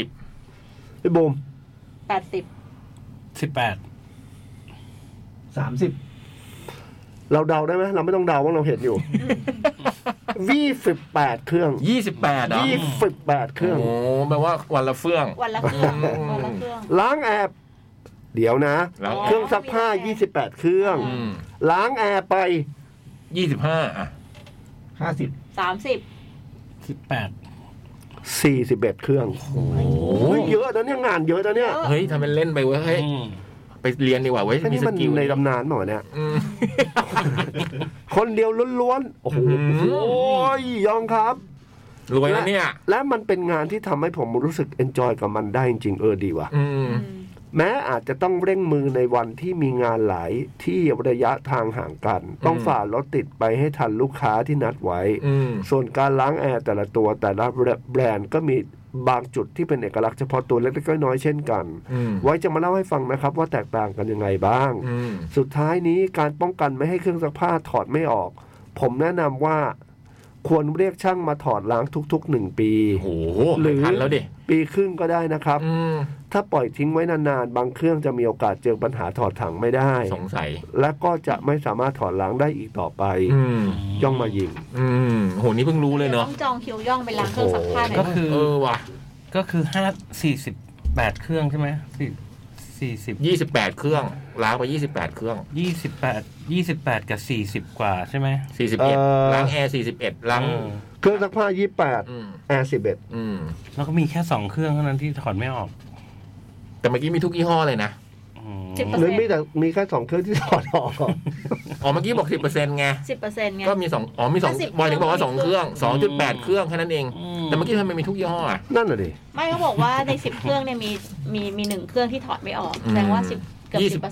50 พี่บูม 80 18 30เราเดาได้ไหมเราไม่ต้องเดาว่าเราเห็นอยู่28เครื่อง 28เหรอ 28เครื่องโอ้แปลว่าวันละเครื่องล้างแอร์เดี๋ยวนะเครื่องซักผ้า28เครื่องล้างแอร์ไป 25อ่ะ 50 18 41เครื่องโอ้ยเยอะนะเนี่ยงานเยอะนะเนี่ยเฮ้ยทำเป็นเล่นไปเว้ยเฮ้ยไปเรียนดีกว่าเว้ยมีสกิลในตำนานหน่อยเนี่ยคนเดียวล้วนๆโอ้โหยองครับรวยแล้วเนี่ยและมันเป็นงานที่ทำให้ผมรู้สึกเอนจอยกับมันได้จริงดีว่ะแม้อาจจะต้องเร่งมือในวันที่มีงานหลายที่ระยะทางห่างกันต้องฝ่ารถติดไปให้ทันลูกค้าที่นัดไว้ส่วนการล้างแอร์แต่ละตัวแต่ละแบรนด์ก็มีบางจุดที่เป็นเอกลักษณ์เฉพาะตัวเล็กๆน้อยๆเช่นกันไว้จะมาเล่าให้ฟังนะครับว่าแตกต่างกันยังไงบ้างสุดท้ายนี้การป้องกันไม่ให้เครื่องซักผ้าถอดไม่ออกผมแนะนำว่าควรเรียกช่างมาถอดล้างทุกๆ1 ปีหรือปีครึ่งก็ได้นะครับถ้าปล่อยทิ้งไว้นานๆบางเครื่องจะมีโอกาสเจอปัญหาถอดถังไม่ได้สงสัยและก็จะไม่สามารถถอดล้างได้อีกต่อไปย่องมายิงโหนี่เพิ่งรู้เลยเนาะต้องจองคิวย่องไปล้างเครื่องซักผ้าหน่อยก็คือว่ะก็คือ48เครื่องใช่ไหม 28เครื่องล้างไป28เครื่อง 28กับ40กว่าใช่ไหม 41ล้างแอร์41ล้างเครื่องซักผ้า28แอร์11 แล้วก็มีแค่2เครื่องเท่านั้นที่ถอดไม่ออกแต่เมื่อกี้มีทุกยี่ห้อเลยนะหรือมีแค่2เครื่องที่ถอดออกอ๋อเมื่อกี้บอก 10% ไง 10%ไงก็มี2มี2บอยถึงบอกว่า2เครื่อง 2.8 เครื่องแค่นั้นเอง แต่เมื่อกี้ทำไมมีทุกยี่ห้ออ่ะนั่นน่ะดิไม่เขาบอกว่าใน10เครื่องเนี่ยมี1เครื่องที่ถอดไม่ออกแสดงว่า10เกือบ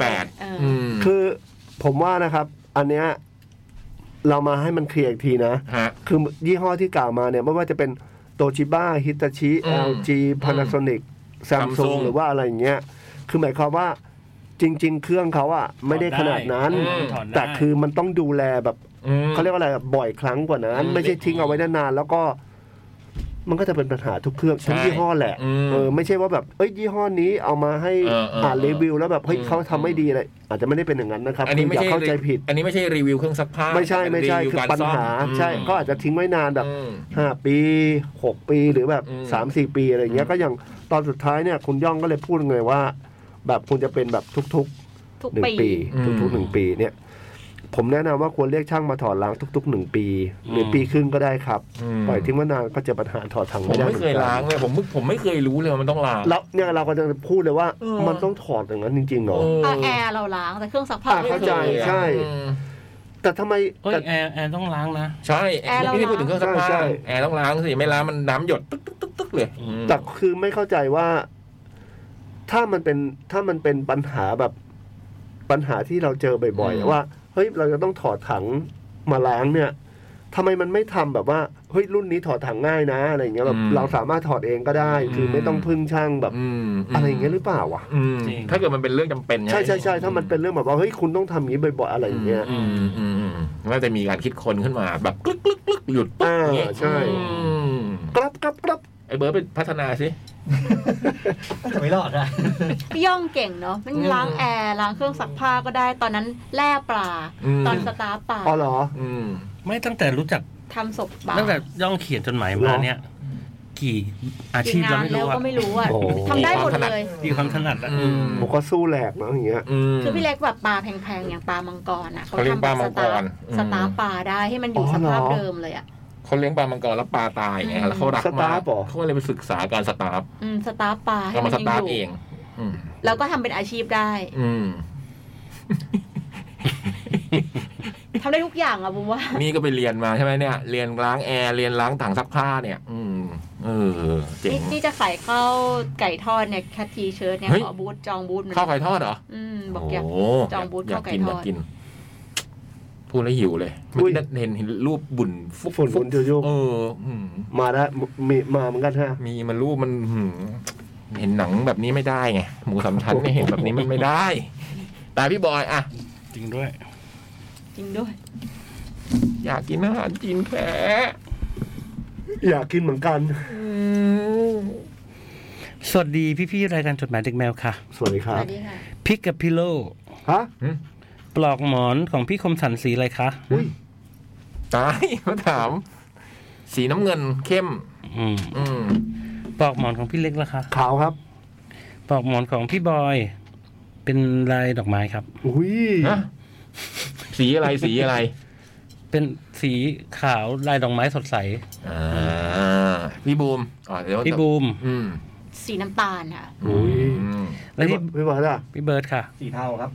10% คือผมว่านะครับอันเนี้ยเรามาให้มันเคลียร์อีกทีนะคือยี่ห้อที่กล่าวมาเนี่ยไม่ว่าจะเป็นโตชิบ้าฮิตาชิ LG Panasonic Samsung หรือว่าอะไรอย่างเงี้ยคือหมายความว่าจริงๆเครื่องเขาอะไม่ได้ขนาดนั้นแต่คือมันต้องดูแลแบบเขาเรียกว่าอะไรบ่อยครั้งกว่านั้นไม่ใช่ทิ้งเอาไว้นานๆแล้วก็มันก็จะเป็นปัญหาทุกเครื่องทุกยี่ห้อแหละไม่ใช่ว่าแบบยี่ห้อนี้เอามาให้อ่านรีวิวแล้วแบบเฮ้ยเขาทำไม่ดีอะไรอาจจะไม่ได้เป็นอย่างนั้นนะครับอย่าเข้าใจผิดอันนี้ไม่ใช่รีวิวเครื่องซักผ้าไม่ใช่คือปัญหาใช่ก็อาจจะทิ้งไว้นานแบบ5 ปี6 ปีหรือแบบ3-4 ปีอะไรอย่างเงี้ยก็อย่างตอนสุดท้ายเนี่ยคุณย่องก็เลยพูดไงว่าแบบคุณจะเป็นแบบทุก1 ปีทุกๆ1 ปีเนี่ยผมแนะนำว่าควรเรียกช่างมาถอดล้างทุกๆ1 ปีหรือปีครึ่งก็ได้ครับปล่อยทิ้งไว้นานก็จะปัญหาถอดถังไม่ได้ไม่เคยล้างเลยผมไม่เคยรู้เลยว่ามันต้องล้างแล้วเนี่ยเราก็จะพูดเลยว่ามันต้องถอดอย่างนั้นจริงๆเหรอแอร์เราล้างแต่เครื่องซักผ้าเข้าใจใช่แต่ทำไมแอร์ต้องล้างนะใช่ไม่ได้พูดถึงเครื่องซักผ้าแอร์ต้องล้างสิไม่ล้างมันน้ำหยดตึ๊กเลยแต่คือไม่เข้าใจว่าถ้ามันเป็นปัญหาแบบปัญหาที่เราเจอบ่อยๆว่าเฮ้ยเราจะต้องถอดถังมาล้างเนี่ยทำไมมันไม่ทำแบบว่าเฮ้ยรุ่นนี้ถอดถังง่ายนะอะไรอย่างเงี้ยแบบเราสามารถถอดเองก็ได้คือไม่ต้องพึ่งช่างแบบอะไรอย่างเงี้ยหรือเปล่าวะถ้าเกิดมันเป็นเรื่องจำเป็นใช่ถ้ามันเป็นเรื่องแบบว่าเฮ้ยคุณต้องทำอย่างนี้บ่อยๆอะไรอย่างเงี้ยว่าจะมีการคิดคนขึ้นมาแบบกลึกหยุดปุ๊บอย่างเงี้ยใช่ครับไอ้เบิร์ดไปพัฒนาสิไม่รอดนะพี่ย่องเก่งเนาะมันล้างแอร์ล้างเครื่องซักผ้าก็ได้ตอนนั้นแล่ปลาตอนสตาร์ปลาอ๋อเหรอไม่ตั้งแต่รู้จักทำศพปลาตั้งแต่ย่องเขียนจดหมายมาเนี่ยกี่อาชีพเราไม่รู้ก็ไม่รู้อ่ะทำได้หมดเลยมีความถนัดอ่ะผมก็สู้แหลกเนาะอย่างเงี้ยคือพี่เล็กแบบปลาแพงๆอย่างปลามังกรอ่ะเขาทำแบบสตาร์ปลาได้ให้มันอยู่สภาพเดิมเลยอ่ะเขาเลี้ยงปลามังกรแล้วปลาตายไงแล้วเขารักมากเขาเลยไปศึกษาการสตาร์ฟสตาร์ฟปลาให้มันสตาร์ฟเองแล้วก็ทำเป็นอาชีพได้ทำได้ทุกอย่างอะบุ้มว่านี่ก็ไปเรียนมาใช่ไหมเนี่ยเรียนล้างแอร์เรียนล้างถังซักผ้าเนี่ยเจ๋งนี่จะขายข้าวไก่ทอดเนี่ยแคททีเชิร์ตเนี่ยขอบูธจองบูธข้าวไก่ทอดเหรอบอกอยากจองบูธข้าวไก่ทอดพูดแล้วหิวเลยเห็นรูปบุ่นฟุ่นโยกมาได้มีมาเหมือนกันฮะมีมันรูปมันเห็นหนังแบบนี้ไม่ได้ไงหมูสามชั้นเนี่ยเห็นแบบนี้มันไม่ได้แต่พี่บอยอะจริงด้วยอยากกินอาหารจีนแค่อยากกินเหมือนกันสวัสดีพี่ๆรายการจดหมายเด็กแมวค่ะสวัสดีครับพิกกับพิโลฮะปลอกหมอนของพี่คมสันสีอะไรคะตายมาถามสีน้ำเงินเข้มปลอกหมอนของพี่เล็กล่ะคะขาวครับปลอกหมอนของพี่บอยเป็นลายดอกไม้ครับอุ้ยสีอะไรเป็นสีขาวลายดอกไม้สดใสพี่บูมพี่บูมสีน้ำตาลค่ะแล้วพี่เบิร์ดอ่ะพี่เบิร์ดค่ะสีเทาครับ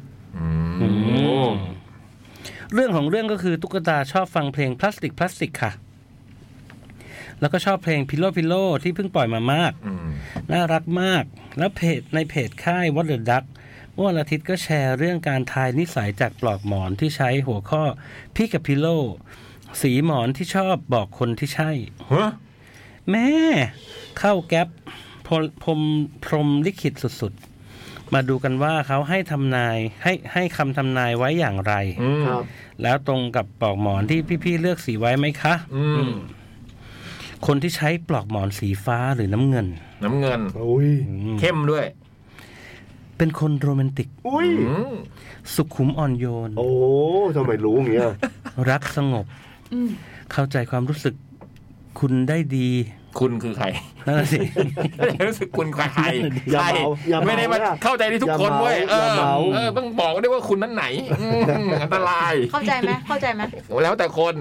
เรื่องของเรื่องก็คือตุ๊กตาชอบฟังเพลงพลาสติกค่ะแล้วก็ชอบเพลงพิโลที่เพิ่งปล่อยมามากน่ารักมากแล้วในเพจค่าย What the Duck วันอาทิตย์ก็แชร์เรื่องการทายนิสัยจากปลอกหมอนที่ใช้หัวข้อพี่กับพิโลสีหมอนที่ชอบบอกคนที่ใช่แม่เข้าแก๊ปพรมลิขิตสุดๆมาดูกันว่าเขาให้ทำนายให้คำทำนายไว้อย่างไรแล้วตรงกับปลอกหมอนที่พี่ๆเลือกสีไว้ไหมคะคนที่ใช้ปลอกหมอนสีฟ้าหรือน้ำเงินเข้มด้วยเป็นคนโรแมนติกสุขุมอ่อนโยนโอ้ทำไมรู้อย่างเงี้ยรักสงบเข้าใจความรู้สึกคุณได้ดีคุณคือใครนั่นสิรู้สึกคุณใครไม่ได้มาเข้าใจที่ทุกคนเว้ยต้องบอกได้ว่าคุณนั้นไหนอันตรายเข้าใจไหมแล้วแต่คน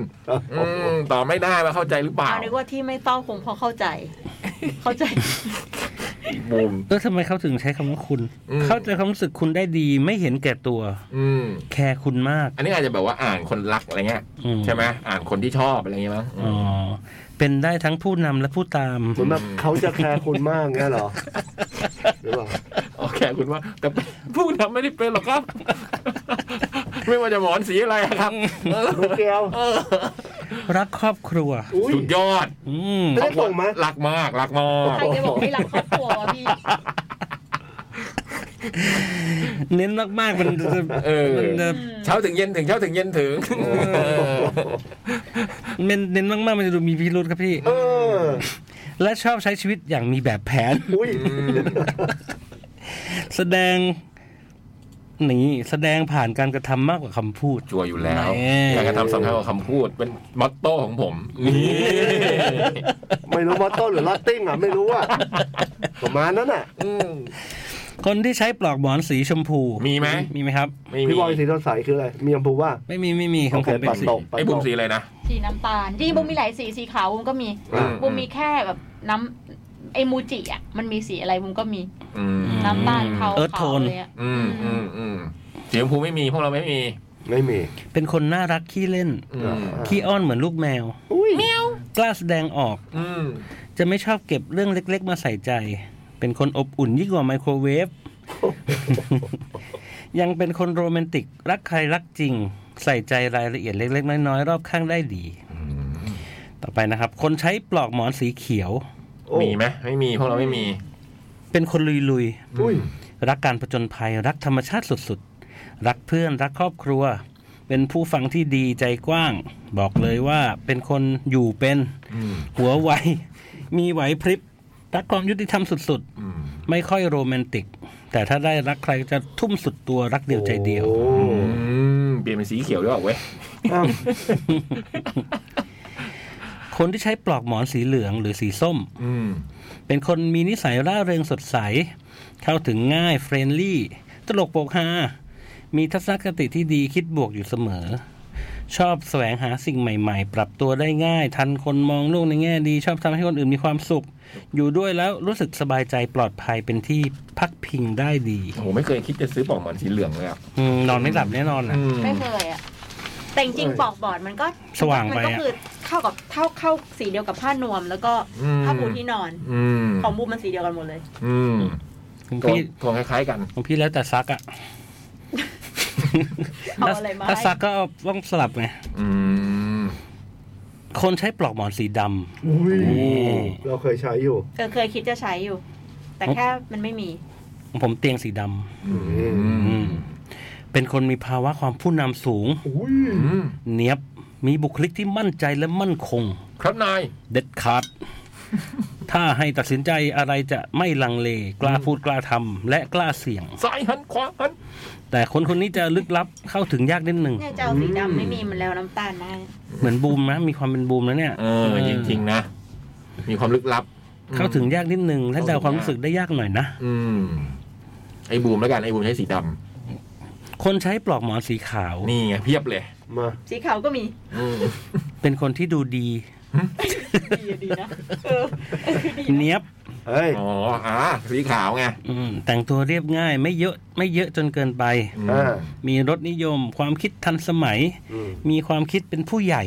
ตอบไม่ได้ว่าเข้าใจหรือเปล่านึกว่าที่ไม่เฝ้าคงเพราะเข้าใจบูมทำไมเขาถึงใช้คำว่าคุณ เข้าใจความรู้สึกคุณได้ดีไม่เห็นแก่ตัวแคร์คุณมากอันนี้อาจจะแบบว่าอ่านคนรักอะไรเงี้ยใช่ไหมอ่านคนที่ชอบอะไรเงี้ยมั้งอ๋อเป็นได้ทั้งผู้นำและผู้ตามเหมือนแบบเขาจะแคร์คุณมากเงี้ยเหรอหรือเปล่าโอเคคุณว่าแต่ผู้นำไม่ได้เป็นหรอกครับ ไม่ว่าจะหมอนสีอะไรครับเกียวรักครอบครัวสุดยอดไม่ได้ส่งมารักมากรักมากใครจะบอกไม่รักครอบครัวพี่เน้นมากๆมันเช้าถึงเย็นถึงเช้าถึงเย็นถึงเน้นมากๆมันจะดูมีพิรุธครับพี่และชอบใช้ชีวิตอย่างมีแบบแผนแสดงผ่านการกระทำมากกว่าคำพูดชัวร์อยู่แล้วการกระทำสำคัญกว่าคำพูดเป็นมอตโต้ของผมไม่รู้มอตโต้หรือลอตติ้งอ่ะไม่รู้อ่ะประมาณนั้นอ่ะคนที่ใช้ปลอกหมอนสีชมพูมีไหมครับพี่บอยสีสดใสคืออะไรมีชมพูว่าไม่มีของผมเป็นสีไอ้บุ้มสีอะไรนะสีน้ำตาลจริงบุ้มมีหลายสีขาวบุ้มก็มีบุ้มมีแค่แบบน้ำไอมูจิอ่ะมันมีสีอะไรบุ้มก็มีน้ำตาลขาวเลยอ่ะสีชมพูไม่มีพวกเราไม่มีเป็นคนน่ารักขี้เล่นขี้อ้อนเหมือนลูกแมวแมวกล้าแสดงออกจะไม่ชอบเก็บเรื่องเล็กๆมาใส่ใจเป็นคนอบอุ่นยิ่งกว่าไมโครเวฟ ยังเป็นคนโรแมนติกรักใครรักจริงใส่ใจรายละเอียดเล็กๆน้อยๆรอบข้างได้ดีต่อไปนะครับคนใช้ปลอกหมอนสีเขียวมีไหมไม่มีพวกเราไม่มีเป็นคนลุยๆรักการผจญภัยรักธรรมชาติสุดๆรักเพื่อนรักครอบครัวเป็นผู้ฟังที่ดีใจกว้างบอกเลยว่าเป็นคนอยู่เป็นหัวไวมีไหวพริบรักความยุติธรรมสุดๆไม่ค่อยโรแมนติกแต่ถ้าได้รักใครจะทุ่มสุดตัวรักเดียวใจเดียวเปลี่ยนเป็นสีเขียวด้วยเว้ยคนที่ใช้ปลอกหมอนสีเหลืองหรือสีส้มเป็นคนมีนิสัยร่าเริงสดใสเข้าถึงง่ายเฟรนลี่ตลกโปกฮามีทัศนคติที่ดีคิดบวกอยู่เสมอชอบแสวงหาสิ่งใหม่ๆปรับตัวได้ง่ายทันคนมองโลกในแง่ดีชอบทำให้คนอื่นมีความสุขอยู่ด้วยแล้วรู้สึกสบายใจปลอดภัยเป็นที่พักพิงได้ดีโอ้โหไม่เคยคิดจะซื้อปลอกหมอนสีเหลืองเลยอ่ะนอนไม่หลับแน่นอนไม่เคยอ่ะแต่จริงปลอกบอร์ดมันก็สว่างไปมันก็คือเข้าสีเดียวกับผ้านวมแล้วก็ผ้าปูที่นอนของบูมันสีเดียวกันหมดเลยของพี่ของคล้ายๆกันของพี่แล้วแต่ซักอ่ะถ้าซักก็ต้องสลับไงคนใช้ปลอกหมอนสีดำเราเคยใช้อยู่เคยคิดจะใช้อยู่แต่แค่มันไม่มีผมเตียงสีดำเป็นคนมีภาวะความผู้นำสูงเนียบมีบุคลิกที่มั่นใจและมั่นคงครับนายเด็ดขาดถ้าให้ตัดสินใจอะไรจะไม่ลังเลกล้าพูดกล้าทำและกล้าเสี่ยงซ้ายหันขวาหันแต่คนนี้จะลึกลับเข้าถึงยากนิดนึงเนี่ยเจ้าสีดำไม่มีมันแล้วน้ำตาลนะเหมือนบูมนะมีความเป็นบูมแล้วเนี่ยจริงๆนะมีความลึกลับเข้าถึงยากนิดนึงและเดาความรู้สึกได้ยากหน่อยนะไอ้บูมแล้วกันไอ้บูมใช้สีดำคนใช้ปลอกหมอนสีขาวนี่ไงเพียบเลยมาสีขาวก็มีเป็นคนที่ดูดีดีนะเนียบอ๋อสีขาวไงแต่งตัวเรียบง่ายไม่เยอะจนเกินไปมีรสนิยมความคิดทันสมัยมีความคิดเป็นผู้ใหญ่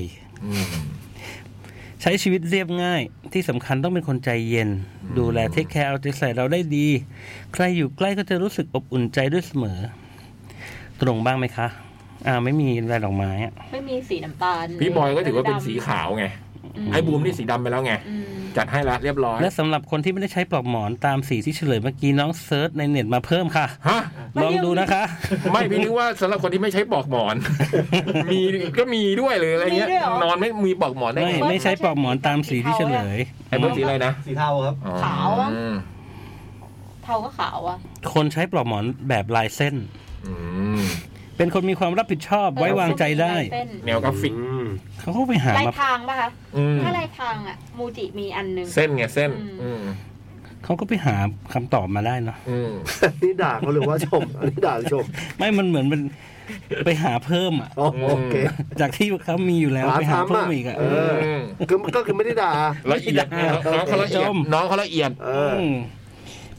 ใช้ชีวิตเรียบง่ายที่สำคัญต้องเป็นคนใจเย็นดูแลเทคแคร์เอาใจใส่เราได้ดีใครอยู่ใกล้ก็จะรู้สึกอบอุ่นใจด้วยเสมอตรงบ้างไหมคะไม่มีลายดอกไม้ไม่มีสีน้ำตาลพี่บอยก็ถือว่าเป็นสีขาวไงไอ้บูมนี่สีดำไปแล้วไงจัดให้ละเรียบร้อยและสำหรับคนที่ไม่ได้ใช้ปลอกหมอนตามสีที่เฉลยเมื่อกี้น้องเซิร์ชในเน็ตมาเพิ่มค่ะลองดูนะคะไม่พี่นึกว่าสำหรับคนที่ไม่ใช้ปลอกหมอนก็มีด้วยหรืออะไรเงี้ยนอนไม่มีปลอกหมอนได้ไม่ใช้ปลอกหมอนตามสีที่เฉลยไอ้บูมสีอะไรนะสีเทาครับขาวเทาก็ขาวอ่ะคนใช้ปลอกหมอนแบบลายเส้นเป็นคนมีความรับผิดชอบไว้วางใจได้แนวกราฟิกเขาไปหาลายทางป่ะคะถ้าลายทางอ่ะมูจิมีอันนึงเส้นไงเส้นเขาก็ไปหาคำตอบมาได้เนาะนี่ด่าเขาหรือว่าชมอันนี้ด่าชมไม่มันเหมือนมันไปหาเพิ่มอ่ะโอเคจากที่เขามีอยู่แล้วไปหาเพิ่มอีกอ่ะก็คือไม่ได้ด่าละเอียดน้องเขาละเอียด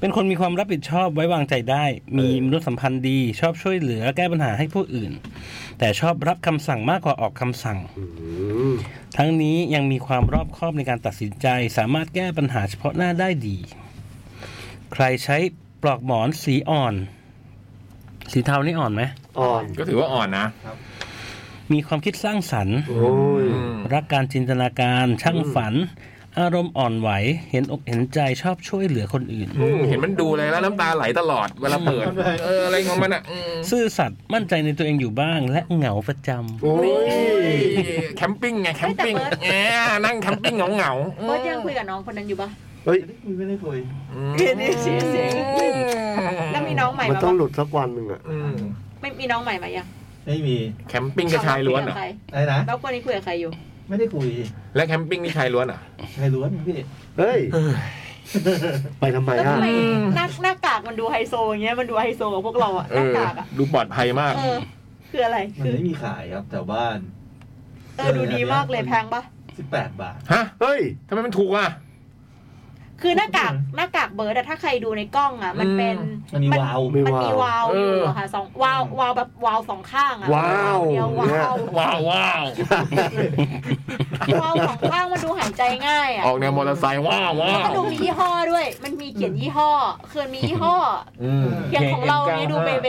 เป็นคนมีความรับผิดชอบไว้วางใจได้ มีมนุษยสัมพันธ์ดีชอบช่วยเหลือแก้ปัญหาให้ผู้อื่น แต่ชอบรับคำสั่งมากกว่าออกคำสั่ง ทั้งนี้ยังมีความรอบคอบในการตัดสินใจสามารถแก้ปัญหาเฉพาะหน้าได้ดี ใครใช้ปลอกหมอนสีอ่อน สีเทานี่อ่อนไหมอ่อนก็ถือว่าอ่อนนะมีความคิดสร้างสรรค์โอ้ยรักการจินตนาการช่างฝัน อารมณ์อ่อนไหวเห็นอกเห็นใจชอบช่วยเหลือคนอื่นเห็นมันดูเลยแล้วน้ำตาไหลตลอดเวลาเปิดอะไรของมันอ่ะซื่อสัตย์มั่นใจในตัวเองอยู่บ้างและเหงาประจำโอ้ยแคมปิ้งไงแคมปิ้งแหมนั่งแคมปิ้งเหงาโค้ชยังคุยกับน้องคนนั้นอยู่ปะเฮ้ยไม่ได้คุยเสียงแล้วมีน้องใหม่มันมาต้องปะหลุดสักวันหนึ่งอะไม่มีน้องใหม่มายังไม่มีแคมปิ้งกับชายล้วนเหรออะไรนะแล้วคนนี้คุยกับใครอยู่ไม่ได้คุยและแคมปิ้งนี่ชายล้วนเหรอชายล้วนพี่เฮ้ย ไปทำไมแล้วอ่ะทำไมหน้ากากมันดูไฮโซอย่างเงี้ยมันดูไฮโซกับพวกเราอะหน้ากากอะดูปลอดภัยมากคืออะไรมันไม่มีขายครับแถวบ้านดูดีมากเลยแพงปะ 18 บาทฮะเฮ้ยทำไมมันถูกอ่ะคือหน้ากากเบิร์ดอะถ้าใครดูในกล้องอะมันเป็นมันมีวาล์วมันมีวาล์วอยู่อะค่ะสองวาล์วแบบวาล์วสองข้างอะว้าวเดียววาล์วว้าวว้าววาล์วสองข้างมันดูหายใจง่ายอะออกแนวมอเตอร์ไซค์ว้าวว้าแล้วก็วดูมียี่ห้อด้วย มันมีเขียนยี่ห้อคือมียี่ห้ออย่างของเราเนี่ยดูเบเบ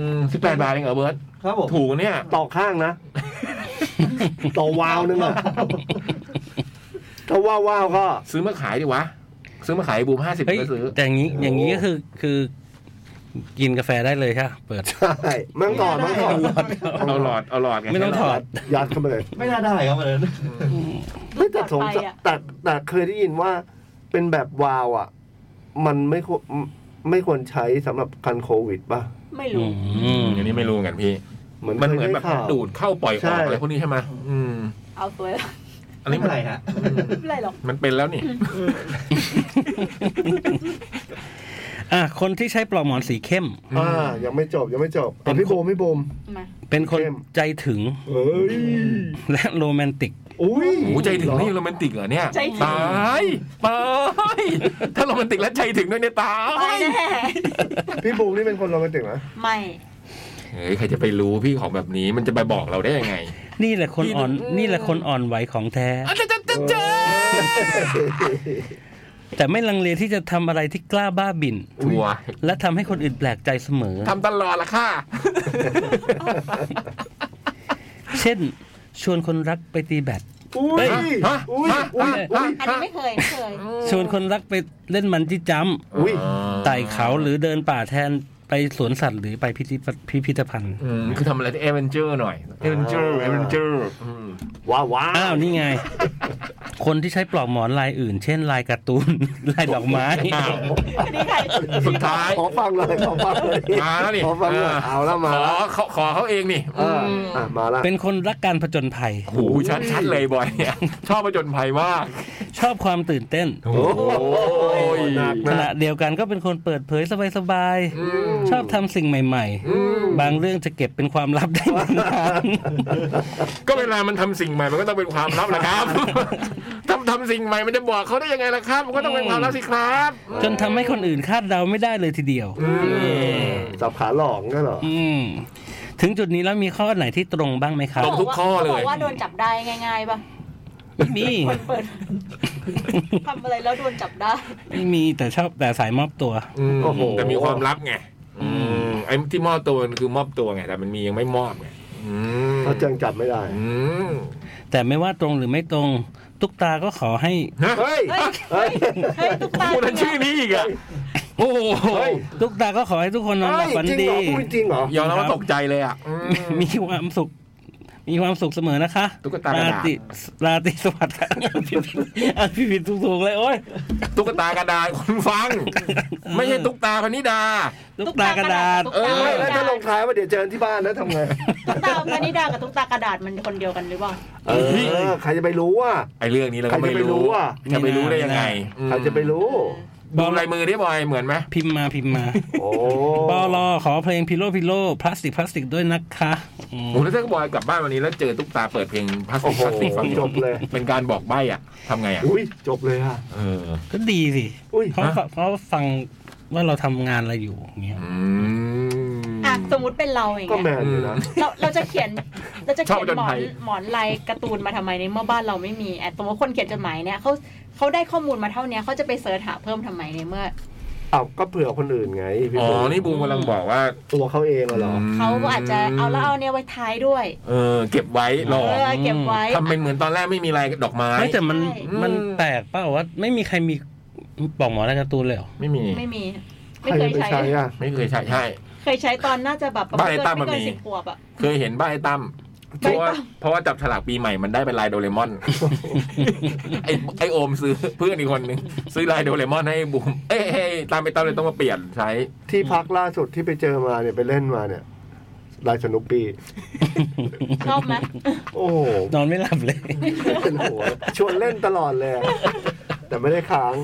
18 บาทเองเหรอเบิร์ตครับผมถูกเนี่ยต่อข้างนะ ต่อวาวนึงอะถ้าว้าวก็ซื้อมาขายดิวะ ซื้อมาขายบูม50 เฮ้ยก็ซื้อแต่อย่างนี้ก็คือกินกาแฟได้เลยใช่ปะเปิดใช่ไม่ต้องถอดไม่ต้องถอดเอาหลอดไงไม่ต้องถอดยัดเข้าไปเลยไม่น่าได้ครับเลยไม่แต่สงสัยแต่เคยได้ยินว่าเป็นแบบวาวอ่ะ มันไม่ควรใช้สำหรับกันโควิดป่ะไม่รู้อันนี้ไม่รู้กันพี่ มันเหมือนแบบดูดเข้าปล่อยออกอะไรพวกนี้ใช่ไหมเอาสวยแล้วอันนี้ไม่เป็นไรฮะไม่เป็นไรหรอกมันเป็นแล้วนี่คนที่ใช้ปลอกหมอนสีเข้มยังไม่จบแต่พี่โบมมาเป็นคนเข้มใจถึงเฮ้ยและโรแมนติกอุ้ยโอ้ใจถึงนี่โรแมนติกเหรอเนี่ยใจถึงตายถ้าโรแมนติกแล้วใจถึงด้วยเนี่ยตาไปยแน่พี่บูมนี่เป็นคนโรแมนติกไหมไม่เฮ้ยใครจะไปรู้พี่ของแบบนี้มันจะไปบอกเราได้ยังไงนี่แหละคนอ่อนไหวของแท้ แต่ไม่ลังเลที่จะทำอะไรที่กล้าบ้าบิ่นชัวร์และทำให้คนอื่นแปลกใจเสมอทำตลอดละค่ะเช่น ชวนคนรักไปตีแบดอุ้ยฮะอุ้ยฮะอุ้ยอันนี้ไม่เคยชวนคนรักไปเล่นมันจี้จัมป์อุ้ยไต่เขาหรือเดินป่าแทนไปสวนสัตว์หรือไปพิพิธภัณฑ์คือทำอะไรที่เอเวนเจอร์หน่อยเอเวนเจอร์ว้าวอ้าวนี่ไง คนที่ใช้ปลอกหมอนลายอื่น เช่นลายการ์ตูน ลายดอกไม้อ้าวอันนี้ใครสุดท้ายขอฟังเลยมาแล้วนี่ขอฟังเลยเอาแล้วมาแล้วขอเขาเองนี่มาแล้วเป็นคนรักการผจญภัยโอ้โหชัดเลยบอยเนี่ยชอบผจญภัยมากชอบความตื่นเต้นโอ้ยหนักขณะเดียวกันก็เป็นคนเปิดเผยสบายๆชอบทำสิ่งใหม่ๆ บางเรื่องจะเก็บเป็นความลับได้นานก็เวลามันทำสิ่งใหม่มันก็ต้องเป็นความลับแหละครับ ทำสิ่งใหม่มันจะบอกเขาได้ยังไงล่ะครับมันก็ต้องเป็นความลับสิครับจนทำให้คนอื่นคาดเดาไม่ได้เลยทีเดียวสับขาหลอกงั้นเหรอถึงจุดนี้แล้วมีข้อไหนที่ตรงบ้างไหมครับตรงทุกข้อเลยบอกว่าโดนจับได้ง่ายๆป่ะไม่มีคนเปิดทำอะไรแล้วโดนจับได้ไม่มีแต่ชอบแต่สายมอบตัวโอ้โหแต่มีความลับไงไอ้ที่มอบตัวมันคือมอบตัวไงแต่มันมียังไม่มอบไงเขาจังจับไม่ได้แต่ไม่ว่าตรงหรือไม่ตรง ตุ๊กตาก็ขอให้เฮ้ยเฮ้ยตุ๊กตาพูดชื่อนี้อีกอ่ะโอ้โหตุ๊กตาก็ขอให้ทุกคนนอนหลับฝันจริงดีเหรอพูดจริงเหรอยอมรับว่าตกใจเลยอ่ะมีความสุข มีความสุขเสมอนะคะตุ๊กตากระดาษราตรีสวัสดิ์ค่ะพี่ผิดถูกเลยโอ้ยตุ๊กตากระดาษคุณฟัง ไม่ใช่ตุ๊กตาพนิดาตุ๊กตากระดาษไม่แล้วถ้าลงท้ายว่าเดี๋ยวเจอที่บ้านแล้วทำไงตุ๊กตาพนิดากับตุ๊กตากระดาษมันคนเดียวกันหรือเปล่าใครจะไปรู้อ่ะไอ้เรื่องนี้เราก็ไม่รู้ใครจะไปรู้อะจะไปรู้ได้ยังไงใครจะไปรู้ดูลายมือได้บ่อยเหมือนไหมพิมพ์มาโอ้ปอลอขอเพลงพิโลพลาสติกด้วยนะคะอืมโอ้แล้วถ้าบอยกลับบ้านวันนี้แล้วเจอตุ๊กตาเปิดเพลงพลาสโอ้โหติกฟังจบเลยเป็นการบอกใบ้อ่ะทำไงอ่ะอุ้ยจบเลยอ่ะก็ดีสิอุ้ยเขาฟังว่าเราทำงานอะไรอยู่อย่างเงี้ยอ่ะสมมุติเป็นเราอย่างก็เงี้ยแมนอยู่นะเราจะเขียนชอบจดหมอหนมายหมอนลายการ์ตูนมาทำไมในเมื่อบ้านเราไม่มีสมมติคนเขียนจดหมายเนี่ยเขาได้ข้อมูลมาเท่านี้เขาจะไปเสิร์ชหาเพิ่มทำไมในเมื่อเอาก็เผื่อคนอื่นไงพี่อ๋อนี่บูมกำลังบอกว่าตัวเขาเองเหรอเขาก็อาจจะเอาเนี่ยไว้ท้ายด้วยเก็บไว้รอเก็บไว้ทำเป็นเหมือนตอนแรกไม่มีลายดอกไม้ไม่แต่มันใช่มันแปลกเปล่าว่าไม่มีใครมีปอกหมอนอะไรการ์ตูนเลยเหรอไม่มีไม่มีใคไม่รเคยไปใช้ใช้อ่ะไม่เคยใช่ใช่เคยใช้ตอนน่าจะแบบบ้านไอ้ตั้มไม่เกินมันมี 10 ขวบอ่ะเคยเห็นบ้านไอ้ตั้มเพราะว่าจับฉลากปีใหม่มันได้เป็นลายโดเรมอน ไอโอมซื้อเพื่อนอีกคนนึงซื้อลายโดเรมอนให้บูมตามไปตั้มเลยต้องมาเปลี่ยนใช้ที่พักล่าสุดที่ไปเจอมาเนี่ยไปเล่นมาเนี่ยลายสนุปปี้ชอบไหมโอ้โหนอนไม่หลับเลยเป็นหัวชวนเล่นตลอดเลยอะแต่ไม่ได้ค้าง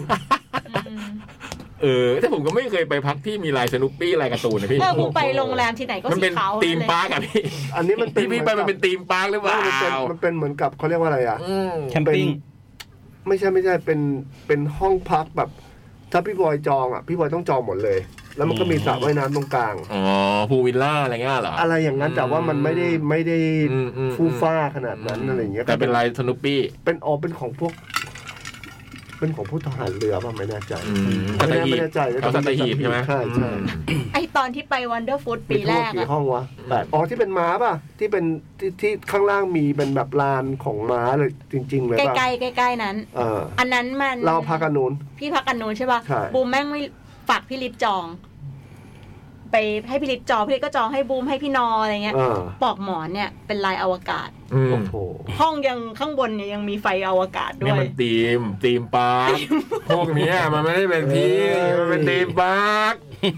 แต่ผมก็ไม่เคยไปพักที่มีลายสนุปปี้ลายการ์ตูนนะพี่กูไปโรงแรมที่ไหนก็มันสีเป็นขาวธีมปาร์กอะพี่อันนี้มันเป็นที่พี่ไปมันเป็นธีมปาร์กหรือเปล่ามันเป็นเหมือนกับเขาเรียกว่าอะไรอ่ะแคมปิ้งไม่ใช่เป็นห้องพักแบบ ถ้าพี่บอยจองอ่ะพี่บอยต้องจองหมดเลย แล้วมันก็มีสระว่ายน้ำตรงกลางอ๋อพูลวิลล่าอะไรเงี้ยเหรออะไรอย่างนั้นแต่ว่ามันไม่ได้ฟูฟ้าขนาดนั้นอะไรอย่างเงี้ยแต่เป็นลายสนุปปี้เป็นของพวก เป็นของผู้ทหารเรือป่ะไม่แน่ใจไม่ไม่แน่ใจเขาสัตหีบใช่ไหมใช่ใช่ไอตอนที่ไปวันเดอร์ฟู้ดปีแรกกี่อะห้องวะ8ที่เป็นม้าป่ะที่เป็นที่ข้างล่างมีเป็นแบบลานของม้าเลยจริง ๆ เลยใกป่ะล้ๆนั้น อันนั้นมันเราพักกันนู้นพี่พักกันนู้นใช่ป่ะใช่บูมแม่งไม่ฝากพี่ลิศจอง ไปให้พี่ลิศจองพี่ลิศก็จองให้บูมให้พี่นออะไรเงี้ยปลอกหมอนเนี่ยเป็นลายอวกาศโอ้โหห้องยังข้างบนเนี่ยยังมีไฟอวกาศด้นี่วยมันธีมปาร์คพวกเนี้ยมันไม่ได้เป็นพี่มันเป็นธีมปาร์ค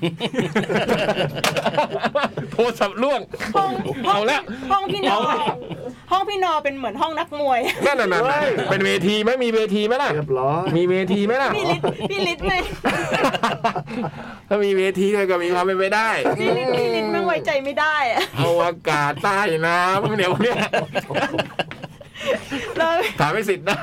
โทรศัพท์ล่วง เอาละห้องพี่นอห้องพี่นอเป็นเหมือนห้องนักมวยนั่นเป็นเวทีไหมมีเวทีไหมล่ะเรียบร้อยมีเวทีไหมล่ะพี่ลิศไม่ถ้ามีเวทีก็มีความเป็นไปได้พี่ลิศไม่ไว้ใจไม่ได้อะเอาอากาศใต้น้ำเนี่ยพวกเนี้ยเลยถามไม่สิทธิ์ได้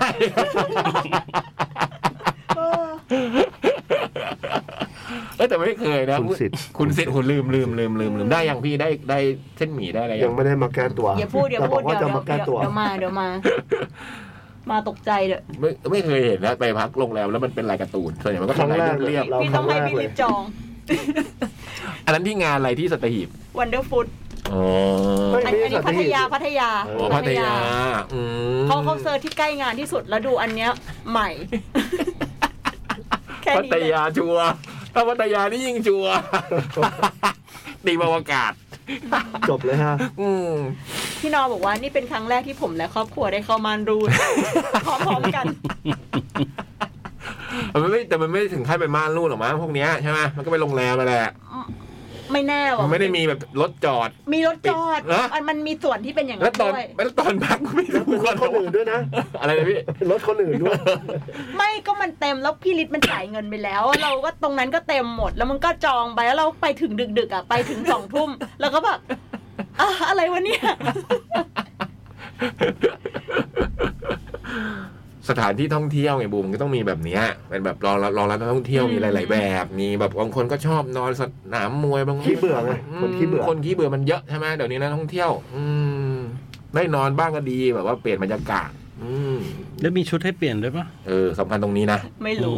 แต่ไม่เคยนะคุณสิทธิ์คุณลืมได้ยังพี่ได้เส้นหมี่ได้อะไรยังไม่ได้มาแก้ตัวอย่าพูดแต่บอกว่าจะมาแก้ตัวเดี๋ยวมาตกใจเด้อไม่เคยเห็นนะไปพักโรงแรมแล้วมันเป็นลายการ์ตูนส่วนใหญ่มันก็ครั้งแรกเรียบเราพี่คต้อรั้งงให้แรกพี่เลลิยศจองอันนั้นที่งานอะไรที่สัตหีบวันเดอร์ฟู้ดอ๋ออันนี้พัทยาพัทยาเขาเซิร์ชที่ใกล้งานที่สุดแล้วดูอันเนี้ยใหม่ แค่พันี้ทยาชัวร์ถ้าพัทยานี่ยิ่งชัวร์ตีอวกาศจบเลยฮะพี่นอบอกว่านี่เป็นครั้งแรกที่ผมและครอบครัวได้เข้าม่านรูด พร้อมๆกันแต่มันไม่ถึงขั้นไปม่านรูดหรอกมั้งพวกเนี้ยใช่ไหมมันก็ไปโรงแรมมาแหละไม่แน่ว่ะมันไม่ได้มีแบบรถจอดมีรถจอดเหรอมันมีส่วนที่เป็นอย่างแล้นั้วน ตอนด้วยพักไม่รู้รถคนอื่นด้วยนะอะไรนะพี่รถคนอื่นด้วยไม่ก็มันเต็มแล้วพี่ลิศมันจ่ายเงินไปแล้ว เราก็ตรงนั้นก็เต็มหมด แล้วมันก็จองไปแล้วเราไปถึงดึกๆอ่ะไปถึง2 ทุ่มแล้วก็แบบอะไรวะเนี่ยสถานที่ท่องเที่ยวไงบูมก็ต้องมีแบบเนี้ยเป็นแบบรองรับนักท่องเที่ยวมีหลายๆแบบมีแบบบางคนก็ชอบนอนสนามมวยบางขี้เบื่อไงคนขี้เบื่อคนขี้เบื่อมันเยอะใช่ไหมเดี๋ยวนี้นักท่องเที่ยวได้นอนบ้างก็ดีแบบว่าเปลี่ยนบรรยากาศแล้วมีชุดให้เปลี่ยนด้วยปะสำคัญตรงนี้นะไม่รู้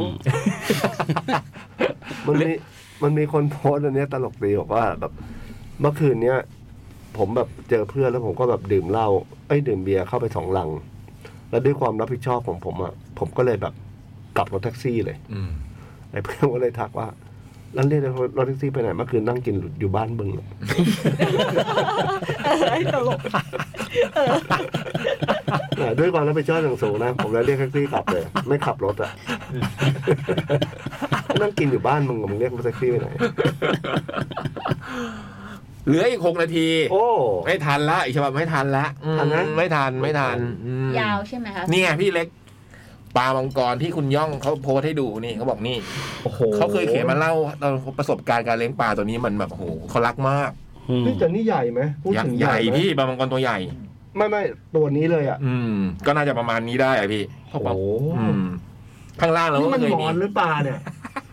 มันมีคนโพสต์อันเนี้ยตลกดีบอกว่าแบบเมื่อคืนเนี้ยผมแบบเจอเพื่อนแล้วผมก็แบบดื่มเหล้าดื่มเบียร์เข้าไป2 ลังแล้วด้วยความรับผิดชอบของผมอ่ะผมก็เลยแบบกลับรถแท็กซี่เลยไอ้เพื่อนก็เลยทักว่าแล้วเรียกรถแท็กซี่ไปไหนเมื่อคืนนั่งกินอยู่บ้านมึงตลกด้วยความรับผิดชอบอย่างสูงนะผมเลยเรียกแท็กซี่กลับเลยไม่ขับรถอ่ะนั่งกินอยู่บ้านมึงเรียกรถแท็กซี่ไปไหนเหลืออีก6 นาทีโอ้ไม่ทันละอีกฉบับไม่ทันละไม่ทันยาวใช่ไหมคะนี่ไงพี่เล็กปลามังกรที่คุณย่องเขาโพสให้ดูนี่เขาบอกนี่เขาเคยเขียนมาเล่าตอนประสบการณ์การเลี้ยงปลาตัวนี้มันแบบโอ้โหเขารักมากนี่แต่นี่ใหญ่ไหมพูดถึงใหญ่พี่ปลามังกรตัวใหญ่ไม่ตัวนี้เลยอ่ะก็น่าจะประมาณนี้ได้อะพี่โอ้โหข้างล่างเราก็เคยมีหรือปลาเนี่ย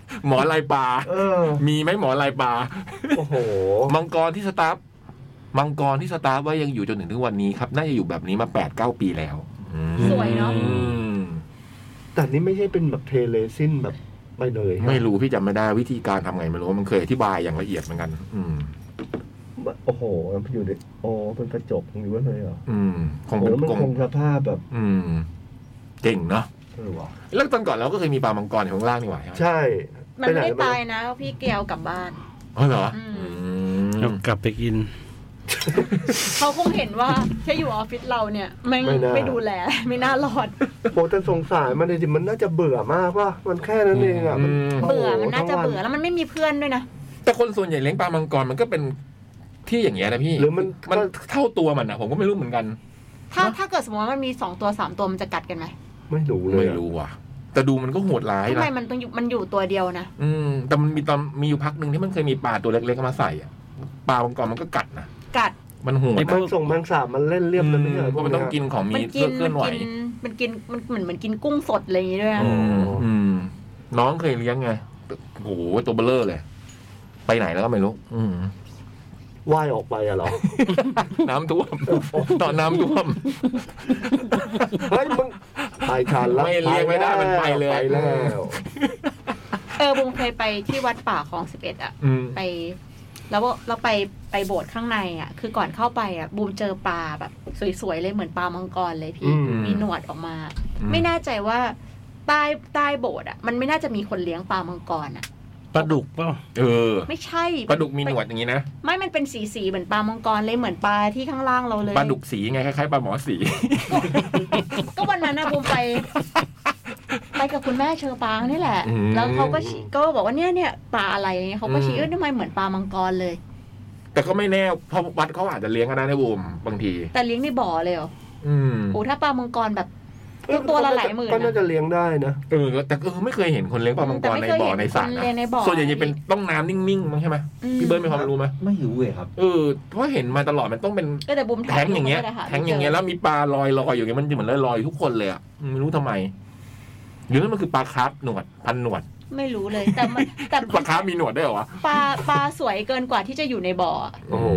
หมอลายปลามีไหมหมอลายปลาโอ้โหมังกรที่สตาร์ฟว่ายังอยู่จนถึงทุกวันนี้ครับน่าจะอยู่แบบนี้มา 8-9 ปีแล้วสวยเนาะแต่นี่ไม่ใช่เป็นแบบเทเลซินแบบไม่เลยไม่รู้พี่จำไม่ได้วิธีการทำไงไม่รู้มันเคยอธิบายอย่างละเอียดเหมือนกันโอ้โหมันอยู่ในเป็นกระจกอยู่ว่าเลยเหรอของมันคงสภาพแบบเก่งเนาะแล้วตอนก่อนเราก็เคยมีปลามังกรอยู่ข้างล่างนี่หว่าใช่มันไม่ได้ตายนะพี่เกลียวกลับบ้านอ๋อเหรอกลับไปกินเขาคงเห็นว่าแค่อยู่ออฟฟิศเราเนี่ยไม่ดูแลไม่น่ารอดโอ้แต่สงสารมันจริงมันน่าจะเบื่อมากว่ามันแค่นั้นเองอ่ะเบื่อมันน่าจะเบื่อแล้วมันไม่มีเพื่อนด้วยนะแต่คนส่วนใหญ่เลี้ยงปลามังกรมันก็เป็นที่อย่างเงี้ยนะพี่หรือมันเท่าตัวมันนะผมก็ไม่รู้เหมือนกันถ้าเกิดสมมติว่ามันมี2 ตัว 3 ตัวมันจะกัดกันไหมไม่รู้เลยไม่รู้ว่ะแต่ดูมันก็โหดร้ายนะทำไมมันอยู่ตัวเดียวนะแต่มันมีอยู่พักนึงที่มันเคยมีปลาตัวเล็กๆมาใส่ปลามังกรมันก็กัดนะกัดมันโหดมันส่งแมงสาบมันเล่นเรียบนั่นไม่ใช่เพราะมันต้องกินของมีเคลื่อนไหวมันกินมันเหมือนกินกุ้งสดอะไรอย่างนี้ด้วยน้องเคยเลี้ยงไงโอ้โหตัวเบลอเลยไปไหนแล้วก็ไม่รู้ว่ายออกไปอะเหรอน้ำท่วมตอนน้ำท่วมเฮ้ยมึงไปทันแล้วไม่เลี้ยงไม่ได้มันไปเลยแล้วบุ้งเคยไปที่วัดป่าคลอง11อ่ะไปแล้วเราไปโบสถ์ข้างในอ่ะคือก่อนเข้าไปอ่ะบูมเจอปลาแบบสวยๆเลยเหมือนปลามังกรเลยพี่มีหนวดออกมาไม่แน่ใจว่าใต้โบสถ์อ่ะมันไม่น่าจะมีคนเลี้ยงปลามังกรอ่ะปลาดุกเปล่าไม่ใช่ปลาดุกมีหนวดอย่างนี้นะไม่มันเป็นสีเหมือนปลามังกรเลยเหมือนปลาที่ข้างล่างเราเลยปลาดุกสีไงคล้ายๆปลาหมอสีก็วันนั้นนะบูมไปกับคุณแม่เชอปางนี่แหละแล้วเขาก็บอกว่าเนี่ยปลาอะไรเขาก็ชี้ทำไมเหมือนปลามังกรเลยแต่ก็ไม่แน่เพราะวัดเขาอาจจะเลี้ยงกันได้นะบูมบางทีแต่เลี้ยงในบ่อเลยเหรอโอ้ถ้าปลามังกรแบบตัวละหลายหมื่นก็น่าจะเลี้ยงได้นะแต่ไม่เคยเห็นคนเลี้ยงปลามังกรในบ่อในสระนะส่วนใหญ่จะเป็นต้องน้ำนิ่งๆมั้งใช่ไหมพี่เบิร์ดมีความรู้ไหมไม่รู้เลยครับเพราะเห็นมาตลอดมันต้องเป็นแทงอย่างเงี้ยแล้วมีปลาลอยอยู่อย่างเงี้ยมันเหมือนลอยทุกคนเลยอ่ะไม่รู้ทำไมหรือนั่นมันคือปลาคาร์ฟหนวดพันหนวดไม่รู้เลยแต่ปลาคาร์ฟมีหนวดได้เหรอวะปลาสวยเกินกว่าที่จะอยู่ในบ่อโอ้โห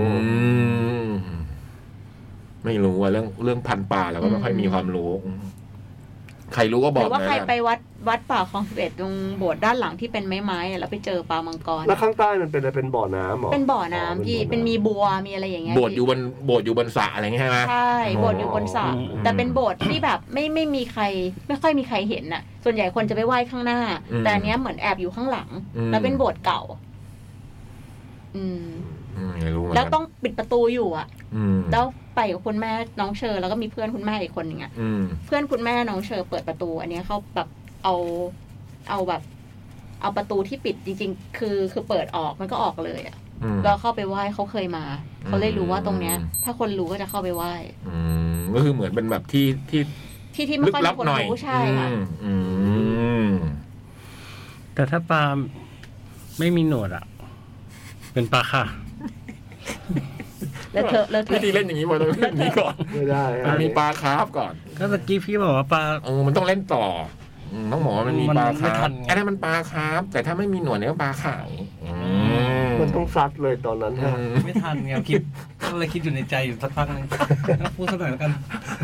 ไม่รู้ว่าเรื่องพันปลาแล้วก็ไม่ค่อยมีความรู้ใครรู้ก็บอกนะหรือว่าใครไปวัดป่าคลอง11ตรงโบสถ์ด้านหลังที่เป็นไม้แล้วไปเจอปลามังกรแล้วข้างใต้มันเป็นอะไรเป็นบ่อน้ำหรอเป็นบ่อน้ำที่เป็นมีบัวมีอะไรอย่างเงี้ยโบสถ์อยู่บนสระอะไรเงี้ยใช่ไหมใช่โบสถ์อยู่บนสระแต่เป็นโบสถ์ที่แบบไม่มีใครไม่ค่อยมีใครเห็นน่ะส่วนใหญ่คนจะไปไหว้ข้างหน้าแต่อันเนี้ยเหมือนแอบอยู่ข้างหลังแล้วเป็นโบสถ์เก่าแล้วต้องปิดประตูอยู่อ่ะแล้วไปกับคุณแม่น้องเชอแล้วก็มีเพื่อนคุณแม่อีกคนนึงอ่ะเพื่อนคุณแม่น้องเชอเปิดประตูอันนี้เขาแบบเอาแบบเอาประตูที่ปิดจริงๆคือเปิดออกมันก็ออกเลยอ่ะแล้วเข้าไปไหว้เขาเคยมาเขาเลยรู้ว่าตรงเนี้ยถ้าคนรู้ก็จะเข้าไปไหว้ก็คือเหมือนเป็นแบบที่ไม่ค่อยมีคนรู้ใช่ค่ะแต่ถ้าปลาไม่มีหนวดอ่ะเป็นปลาค่ะแล้วเธอวิธีเล่นอย่างนี้มาต้องเล่นนี้ก่อนไม่ได้มันมีปลาคาร์ฟก่อนก็ตะกี้พี่บอกว่าปลามันต้องเล่นต่อน้องหมอมันมีปลาคาร์ฟอันนั้นมันปลาคาร์ฟแต่ถ้าไม่มีหนวดเนี่ยปลาขาวมันต้องซัดเลยตอนนั้นไม่ทันไงคิดก็เลยคิดอยู่ในใจอยู่สักพักนึงพูดสักหน่อยแล้วกัน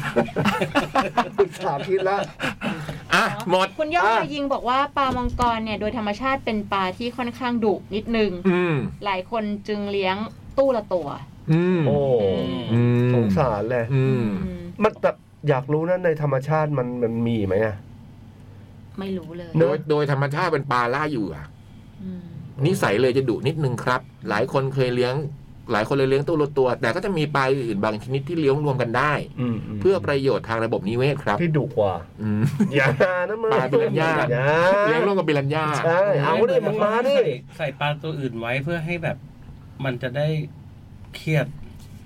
ถามคิดแล้วหมดคุณย่อยิงบอกว่าปลามังกรเนี่ยโดยธรรมชาติเป็นปลาที่ค่อนข้างดุนิดนึงหลายคนจึงเลี้ยงตู้ละตัวโอ้สงสารเลยมันแบบอยากรู้นะในธรรมชาติมันมีไหมอ่ะไม่รู้เลยโดยธรรมชาติเป็นปลาล่าอยู่อ่ะนิสัยเลยจะดุนิดนึงครับหลายคนเคยเลี้ยงหลายคนเลยเลี้ยงตู้ละตัวแต่ก็จะมีปลาอื่นบางชนิดที่เลี้ยงรวมกันได้เพื่อประโยชน์ทางระบบนิเวศครับที่ดุกว่าอย่านะมึงปลาปิรันย่าเลี้ยงร่วมกับปิรันย่าใช่เอาดิมึงมาดิใส่ปลาตัวอื่นไว้เพื่อให้แบบมันจะได้เครียด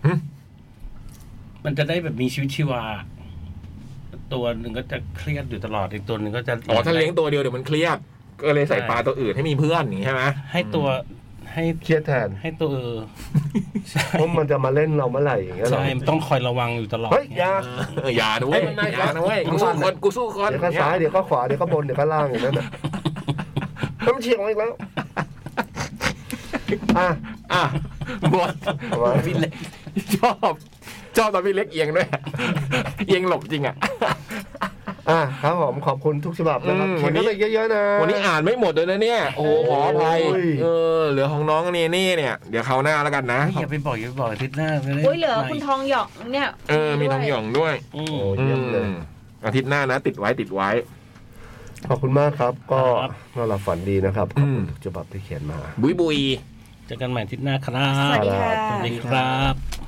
มันจะได้แบบมีชีวิตชีวาตัวหนึ่งก็จะเครียดอยู่ตลอดอีกตัวหนึ่งก็จะถ้าเลี้ยงตัวเดียวเดี๋ยวมันเครียดก็เลยใส่ปลาตัวอื่นให้มีเพื่อนอย่างนี้ใช่ไหมให้ตัวให้เครียดแทนให้ตัวเพราะมันจะมาเล่นเราเมื่อไหร่อย่างเงี้ยใช่ต้องคอยระวังอยู่ตลอดเฮ้ยอย่าด้วยอย่าด้วยกูสู้คนเดี๋ยวก็ซ้ายเดี๋ยวก็ขวาเดี๋ยวก็บนเดี๋ยวก็ล่างอย่างนั้นน้ำเฉียงมาอีกแล้วอ่ะหมดพี่เล็กชอบตอนพี่เล็กเอียงด้วยเอียงหลบจริงอ่ะครับผมขอบคุณทุกฉบับนะครับวันนี้เยอะๆนะวันนี้อ่านไม่หมดเลยนะเนี่ยโอ้ขออภัยเหลือของน้องนี่เนี่ยเดี๋ยวคราวหน้าแล้วกันนะอย่าไปบอกอาทิตย์หน้าไปเลยเหลือคุณทองหยองเนี่ยมีทองหยองด้วยเยี่ยมเลยอาทิตย์หน้านะติดไว้ขอบคุณมากครับก็นอนหลับฝันดีนะครับขอบคุณทุกฉบับที่เขียนมาบุยเจอกันใหม่อาทิตย์หน้าครับสวัสดีค่ะสวัสดีครับ